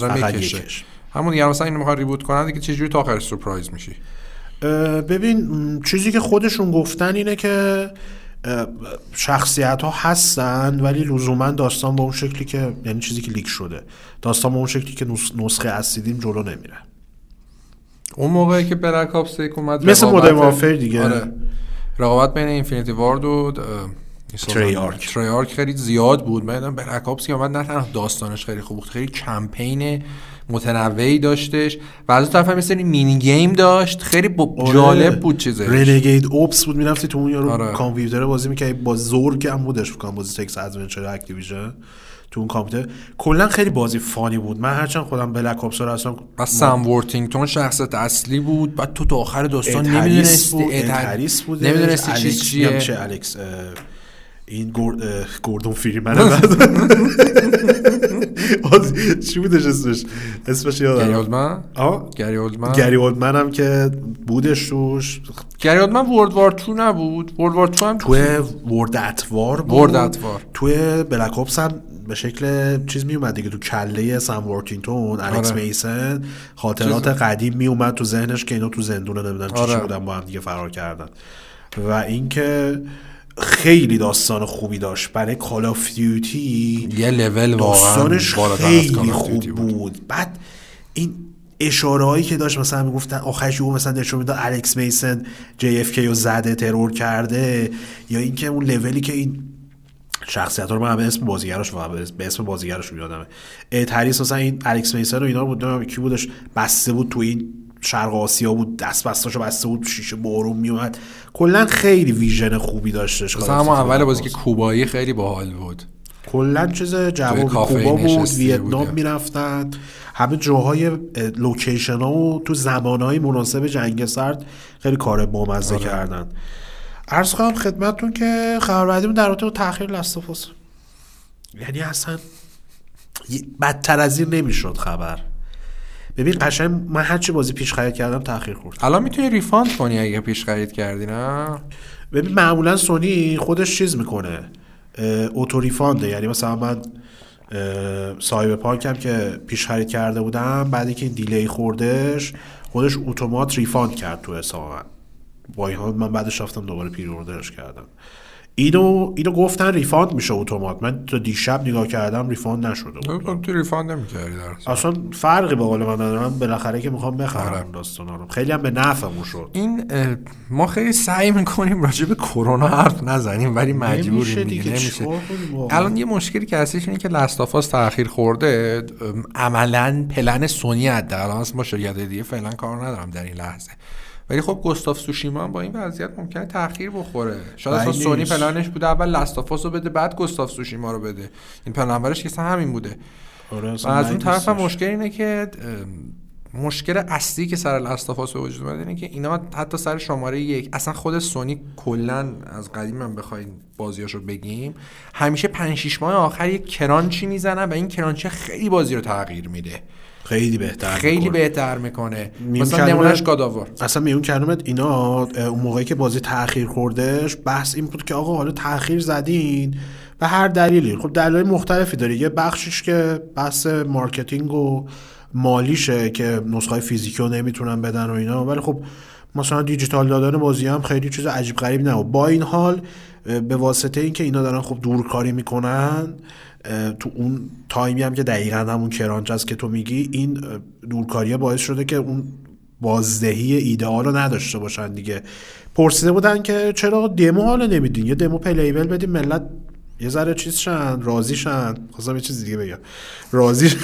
[SPEAKER 1] همون دیگه. مثلا اینو میخوان ریبوت کنن دیگه چه جوری تا آخر سورپرایز میشی؟
[SPEAKER 2] ببین چیزی که خودشون گفتن اینه که شخصیت ها هستن ولی لزوما داستان با اون شکلی که، یعنی چیزی که لیک شده، داستان با اون شکلی که نسخه اصلی دیم جلو نمیره.
[SPEAKER 1] اون موقعی که بلک اپس اومد
[SPEAKER 2] مثل مودرن وارفیر دیگه،
[SPEAKER 1] آره، رقابت بین اینفینیتی وارد و تریارک خیلی زیاد بود. من بلک اپس که اومد نه تنها داستانش خیلی خوب بود، خیلی کمپین متنوعی داشتش و از اون طرف هم مثلا مینی گیم داشت، خیلی جالب بود. چیزش
[SPEAKER 2] رنگید اوپس بود، میرفتی تو اون یارو کامپیوتر بازی می‌کردی، با زورگ هم بودش فکر کنم بازی تکس ادونچر اکتیویژن تو اون کامپیوتر. کلا خیلی بازی فانی بود. من هرچند خودم بلک اپس رو اصلا
[SPEAKER 1] سام وورتینگتون شخصیت اصلی بود، بعد تو آخر داستان نمیدونستی
[SPEAKER 2] نمیدونستی چیه.
[SPEAKER 1] چه الکس
[SPEAKER 2] این گوردون فریمن چی بودش اسمش یادم گری اولدمن هم که بودش توش.
[SPEAKER 1] گری اولدمن ورلد وار 2 نبود؟ ورلد وار 2 هم
[SPEAKER 2] توی ورلد ات وار بود. توی بلک اپس هم به شکل چیز می اومد دیگه، تو کله سم ورکینگتون الکس میسن خاطرات قدیم می اومد تو ذهنش که اینا تو زندونه نمیدونم چی بودن با هم دیگه فرار کردن. و اینکه خیلی داستان خوبی داشت برای کال آف دیوتی،
[SPEAKER 1] یه لول
[SPEAKER 2] داستانش خیلی خوب بود. بعد این اشاره هایی که داشت، مثلا میگفتن آخرش مثلا نشون میداد الکس میسن جی اف کی رو زده ترور کرده، یا اینکه اون لولی که این شخصیت‌ها رو من به اسم بازیگرش به اسم بازیگرش یادمه، تریس مثلا این الکس میسن و اینا رو بود، کی بودش بسته بود تو این شرق آسیا بود، دست بستاشو بسته بود، شیشه بارون میومد. کلا خیلی ویژن خوبی داشتش.
[SPEAKER 1] مثلا همون اول بازی که کوبایی خیلی باحال بود،
[SPEAKER 2] کلا چیز جواب کوبا بود، ویتنام میرفتن، همه جاهای لوکیشن ها و تو زمانهای مناسب جنگ سرد خیلی کار بامزه کردن. عرض خواهم خدمتتون که خبر بعدیمون در رابطه با تأخیر لاست آف اس، یعنی اصلا بدتر از این نمیشد خبر. ببین قشنگ من هرچی بازی پیش خرید کردم تأخیر خورد.
[SPEAKER 1] الان میتونی ریفاند کنی اگه پیش خرید کردی نه؟
[SPEAKER 2] ببین معمولا سونی خودش چیز میکنه، اوتو ریفانده. یعنی مثلا من سایبرپانک هم که پیش خرید کرده بودم، بعدی که این دیلی خوردش خودش اتومات ریفاند کرد تو حساب من. با این حال من بعدش رفتم دوباره پری اوردرش کردم. اینو گفتن ریفاند میشه اتومات. من تا دیشب نگاه کردم ریفاند نشده بود.
[SPEAKER 1] تو ریفاند نمی‌کردی در
[SPEAKER 2] اصلا فرقی با قول من ندارم، بالاخره که میخوام بخرم داستانا رو. خیلی هم به نفعمون شد.
[SPEAKER 1] این ما خیلی سعی میکنیم راجع به کرونا حرف نزنیم ولی مجبوریم دیگه، نمیشه. الان یه مشکلی که هستش اینه که لاست آف اس تأخیر خورده. عملاً پلن سونی حداقل ما شرکت دیگه فعلا کار ندارم در این لحظه، ولی خب گوستاف سوشیما با این وضعیت ممکنه تأخیر بخوره. شاید اصلا سونی پلنش بوده اول لاست آف اس رو بده بعد گوستاف سوشیما رو بده، این پلنورش که همین بوده. و از اون طرف هم مشکل اینه که مشکل اصلی که سر لاست آف اس به وجود اومده اینه که اینا حتی سر شماره 1 اصلا خود سونی کلا از قدیم هم بخوایم بازیاشو بگیم همیشه 5-6 ماه آخر یک کرانچی میزنن و این کرانچی خیلی بازی رو تغییر میده، خیلی بهتر میکنه. مثلا نمونهش گاداوار
[SPEAKER 2] اصلا میون کردم اینا اون موقعی که بازی تأخیر خوردش بحث این بود که آقا حالا تأخیر زدین به هر دلیلی. خب دلایل مختلفی داره، یه بخشش که بحث مارکتینگ و مالیشه که نسخه فیزیکی رو نمیتونن بدن و اینا، ولی خب مثلا دیجیتال دادن بازی هم خیلی چیز عجیب غریب نه. با این حال به واسطه این که اینا دارن خب دورکاری میکنن تو اون تایمی هم که دقیقاً همون کرانچ است که تو میگی، این دورکاریه باعث شده که اون بازدهی ایدئال رو نداشته باشن دیگه. پرسیده بودن که چرا دمو حالا نمیدین، یه دمو پلیبل بدیم ملت یه ذره چیز شن، راضی شن. خواستم یه چیز دیگه بگم، راضی شن.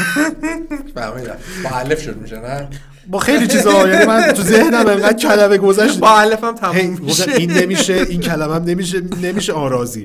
[SPEAKER 1] مؤلف شد میشه نه؟
[SPEAKER 2] با خیلی چیزا، یعنی من تو ذهنم انقدر کلمه گذشت
[SPEAKER 1] مؤلفم تموم میشه،
[SPEAKER 2] این نمیشه، این کلمه هم نمیشه راضی.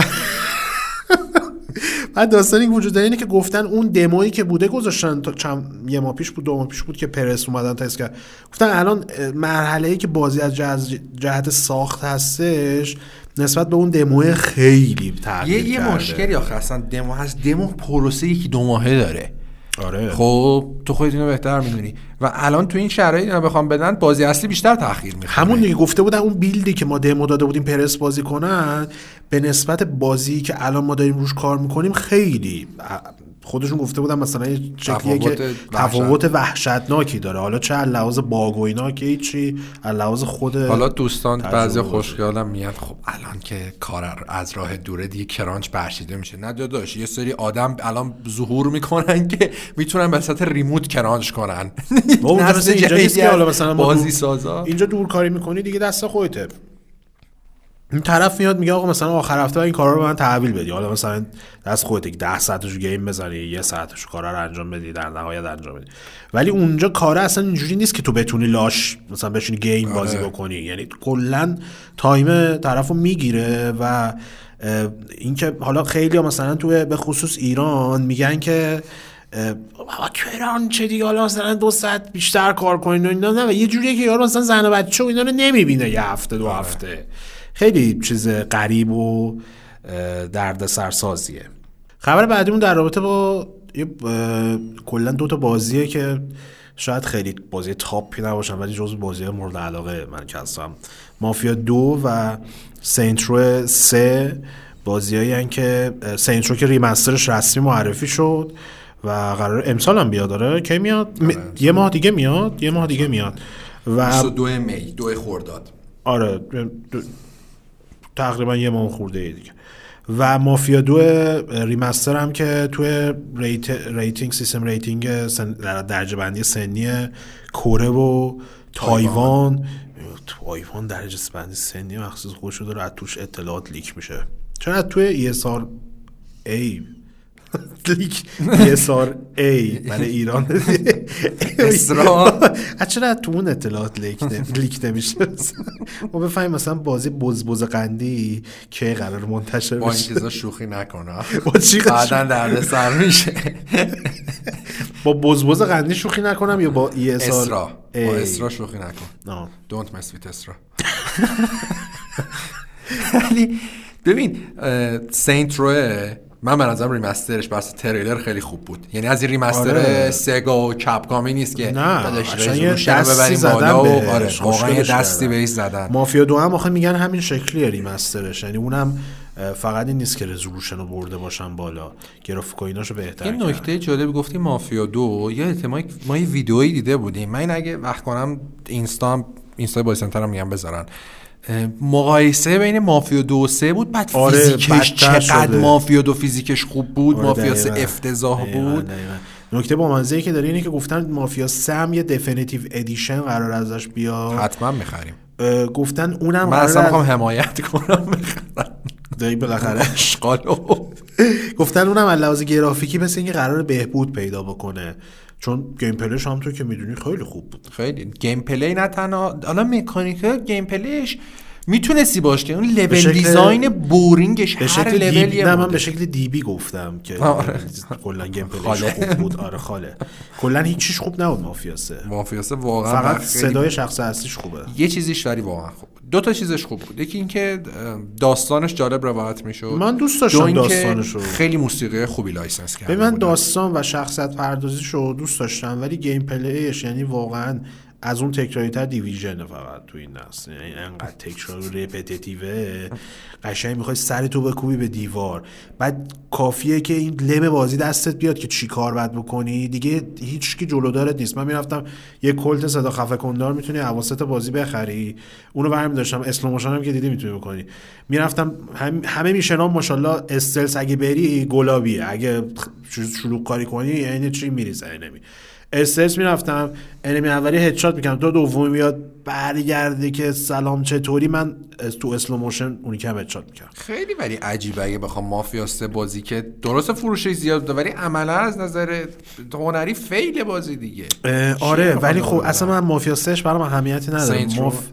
[SPEAKER 2] بعد داستانی وجود داره اینه که گفتن اون دمویی که بوده گذاشتن تا یه ماه پیش بود 2 ماه پیش بود که پرس اومدن تست کرد، گفتن الان مرحله‌ای که بازی از جهت ساخت هستش نسبت به اون دمو خیلی تغییر کرده.
[SPEAKER 1] یه مشکلی آخه اصلا دمو هست، دمو پروسه 1-2 ماهه داره.
[SPEAKER 2] آره
[SPEAKER 1] خب تو خودت اینو بهتر میدونی و الان تو این شرایط اینا بخوام بدن بازی اصلی بیشتر تأخیر میکنه.
[SPEAKER 2] همون دیگه گفته بودن اون بیلدی که ما دمو داده بودیم پرس بازی کنن به نسبت بازی که الان ما داریم روش کار میکنیم خیلی خودشون گفته بودن مثلا یه شکلیه که تفاوت وحشتناکی داره. حالا چه لحاظ باگ و اینا که هیچی، لحاظ خود
[SPEAKER 1] حالا دوستان بعضی خوشخیالم میاد خب الان که کار از راه دوره دیگه کرانچ بخشیده میشه. نه داداش، یه سری آدم الان ظهور میکنن که میتونن به وسط ریموت کرانچ کنن.
[SPEAKER 2] مثلا اینجا نیست که حالا مثلا
[SPEAKER 1] بازی سازا
[SPEAKER 2] اینجا دورکاری میکنی دیگه دست خودته. این طرف میاد میگه آقا مثلا آخر هفته این کارا رو به من تحویل بدی، حالا مثلا دست خودت که 10 ساعتشو گیم بزنی 1 ساعتشو کارا رو انجام بدی، در نهایت انجام بدی. ولی اونجا کارا اصلا اینجوری نیست که تو بتونی لاش مثلا بشینی گیم بازی بکنی، یعنی کلا تایم طرفو میگیره. و اینکه حالا خیلی مثلا تو به خصوص ایران میگن که بابا کرانچ دیگه حالا مثلا 2 ساعت بیشتر کار کنین و اینا، نه یه جوریه که یارو مثلا زن و بچه و اینا رو نمیبینه یه هفته 2 هفته. خیلی چیز غریب و درد سرسازیه. خبر بعدیمون در رابطه با کلا 2 تا بازیه که شاید خیلی بازی تاپی نباشن ولی جزو بازی مورد علاقه من که هستم. مافیا 2 و سینترو 3 بازیایی هستن که سینترو که ریمسترش رسمی معرفی شد و قرار امسال هم بیاد. داره کی میاد؟ یه ماه دیگه میاد و
[SPEAKER 1] 22 می 2 خرداد.
[SPEAKER 2] آره تقریبا یه ماه خورده دیگه. و مافیا 2 ریمستر هم که توی ریتینگ سیستم ریتینگ درجه بندی سنی کره و تایوان درجه بندی سنی مخصوص خودشو داره، از توش اطلاعات لیک میشه. چون از توی ESRA لیک ESRA برای ایران
[SPEAKER 1] اسرا
[SPEAKER 2] چرا تو اون اطلاعات لیک نمیشه؟ ما بفهمیم مثلا بازی بزبز قندی که قرار منتشر
[SPEAKER 1] با این
[SPEAKER 2] بشه.
[SPEAKER 1] چیزا شوخی نکنه
[SPEAKER 2] بعداً
[SPEAKER 1] درد سر میشه.
[SPEAKER 2] با بزبز قندی شوخی نکنم یا با
[SPEAKER 1] اسرا؟ با اسرا شوخی نکن. Don't mess with اسرا. ولی ببین سینت روه من به نظرم ریمسترش بس تریلر خیلی خوب بود. یعنی از این ریمستر سگا و کپکامی نیست که
[SPEAKER 2] یه دستی زدن
[SPEAKER 1] و واقعا یه دستی بهش زدن.
[SPEAKER 2] مافیا 2 هم آخه میگن همین شکلیه ریمسترش، یعنی اونم فقط این نیست که رزولوشن رو برده باشن بالا، گرافیک و ایناشو بهتر کردن.
[SPEAKER 1] این نکته جالب گفتی مافیا 2 یا احتمال ما یه ویدئویی دیده بودیم. من اگه وقت کنم اینستا بای سنتر هم میگم بذارن مقایسه بین مافیا 2 و 3 بود. بعد فیزیکش چقدر مافیا 2 فیزیکش خوب بود، مافیا 3 افتضاح بود.
[SPEAKER 2] نکته با منزهی که داره اینه که گفتن مافیا 3 هم یه دفینیتیو ادیشن قرار ازش بیاد،
[SPEAKER 1] حتما میخریم.
[SPEAKER 2] گفتن اونم
[SPEAKER 1] من اصلا میخوام حمایت کنم بخرم
[SPEAKER 2] دایی بالاخره اشغالو. گفتن اونم لحاظ گرافیکی مثل اینکه قرار بهبود پیدا بکنه، چون گیم پلیش هم تو که میدونی خیلی خوب بود.
[SPEAKER 1] خیلی گیم پلی نه تنها حالا مکانیکه گیم پلیش میتونستی باش که اون لول دیزاین بورینگش هر لولی
[SPEAKER 2] من به شکل دیبی گفتم که کلا گیم پلیش خوب بود. آره خاله کلا هیچ چیز خوب نبود مافیا 3 واقعا
[SPEAKER 1] فقط
[SPEAKER 2] صدای شخص اصلیش خوبه.
[SPEAKER 1] یه چیزیش ولی واقعا خوب. 2 تا چیزش خوب بود. یکی اینکه داستانش جالب روایت میشد،
[SPEAKER 2] من دوست داشتم داستانشو،
[SPEAKER 1] خیلی موسیقی خوبی لایسنس کرده.
[SPEAKER 2] من داستان و شخصیت پردازیشو دوست داشتم ولی گیم پلیش یعنی واقعا از اون تکراری‌تر دیویژن فقط تو این نسل، یعنی انقدر تکرار و رپتیتیوه قشنگ میخوای سر تو بکوبی به دیوار. بعد کافیه که این لب بازی دستت بیاد که چی کار باید بکنی دیگه، هیچ کی جلودارت نیست. من میرفتم یه کلت صدا خفه کندار میتونی حواست بازی بخری، اونو برمی داشتم. اسلو موشن هم که دیدی میتونی بکنی. میرفتم همه میشنام ماشاءالله استلس اگه بری گلابیه، اگه شروع کاری کنی عین چی میریزه نمی استرس میرفتم انمی اولی هدشات میکنم، تو دومی میاد برگرده که سلام چطوری، من تو اسلو موشن اونی که هم هدشات میکنم.
[SPEAKER 1] خیلی ولی عجیبه اگه بخوام مافیا 3 بازی که درست فروشش زیاد بوده ولی عملا از نظر هنری فیل بازی دیگه.
[SPEAKER 2] آره ولی خب اصلا من مافیا 3 برام اهمیتی نداره.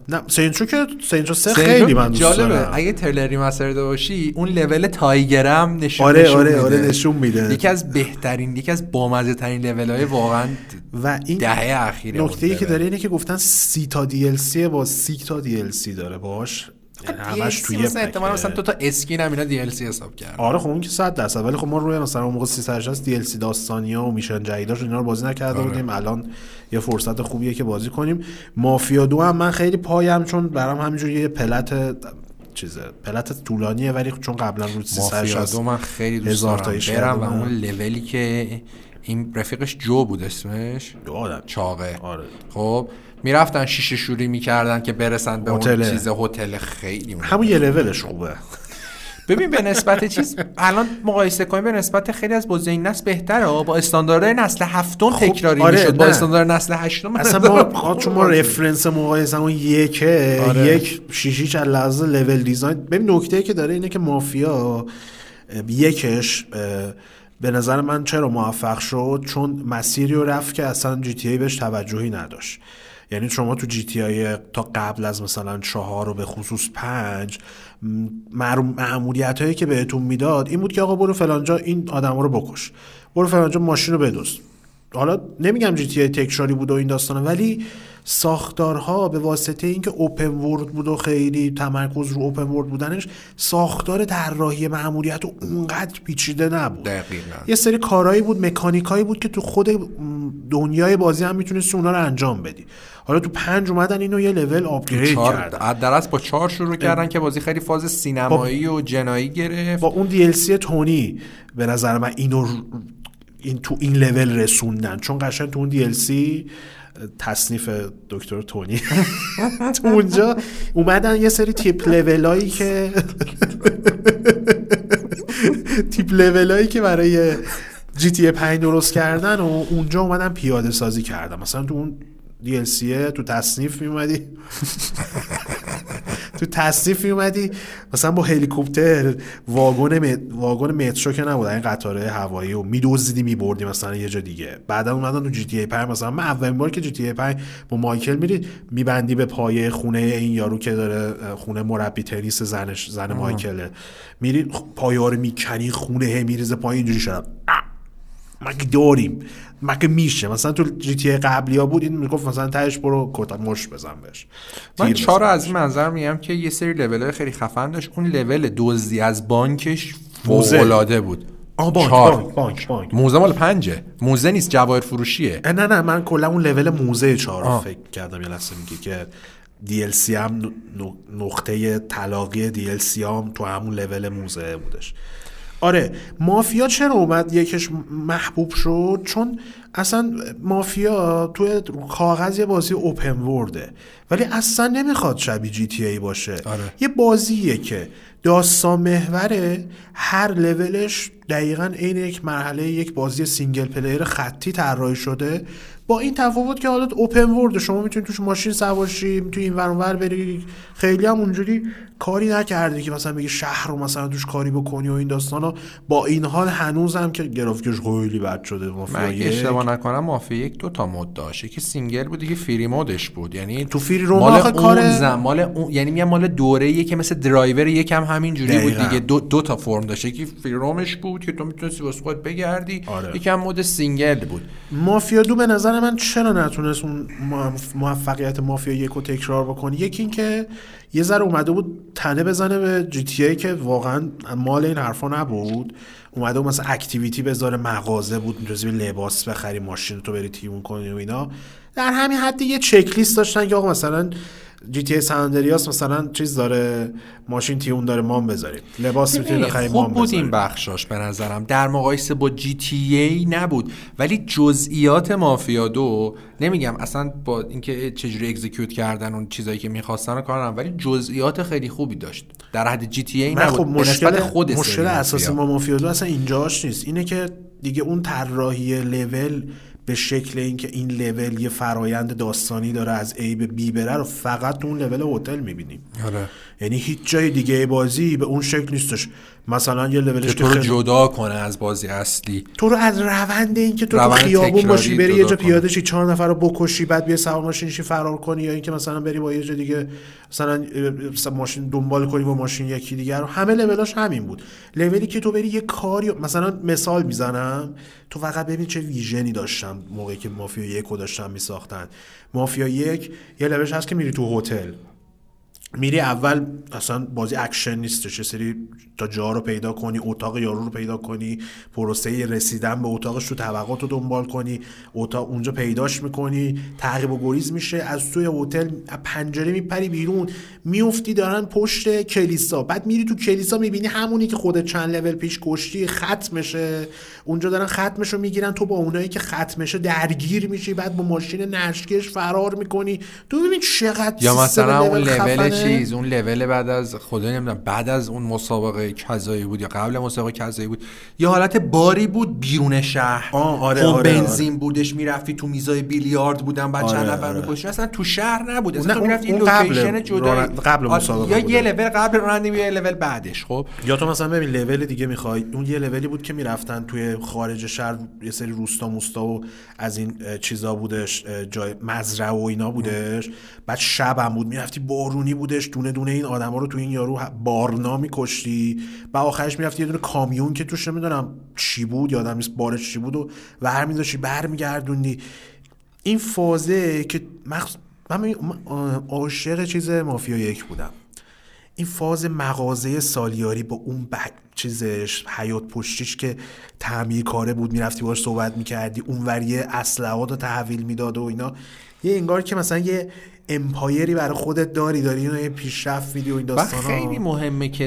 [SPEAKER 2] سینترو 3 خیلی من دوست دارم.
[SPEAKER 1] اگه تریلر ریمستر باشی اون لول تایگرم نشون
[SPEAKER 2] آره نشون میده.
[SPEAKER 1] یکی از بهترین یکی از بامزه ترین لول‌های واقعا
[SPEAKER 2] و این
[SPEAKER 1] دهه اخیره.
[SPEAKER 2] نکته‌ای که داره اینه که گفتن 30 تا DLC با 30 تا DLC داره باش، همش توی
[SPEAKER 1] مثلا احتمالاً مثلا 2 تا اسکین هم اینا DLC حساب کرد.
[SPEAKER 2] آره خب اون که 100%، ولی خب ما روی مثلا اون موقع 360 DLC داستانیا و میشن جدیداش اینا رو بازی نکرده بودیم. الان یه فرصت خوبیه که بازی کنیم. مافیا 2 هم من خیلی پایم، چون برام همینجوری یه پلت طولانیه ولی چون قبلا رو 360
[SPEAKER 1] مافیا 2 من خیلی دوست دارم برم و اون لولی که این رفیقش جو بود اسمش چاقه.
[SPEAKER 2] آره.
[SPEAKER 1] خب میرفتن شیشه شوری میکردن که برسن به اون چیز هتل. خیلی
[SPEAKER 2] همون یه لولش خوبه.
[SPEAKER 1] ببین به نسبت چیز الان مقایسه کنیم به نسبت خیلی از بازی این نسل بهتره. با استانداردهای نسل 7 تکراری میشد با استاندارد نسل 8.
[SPEAKER 2] اصلا ما چون ما رفرنس مقایسمون یک شیشیچ از لحاظ لول دیزاین. ببین نکته‌ای که داره اینه که مافیا یکش به نظر من چرا موفق شد، چون مسیری رو رفت که اصلا جی تی ای بهش توجهی نداشت. یعنی شما تو جی تی ای تا قبل از مثلا 4 و به خصوص 5 مأموریت هایی که بهتون میداد این بود که آقا برو فلانجا این آدم رو بکش، برو فلانجا ماشین رو بدزد، حالا نمیگم جی تی ای تکراری بود و این داستانه، ولی ساختارها به واسطه اینکه اوپن ورلد بود و خیلی تمرکز رو اوپن ورلد بودنش، ساختار طراحی مأموریت اونقدر پیچیده نبود.
[SPEAKER 1] دقیقاً
[SPEAKER 2] یه سری کارهایی بود، مکانیکایی بود که تو خود دنیای بازی هم میتونستی اونا رو انجام بدی. حالا تو 5 اومدن اینو یه لول آپگرید کردن.
[SPEAKER 1] درست با 4 شروع کردن که بازی خیلی فاز سینمایی و جنایی گرفت.
[SPEAKER 2] با اون DLC تونی به نظر من اینو تو این لول رسوندن، چون قشنگ تو اون DLC تصنیف دکتر تونی تو اونجا اومدن یه سری تیپ لولایی که برای جی تی 5 درست کردن و اونجا اومدن پیاده سازی کردن. مثلا تو اون DLC تو تصنیف میومدی مثلا با هلیکوپتر واگن مترو که نبود، این قطاره هوایی و میدوزیدی میبردی مثلا یه جا دیگه. بعدا اومدن تو جی تی ای 5 مثلا من اولین بار که جی تی ای 5 با مایکل میری میبندی به پایه خونه این یارو که داره خونه مربی تنیس زن مایکل، میری پایه ها رو میکنی، خونه میریزه پایین، اینجوری شد مگه داریم مگه میشه. مثلا تو جی تی ای قبلی ها بود این میگفت مثلا تهش برو کتا مش بزن بهش.
[SPEAKER 1] من 4 از این منظر میگم که یه سری لول‌های خیلی خفن داشت. اون لول دزدی از بانکش فوق‌العاده بود.
[SPEAKER 2] بانک
[SPEAKER 1] موزه مال 5، موزه نیست، جواهر فروشیه.
[SPEAKER 2] نه من کلا اون لول موزه 4 فکر کردم. یه لحظه میگی که DLC هم نقطه تلاقی DLC هم تو همون لول موزه بودش. آره مافیا چرا اومد یکش محبوب شد؟ چون اصلا مافیا توی کاغذ یه بازی اوپن ورده ولی اصلا نمیخواد شبیه جی تی ای باشه. یه بازیه که داستان محوره، هر لولش دقیقاً عین یک مرحله یک بازی سینگل پلیر خطی طراحی شده، با این تفاوت که حالت اوپن ورد شما میتونی توش ماشین سوار شی، میتونی این ور اون ور بری. خیلی هم اونجوری کاری نکرده که مثلا بگی شهر رو مثلا توش کاری بکنی و این داستانا. با این حال هنوزم که گرافیکش خیلی بد شده.
[SPEAKER 1] مافیا یک اشتباه نکنم مافیا 1 2 تا مود داشت، یکی سینگل بود دیگه فری مودش بود، یعنی
[SPEAKER 2] تو فری روم آخه کار
[SPEAKER 1] مال اون یعنی میگم مال دوره‌ایه که مثل درایور یکم همین جوری بود دیگه. دو تا فرم داشت، یکی فری رومش بود که تو میتونستی واسه خودت بگردی، یکم مود سینگل بود.
[SPEAKER 2] مافیا 2 به نظر من چرا نتونست اون موفقیت مافیا 1 رو تکرار بکنه؟ یکی این که یه ذره اومده بود تنه بزنه به جی تی ای که واقعا مال این حرفا نبود. اومده بود مثلا اکتیویتی بذاره، مغازه بود میتونستی لباس بخری، ماشین تو بری تیمون کنی و اینا. در همین حد یه چک لیست داشتن که آقا مثلا جی تی ای سان اندریاس مثلا چیز داره، ماشین تیون داره، مام بذاریم، لباس میتونی بخری، مام بذاریم.
[SPEAKER 1] بود این بخشاش به نظرم در مقایسه با جی تی ای نبود، ولی جزئیات مافیا 2 نمیگم اصلا با اینکه چجوری اکزیکیوت کردن اون چیزایی که می‌خواستن کارن، ولی جزئیات خیلی خوبی داشت در حد جی تی ای نبود.
[SPEAKER 2] خب مشکل اساسی ما مافیا 2 اصلا اینجاش نیست، اینه که دیگه اون طراحی لول به شکل اینکه این لول یه فرایند داستانی داره از A به B بره رو فقط تو اون لول هتل می‌بینیم.
[SPEAKER 1] آره.
[SPEAKER 2] یعنی هیچ جای دیگه بازی به اون شکل نیستش. مثلا یه لولش
[SPEAKER 1] تو رو جدا کنه از بازی اصلی،
[SPEAKER 2] تو رو از روند این که تو خیابون باشی بری یه جا پیاده شی 4 نفر رو بکشی بعد بیا سوار ماشین شی فرار کنی، یا اینکه مثلا بری با یه جا دیگه مثلا ماشین دنبال کنی با ماشین یکی دیگه رو. همه لولاش همین بود. لولی که تو بری یه کاری مثلا مثال میزنم، تو فقط ببین چه ویژنی داشتن موقعی که مافیا 1 رو داشتن میساختن. مافیا 1 یه لولش هست که میری تو هتل، میری اول اصلا بازی اکشن نیستش، یه سری تا جا رو پیدا کنی، اتاق یارو رو پیدا کنی، پروسه رسیدن به اتاقش تو طبقات رو دنبال کنی، اتاق اونجا پیداش میکنی، تعقیب و گریز میشه، از توی هتل پنجره میپری بیرون، میافتی دارن پشت کلیسا، بعد میری تو کلیسا میبینی همونی که خودت چند لول پیش کشتی ختمشه، اونجا دارن ختمشو میگیرن، تو با اونایی که ختمشه درگیر میشی، بعد با ماشین نشکش فرار میکنی. تو ببین چقدر
[SPEAKER 1] یا مثلا اون لول چیز، اون لول بعد از خدا نمیدونم بعد از اون مسابقه کذایی بود یا قبل مسابقه کذایی بود، یه حالت باری بود بیرون شهر.
[SPEAKER 2] آره
[SPEAKER 1] بنزین بودش، میرفتی تو میزای بیلیارد بودن بعد چند نفر می‌کشیدن، اصلا تو شهر نبود، اصلا تو میرفتی این لوکیشن جدا
[SPEAKER 2] قبل مسابقه
[SPEAKER 1] یا یه لول قبل رانندگی یا لول بعدش. خب
[SPEAKER 2] یا تو مثلا ببین لول دیگه می‌خوای، اون یه لولی بود که میرفتن توی خارج شهر، یه سری روستا موستا و از این چیزا بودش، جای مزرعه و اینا بودش، بعد شب هم بود، میرفتی بارونی بود خودش دونه دونه این آدما رو تو این یارو بارنا می‌کشتی و آخرش می‌رفتی یه دونه کامیون که توش نمیدونم چی بود یادم نیست بارش چی بود و برمی‌داشتی برمیگردوندی. این فازه که من عاشق چیز مافیا 1 بودم. این فاز مغازه سالیاری با اون چیزش حیات پشتیش که تعمیرکاره بود میرفتی باهاش صحبت میکردی اونوری اسلحات رو تحویل میداد و اینا، یه انگار که مثلا یه امپایری برای خودت داری اینو یه پیشرفت میدی و این داستانا.
[SPEAKER 1] خیلی مهمه که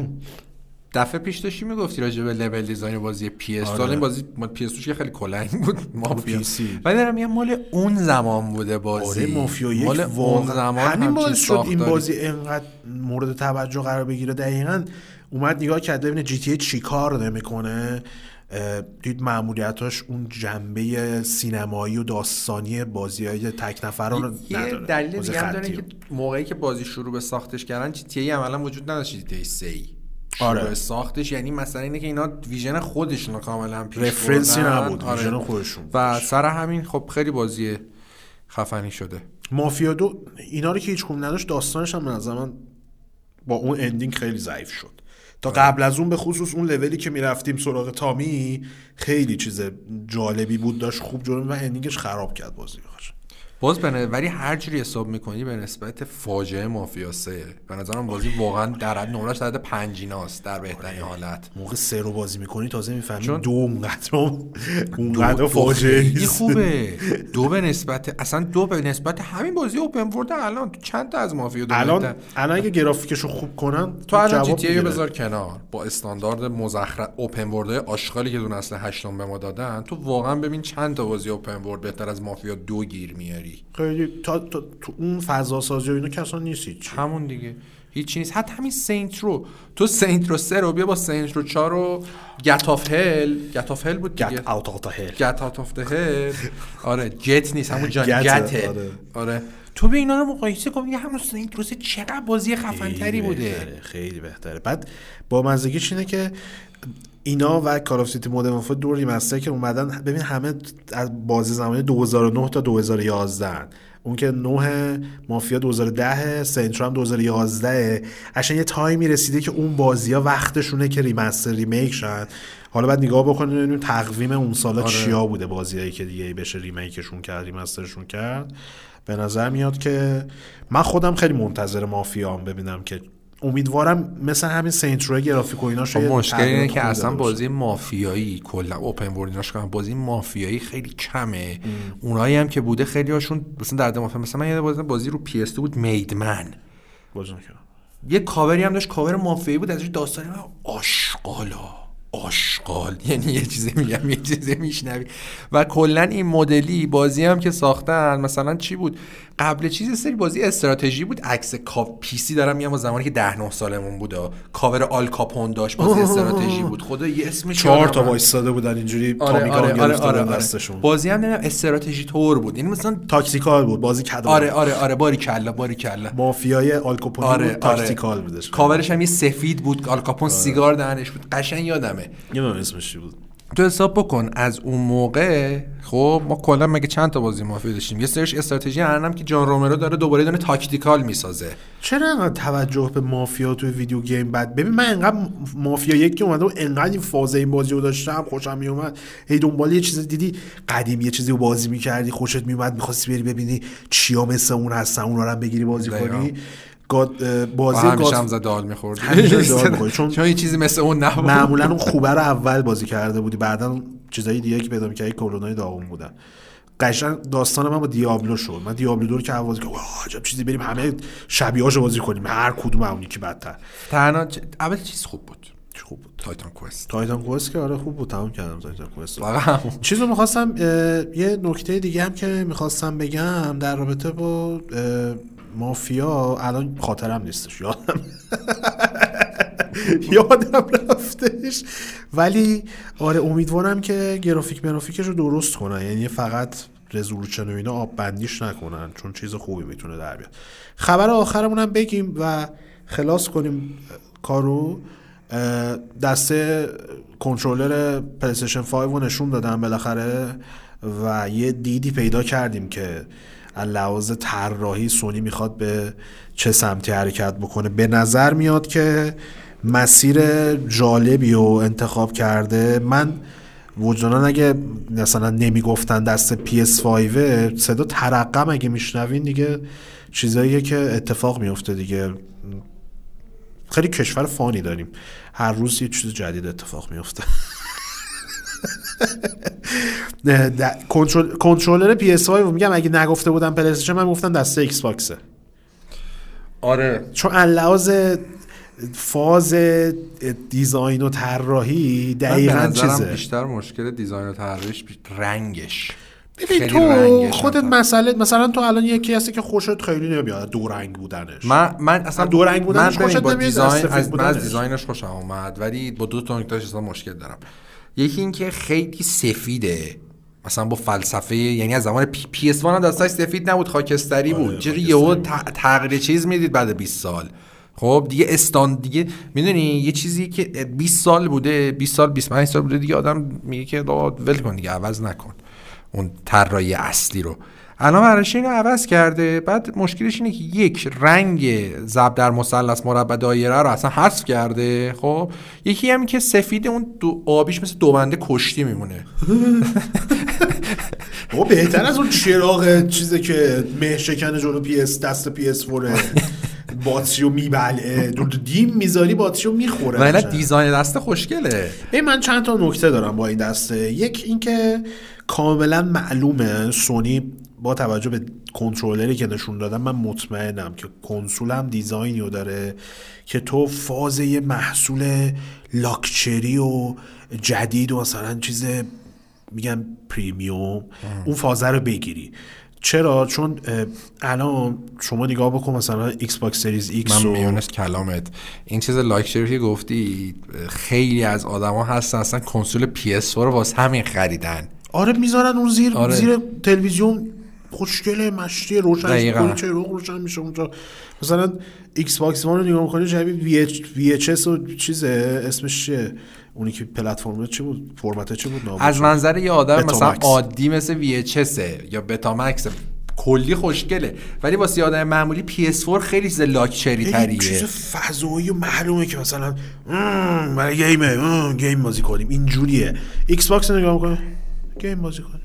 [SPEAKER 1] دفعه پیش داشتی میگفتی راجع به لول دیزاین بازی پی اس. این بازی پی اس که خیلی کلنگ بود مافیا، ولی دارم میگم مال اون زمان بوده بازی.
[SPEAKER 2] مافیا 1
[SPEAKER 1] مال اون زمان
[SPEAKER 2] همین باعث شد این بازی اینقدر مورد توجه قرار بگیره. دقیقاً اومد نگاه کرد ببینه جی تی ای چی کار نمیکنه، دید مأموریتاش اون جنبه سینمایی و داستانی بازی‌های تک نفرانه نداره.
[SPEAKER 1] یه دلیل دیگه هم داره که موقعی که بازی شروع به ساختش کردن جی تی ای عملاً وجود نداشت. جی تی ای 3 شروع ساختش یعنی مثلا اینه که اینا ویژن خودشون رو کاملا پیش بردن،
[SPEAKER 2] رفرنسی نبود، ویژن خودشون
[SPEAKER 1] و سر همین خب خیلی بازی خفنی شده.
[SPEAKER 2] مافیا 2 اینا رو که هیچ کدوم نداشت، داستانش هم به نظر من با اون اندینگ خیلی ضعیف شد. تا قبل از اون به خصوص اون لولی که میرفتیم سراغ تامی خیلی چیز جالبی بود، داشت خوب جلو و اندینگش خراب کرد بازی.
[SPEAKER 1] باز ولی هر جوری حساب میکنی به نسبت فاجعه مافیا 3 به نظرم بازی واقعا در حد نمرش در حد 5 ایناست در بهترین حالت.
[SPEAKER 2] موقع 3 رو بازی میکنی تازه میفهمی 2 اونقدر فاجعه
[SPEAKER 1] نیست. خوبه 2 به نسبت اصلا 2 به نسبت همین بازی اوپن ورلد الان تو چند تا از مافیا 2
[SPEAKER 2] الان اگه گرافیکشو خوب کنن
[SPEAKER 1] تو الان جی تی ای بذار کنار با استاندارد مزخرف اوپن ورلد آشغالی که دون اصل 8 به ما دادن، تو واقعا ببین چند تا بازی اوپن ورلد بهتر از مافیا 2 گیر میاری.
[SPEAKER 2] خیلی تو اون فضا سازی و اینو که اصلا نیست هیچ.
[SPEAKER 1] همون دیگه هیچ نیست. حتی همین سینت رو تو سینت رو 3 رو بیا با سینت رو 4 رو گت آف هل بود دیگه،
[SPEAKER 2] گت اوت آف هل،
[SPEAKER 1] گت اوت آف هل. آره جت نیست همون جان گت. آره تو به اینا رو مقایسه کن یه همون سینت رو 3 چقدر بازی خفن تری بوده.
[SPEAKER 2] خیلی بهتره. بعد با مزگیش اینه که اینا و کال اف سیتی مودرن وارفر 2 ریمستر که اومدن، ببین همه از بازی زمانی 2009 تا 2011 اون که 9 مافیا 2010 سنترام 2011 عشان یه تایمی رسیده که اون بازی‌ها وقتشونه که ریمستر ریمیک شن. حالا بعد نگاه بکنیم ببینیم تقویم اون سالا چیا بوده بازیایی که دیگه بشه ریمیکشون کرد ریمسترشون کرد. به نظر میاد که من خودم خیلی منتظر مافیام ببینم که امیدوارم مثلا همین سینت رو گرافیک و ایناش.
[SPEAKER 1] مشکل اینه که اصلا بازی مافیایی کلا اوپن ورلد ایناش کنن بازی مافیایی خیلی کمه. اونایی هم که بوده خیلی هاشون مثلا در مافیا مثلا من یاد بازی رو پی اس 2 بود میدمن
[SPEAKER 2] بازی نکردم،
[SPEAKER 1] یه کاوری هم داشت کاور مافیایی بود ازش داستانی آشغال یعنی یه چیزی میگم یه چیزی میشنوی. و کلا این مدلی بازی هم که ساختن مثلا چی بود قبل چیز سری بازی استراتژی بود عکس پی سی دارم میگم زمانی که 10-9 سالمون بود کاور آل کاپون داشت بازی استراتژی بود خدا یه اسمش
[SPEAKER 2] 4 تا وایساده بودن اینجوری تامیگان گرفتن دستشون.
[SPEAKER 1] بازی هم نمیدونم استراتژی تور بود یعنی مثلا
[SPEAKER 2] تاکتیکال بود بازی کد.
[SPEAKER 1] آره باری کلا
[SPEAKER 2] مافیای آل کاپون بود تاکتیکال بودش.
[SPEAKER 1] کاورش هم یه سفید بود آل کاپون سیگار دهنش بود قشنگ یادمه.
[SPEAKER 2] نمیدونم اسمش چی بود.
[SPEAKER 1] تو حساب بکن از اون موقع خب ما کلا مگه چند تا بازی مافیا داشتیم، یه سرش استراتژی الانم که جان رومرو داره دوباره دونه تاکتیکال میسازه.
[SPEAKER 2] چرا انقدر توجه به مافیا توی ویدیو گیم بد؟ ببین من انقدر مافیا 1 که اومده و انقدر این فاز این بازی رو داشتم خوشم میومد، هی دنبال یه چیز دیدی قدیم یه چیزی رو بازی میکردی خوشت میومد می‌خواستی بری ببینی چیا مثل اون هستن اونا رو هم بگیری بازی کنی. بازی
[SPEAKER 1] همیشه هم زدال می‌خورد چون یه چیزی مثل اون نبود.
[SPEAKER 2] معمولا اون خوبه رو اول بازی کرده بودی بعدن چیزای دیگه که پیدا می‌کردی کلونای داغون بودن. قشنگ داستان من با دیابلو شد. من دیابلو 2 رو که بازی کردم عجب چیزی بریم همه شبیه‌هاشو بازی کنیم هر کدوم اون یکی بدتر.
[SPEAKER 1] تنها اول چیز خوب بود
[SPEAKER 2] تایتان کوست که آره خوب بود تمام کردم تایتان کوست. چیزو می‌خواستم یه نکته دیگه هم که می‌خواستم بگم در رابطه با مافیا الان خاطرم نیستش یادم رفتش ولی آره امیدوارم که گرافیکش رو درست کنن یعنی فقط رزولوشن و اینا آب بندیش نکنن چون چیز خوبی میتونه در بیاد. خبر آخرمون هم بگیم و خلاص کنیم کارو. دسته کنترلر پلی‌استیشن 5 رو نشون دادن بالاخره و یه دیدی پیدا کردیم که از لحاظ طراحی سونی میخواد به چه سمتی حرکت بکنه. به نظر میاد که مسیر جالبی رو انتخاب کرده. من وجداناً اگه مثلا نمیگفتن دست PS5 صدا ترقم اگه میشنوین دیگه چیزاییه که اتفاق میفته دیگه. خیلی کشور فانی داریم، هر روز یه چیز جدید اتفاق میفته. کنترلر PS5 میگم اگه نگفته بودم پلی استیشن من گفتم دسته ایکس باکسه.
[SPEAKER 1] آره
[SPEAKER 2] چون لحاظ فاز دیزاین و طراحی دقیقاً چیزه.
[SPEAKER 1] بیشتر مشکل دیزاین و طراحیش رنگش.
[SPEAKER 2] ببین تو خودت مثلا تو الان یکی هستی که خوشت خیلی نمیاد دو رنگ بودنش.
[SPEAKER 1] من اصلا
[SPEAKER 2] دو رنگ بودنش خوشت
[SPEAKER 1] نمیاد.
[SPEAKER 2] دیزاین
[SPEAKER 1] از دیزاینش خوشم اومد، ولی با دو تا نکتهش اصلا مشکل دارم. یکی این که خیلی سفیده، مثلا با فلسفه، یعنی از زمان PS1 هم دستش سفید نبود، خاکستری بود. چرا یهو تغییر چیز میدید بعد 20 سال؟ خب دیگه دیگه میدونی یه چیزی که 20 سال بوده، 20 سال 25 سال بوده، دیگه آدم میگه که ول کن دیگه، عوض نکن اون طراحی اصلی رو. الان براش اینو عوض کرده. بعد مشکلش اینه که یک رنگ ضرب در مثلث مربع دایره رو اصلا حذف کرده. خب یکی هم که سفید، اون آبیش مثل دو بنده کشتی میمونه.
[SPEAKER 2] او بهتر از اون چراغ چیزی که مه شکن جلو دست PS4 باتریو میبلعه، دیم میذاری باتریو میخوره.
[SPEAKER 1] ولی دیزاین دسته خوشگله.
[SPEAKER 2] من چند تا نکته دارم با این دسته. یک این که کاملا معلومه سونی با توجه به کنترلری که نشون دادم، من مطمئنم که کنسولم دیزاینیو داره که تو فاز یه محصول لاکچری و جدید و مثلا چیز میگم پریمیوم اون فازه رو بگیری. چرا؟ چون الان شما نگاه بکن مثلا ایکس باکس سریز ایکس
[SPEAKER 1] من میونست کلامت این چیز لاکچری که گفتی، خیلی از آدما هستن اصلا کنسول PS4 رو واسه همین خریدن.
[SPEAKER 2] آره میذارن اون زیر تلویزیون خوشگله مشتی روشن کنی، چه روشن میشه اونجا. مثلا ایکس باکس وان رو نگاه می‌کنی شبیه VHS و چیزه، اسمش چیه اونی که پلتفرم چی بود، فرمت چی بود؟
[SPEAKER 1] از منظر یه آدم مثلا عادی مثل VHS یا بتامکس کلی خوشگله، ولی واسه آدم معمولی PS4 خیلی چیز لاکچری تریه،
[SPEAKER 2] چیز فضایی و معلومه که مثلا برای گیم بازی کنیم اینجوریه. ایکس باکس نگاه می‌کنه گیم بازی کنیم.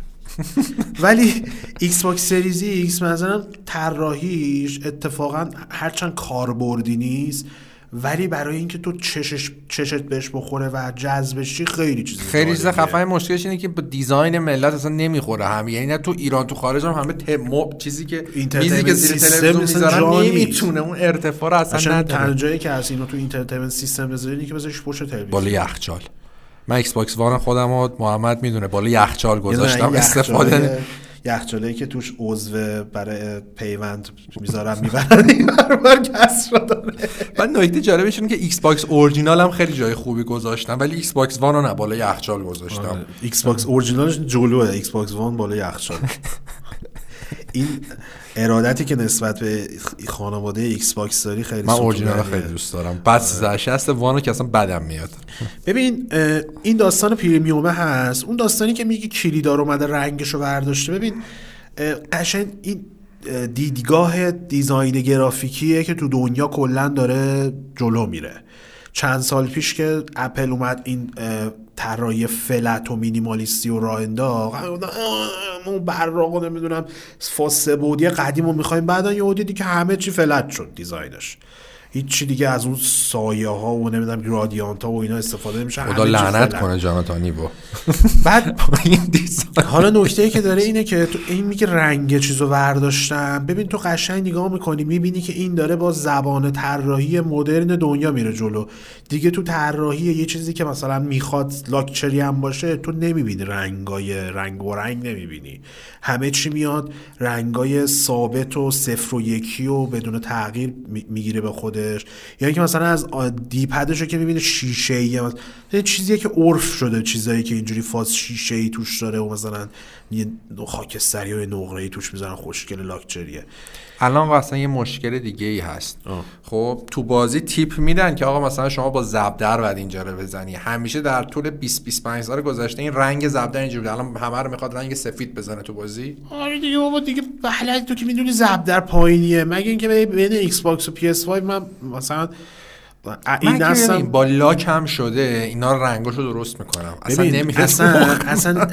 [SPEAKER 2] ولی ایکس باکس سریز ایکس مثلا طراحیش اتفاقا هرچند کاربردی نیست، ولی برای اینکه تو چشت بهش بخوره و جذبشی خیلی چیز
[SPEAKER 1] خفن. مشکلش اینه که با دیزاین ملت اصلا نمیخوره هم، یعنی نه تو ایران تو خارج هم همه چیزی که میزی که زیر تلویزیون میذارن نمیتونه اون ارتفاع رو اصلا نداره.
[SPEAKER 2] تنها جایی که از اینو تو اینترتینمنت سیستم بذارین که بذاریش پشت تلویزیون
[SPEAKER 1] بالا یخچال. من ایکس باکس وان خودم و محمد میدونه بالا یخچال گذاشتم، استفاده
[SPEAKER 2] یخچالی که توش عضو برای پیوند میذارم میبرن این برابر کسر داره.
[SPEAKER 1] من نکته جالبش اینه که ایکس باکس اورجینال هم خیلی جای خوبی گذاشتم، ولی ایکس باکس وان رو نه بالا یخچال گذاشتم.
[SPEAKER 2] ایکس باکس اورجینالش جلوه، ایکس باکس وان بالا یخچال. این ارادتی که نسبت به خانواده ایکس باکس داری خیلی
[SPEAKER 1] من اورجینال خیلی دوست دارم. بعد 360 وانو که اصلا بدم میاد.
[SPEAKER 2] ببین این داستان پریمیومه هست، اون داستانی که میگه کلیدار اومده رنگشو برداشته. ببین قشنگ این دیدگاه دیزاین گرافیکیه که تو دنیا کلا داره جلو میره. چند سال پیش که اپل اومد این طراحی فلت و مینیمالیستی و راه انداخت، اون براقو نمیدونم فاز سه بعدی قدیمو میخوایم، بعدا یه عددی که همه چی فلت شد دیزاینش، هیچ چی دیگه از اون سایه ها و نمیدونم گرادیانت ها و اینا استفاده نمیشه.
[SPEAKER 1] خدا لعنت کنه جاناتانی با
[SPEAKER 2] بعد حالا نکته‌ای که داره اینه که تو این میگه رنگ چیزو برداشتم. ببین تو قشنگ نگاه میکنی میبینی که این داره با زبان طراحی مدرن دنیا میره جلو دیگه. تو طراحی یه چیزی که مثلا میخواد لاکچری هم باشه تو نمیبینی رنگ و رنگ نمیبینی، همه چی میاد رنگای ثابت و صفر و یکی و بدون تغییر میگیره به خودش. یعنی که مثلا از دیپدشو که میبینه شیشه‌ایه، مثلا چیزیه که عرف شده، چیزایی که اینجوری فاز شیشه‌ای توش داره و مثلا یه خاکستری و نقره‌ای توش میذارن، خوشگل لاکچریه.
[SPEAKER 1] الان اصلا یه مشکل دیگه ای هست. خب تو بازی تیپ میدن که آقا مثلا شما با زبدر بعد اینجا رو بزنی. همیشه در طول 20-25 سال گذشته این رنگ زبدر اینجوری، الان همه رو میخواد رنگ سفید بزنه تو بازی.
[SPEAKER 2] آره دیگه بابا دیگه بلد تو که میدونی زبدر پایینیه، مگه اینکه بین ایکس باکس و PS5 من مثلا
[SPEAKER 1] این دستم با لاک هم شده اینا رنگاشو درست میکنم. اصلا نمیرسه.
[SPEAKER 2] اصلا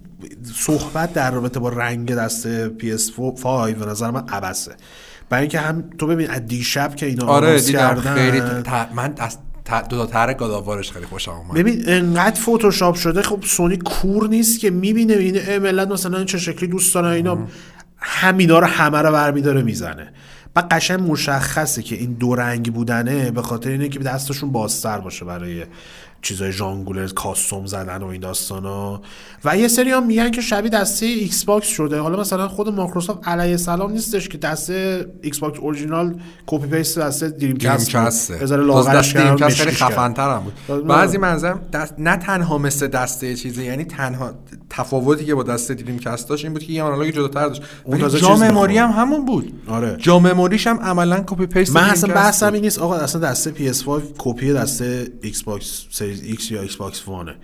[SPEAKER 2] صحبت در رابطه با رنگ دست PS5 به نظر من عبثه. برای اینکه هم تو ببین از دیشب که اینا
[SPEAKER 1] آره کردن خیلی من دو تا طرح گاداوارش خیلی خوشم اومد.
[SPEAKER 2] ببین انقدر فتوشاپ شده. خب سونی کور نیست که میبینه این ملت مثلا این چه شکلی دوست دارن اینا همینا رو همه رو برمی‌داره میزنه. بعد قشنگ مشخصه که این دو رنگ بودنه به خاطر اینه که دستشون بازتر باشه برای چیزای ژانگولر کاستوم زدن و این داستانا. و یه سری هم میگن که شبیه دسته ایکس باکس شده. حالا مثلا خود مایکروسافت علیه السلام نیستش که دسته ایکس باکس اورجینال کپی پیست دسته دریم کست بذاره لاغرش
[SPEAKER 1] دریم کست خیلی خفن‌تر هم بود. بعضی منظرم نه تنها مثل دسته چیزه، یعنی تنها تفاوتی که با دسته دریم کست داشت این بود که یه آنالوگ جداتر داشت. جا مموری هم همون بود.
[SPEAKER 2] آره
[SPEAKER 1] جا مموریش هم عملاً کپی پیست.
[SPEAKER 2] من اصلا بحثم این نیست آقا اصلا دسته PS5 کپی دسته ایکس باکس ایکس یا ایکس باکس وانه.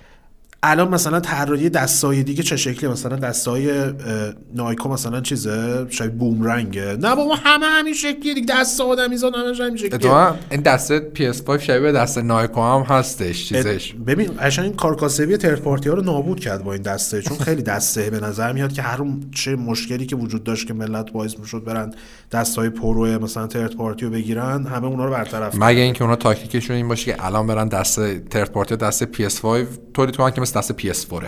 [SPEAKER 2] الان مثلا طراحی دستای دیگه چه شکلی؟ مثلا دستای نایکو مثلا چیزه شاید بومرنگه. نه بابا همه همین شکلیه دیگه. دست آدمیزاد همش همین شکلیه.
[SPEAKER 1] این دسته PS5 شبیه دست نایکو هم هستش چیزش.
[SPEAKER 2] ببین قشنگ این کارکاسبی ترد پارتی ها رو نابود کرد با این دسته، چون خیلی دسته به نظر میاد که هر چه مشکلی که وجود داشت که ملت باعث میشد برن دستای پرو مثلا ترد پارتی رو بگیرن همه اونا رو برطرف کرد.
[SPEAKER 1] مگه اینکه اونا تاکتیکشون این باشه که الان برن دسته ترد پارتی دسته PS5 طوری تو که مثل دست PS4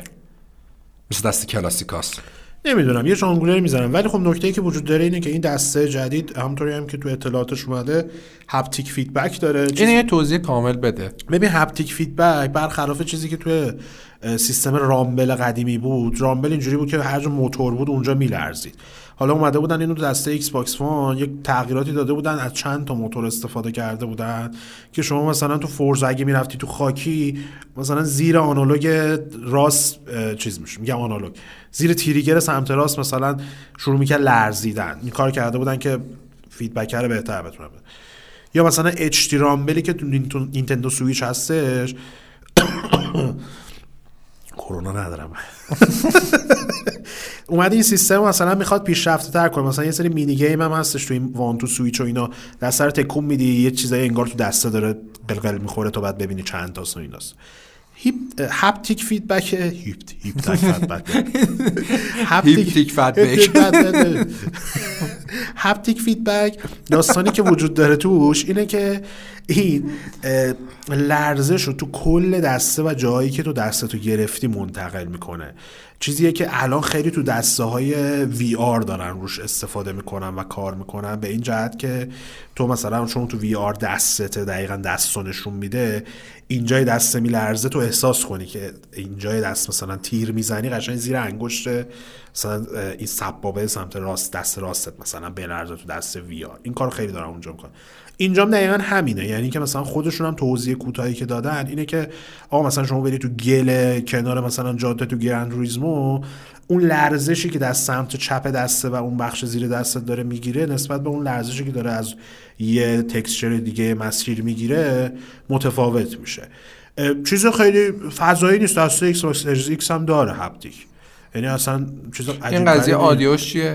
[SPEAKER 1] مثل دست کلاسیکاست.
[SPEAKER 2] نمیدونم یه ژانگولر میزنم. ولی خب نکته‌ای که وجود داره اینه که این دسته جدید همونطوری هم که تو اطلاعاتش اومده هپتیک فیدبک داره.
[SPEAKER 1] این یه توضیح کامل بده.
[SPEAKER 2] ببین هپتیک فیدبک برخلاف چیزی که توی سیستم رامبل قدیمی بود، رامبل اینجوری بود که هر جا موتور بود اونجا میلرزید. حالا اومده بودن اینو تو دسته ایکس باکس وان یک تغییراتی داده بودن، از چند تا موتور استفاده کرده بودن که شما مثلا تو فورزا اگه میرفتی تو خاکی مثلا زیر آنالوگ راست چیز میشه، میگم آنالوگ زیر تریگر سمت راست مثلا شروع میکرد لرزیدن. این کار کرده بودن که فیدبک رو بهتر بتونه بده. یا مثلا اچ دی رامبلی که تو نینتندو سویچ هستش کرونا ندارم اومده این سیستم مثلا میخواد پیشرفته تر کنه. مثلا یه سری مینی گیم هم هستش تو این وان تو سویچ و اینا، دسته رو تکون میدی یه چیزای انگار تو دسته داره قلقل میخوره تو بعد ببینی چند تاست و ایناست. هپتیک فیدبک هپتیک فیدبک داستانی که وجود داره توش اینه که این لرزش رو تو کل دسته و جایی که تو دسته تو گرفتی منتقل میکنه. چیزیه که الان خیلی تو دسته های VR دارن روش استفاده میکنن و کار میکنن، به این جهت که تو مثلا چون تو VR دستت دقیقا دستو نشون میده، اینجای دسته میلرزه تو احساس کنی که اینجای دست مثلا تیر میزنی قشنگ زیر انگشت مثلا این سبابه سمت راست دست راستت مثلا بلرزه تو دست VR. این کار خیلی دارن اونجا میکنن. اینجا دقیقاً همینه، یعنی که مثلا خودشون هم توضیح کوتاهی که دادن اینه که آقا مثلا شما برید تو گل کنار مثلا جاده تو گرند توریسمو، اون لرزشی که دست سمت چپ دسته و اون بخش زیر دستت داره میگیره نسبت به اون لرزشی که داره از یه تکسچر دیگه مسیر میگیره متفاوت میشه. چیز خیلی فضایی نیست. دسته ایکس باکس سریز ایکس هم داره هپتیک، یعنی اصلا چیز عجیبه.
[SPEAKER 1] این قضیه آدیوش چیه؟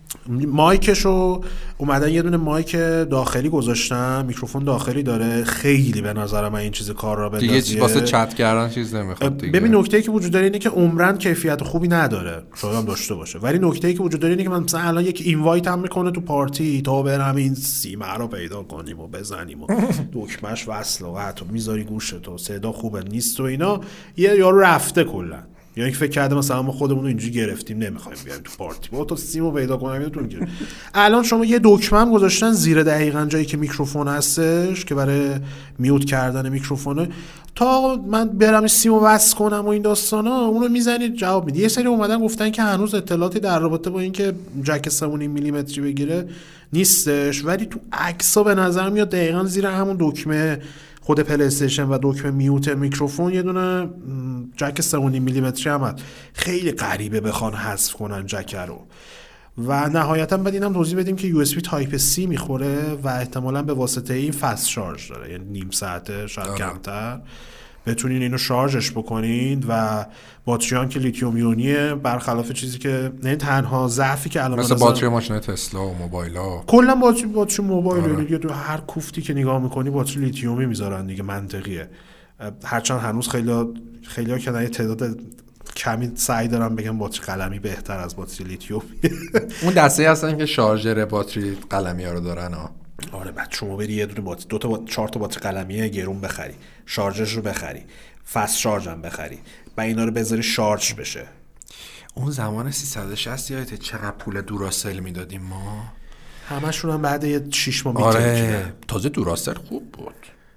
[SPEAKER 2] مایکشو اومدن یه دونه مایک داخلی گذاشتن، میکروفون داخلی داره. خیلی به نظر من این چیز کار را بندازیه
[SPEAKER 1] دیگه واسه چت کردن چیز نمیخواد دیگه.
[SPEAKER 2] ببین نکته‌ای که وجود داره اینه که عمرن کیفیت خوبی نداره، شاید هم داشته باشه، ولی نکته‌ای که وجود داره اینه که مثلا الان یک اینوایت هم میکنه تو پارتی تا برم این سیمه رو پیدا کنیم و بزنیم و دکمهش وصله و حتی میذاری گوشت و صدا خوبه نیست و اینا، یه یارو رفته کلا. یا اینکه فکر کرده مثلا ما خودمون رو اینجوری گرفتیم نمیخوایم بیایم تو پارتی با تو سیمو پیدا کنیم میتونیم گیریم. الان شما یه دکمه هم گذاشتن زیر دقیقاً جایی که میکروفون هستش که برای میوت کردن میکروفونه، تا من برم سیمو وصل کنم و این داستانا اونو میزنید جواب میده. یه سری اومدن گفتن که هنوز اطلاعاتی در رابطه با اینکه جک 3.5 میلیمتری بگیره نیستش، ولی تو عکس‌ها به نظر میاد دقیقاً زیر همون دکمه خود پلی استیشن و دکمه میوت میکروفون یه دونه جک 3.5 میلیمتری هم هست. خیلی غریبه بخوان حذف کنن جک رو. و نهایتا بعد اینم توضیح بدیم که USB تایپ C میخوره و احتمالاً به واسطه این فست شارژ داره، یعنی نیم ساعته شاید کمتر بتونین اینو شارژش بکنین و باتریان که لیتیوم ایونیه، برخلاف چیزی که نه تنها ضعفی که الان
[SPEAKER 1] مثلا باتری ماشین تسلا و موبایل‌ها
[SPEAKER 2] کلا باتری موبایل دیگه تو هر کوفتی که نگاه میکنی باتری لیتیومی میذارن دیگه، منطقیه. هرچند هنوز خیلی‌ها که نه تعداد کمی سعی دارم بگم باتری قلمی بهتر از باتری لیتیوم.
[SPEAKER 1] اون دسته هستن که شارژر باتری قلمی ها رو دارن ها.
[SPEAKER 2] آره بعد شما بری یه دونه باتری 4 تا باتری قلمی گرون بخری، شارژرش رو بخری، فست شارژ هم بخری و اینا رو بذاری شارژ بشه.
[SPEAKER 1] اون زمان 360 یادته چقدر پول دوراسل میدادیم ما؟
[SPEAKER 2] همشون هم بعد 6 ماه
[SPEAKER 1] آره تازه دوراسل خوب بود.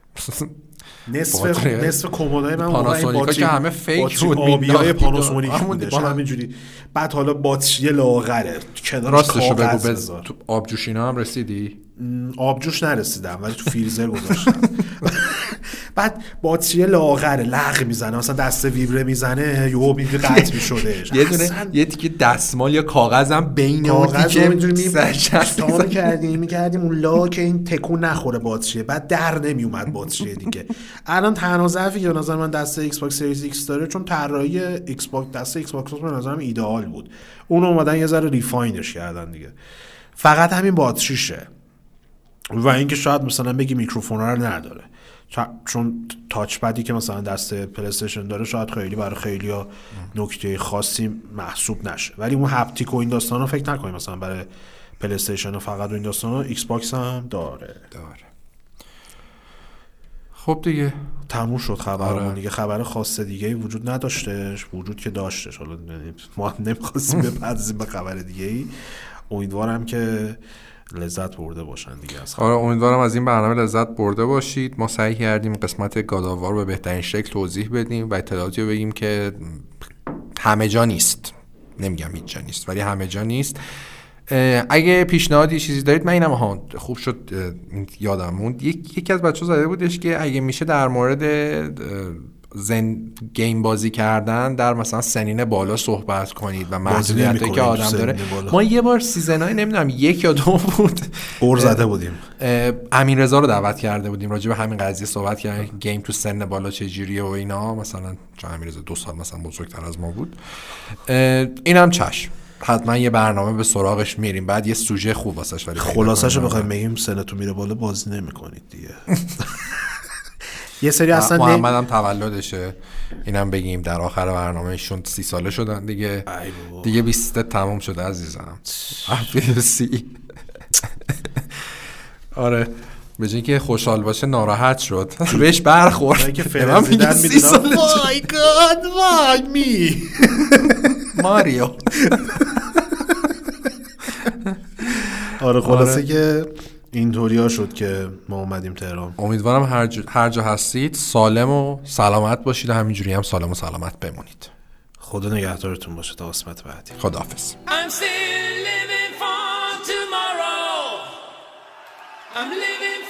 [SPEAKER 2] نصف کمدای من
[SPEAKER 1] پاناسونیکا که همه فیک بود،
[SPEAKER 2] آبیای پاناسونیک بودش همینجوری. بعد حالا باتری لاغره کنارش کاغذ بذار.
[SPEAKER 1] تو آبجوشینا هم رسیدی؟
[SPEAKER 2] آبجوش نرسیدم ولی تو فریزر گذاشتم. بعد باتری لاغره لغ میزنه، مثلا دست ویبره میزنه یهو میگه قطع میشدش.
[SPEAKER 1] یه دونه یه تیکه دستمال یا کاغذم بین اون تیکه
[SPEAKER 2] می‌کردیم اون لاک این تکون نخوره باتری، بعد در نمی اومد باتری دیگه. الان تنها ضعفی که به نظر من دست ایکس باکس سریز ایکس داره، چون طراحی ایکس باکس دست ایکس باکس به نظرم ایدئال بود، اون اومدن یه ذره ریفاینش کردن دیگه، فقط همین باتریشه. و اینکه شاید مثلا بگی میکروفونا رو نداره، چون تاچ پدی که مثلا دست پلی استیشن داره شاید خیلی برای خیلیا نکته خاصی محسوب نشه، ولی اون هپتیک و این داستانا فکر نکنیم مثلا برای پلی استیشن فقط این داستانا ایکس باکس هم داره.
[SPEAKER 1] خب دیگه
[SPEAKER 2] تموم شد خبرمون دیگه. خبر خاص دیگه‌ای وجود نداشتش، وجود که داشتش، حالا ما نمی‌خواستیم بپردازیم به خبر دیگه‌ای. امیدوارم که لذت برده باشن دیگه از
[SPEAKER 1] آره امیدوارم از این برنامه لذت برده باشید. ما سعی کردیم قسمت گاداوار رو به بهترین شکل توضیح بدیم و اطلاعاتی رو بگیم که همه جا نیست، نمیگم هیچ جا نیست ولی همه جا نیست. اگه پیشنهادی چیزی دارید، من اینم خوب شد یادم موند، یکی از بچه‌ها زده بودش که اگه میشه در مورد گیم بازی کردن در مثلا سنین بالا صحبت کنید و محدودیتی که آدم داره. ما یه بار سیزنای نمیدونم 1 یا 2 بود
[SPEAKER 2] قور زده بودیم،
[SPEAKER 1] امیررضا رو دعوت کرده بودیم راجع به همین قضیه صحبت کردیم، گیم تو سن بالا چه جوریه و اینا. مثلا چون امیررضا 2 سال مثلا بزرگتر از ما بود. اینم چشم، حتما یه برنامه به سراغش میریم، بعد یه سوژه خوب واسش. ولی
[SPEAKER 2] خلاصش رو بخوایم بگیم سنتون میره بالا بازی نمی‌کنید دیگه. یه سری اصلا
[SPEAKER 1] محمدم تولدشه، اینم بگیم در آخر برنامهشون 30 ساله شدن دیگه 20 تموم شده عزیزم. آره به جای که خوشحال باشه ناراحت شد، بهش برخورد
[SPEAKER 2] که فرزیدن میدونم وای گاد وای می
[SPEAKER 1] ماریو.
[SPEAKER 2] آره خلاصه که اینطوری ها شد که ما اومدیم تهران.
[SPEAKER 1] امیدوارم هر جا هستید سالم و سلامت باشید و همینجوری هم سالم و سلامت بمونید.
[SPEAKER 2] خدا نگهدارتون باشه تا قسمت بعدی.
[SPEAKER 1] خداحافظ.
[SPEAKER 3] I'm still living for tomorrow. I'm living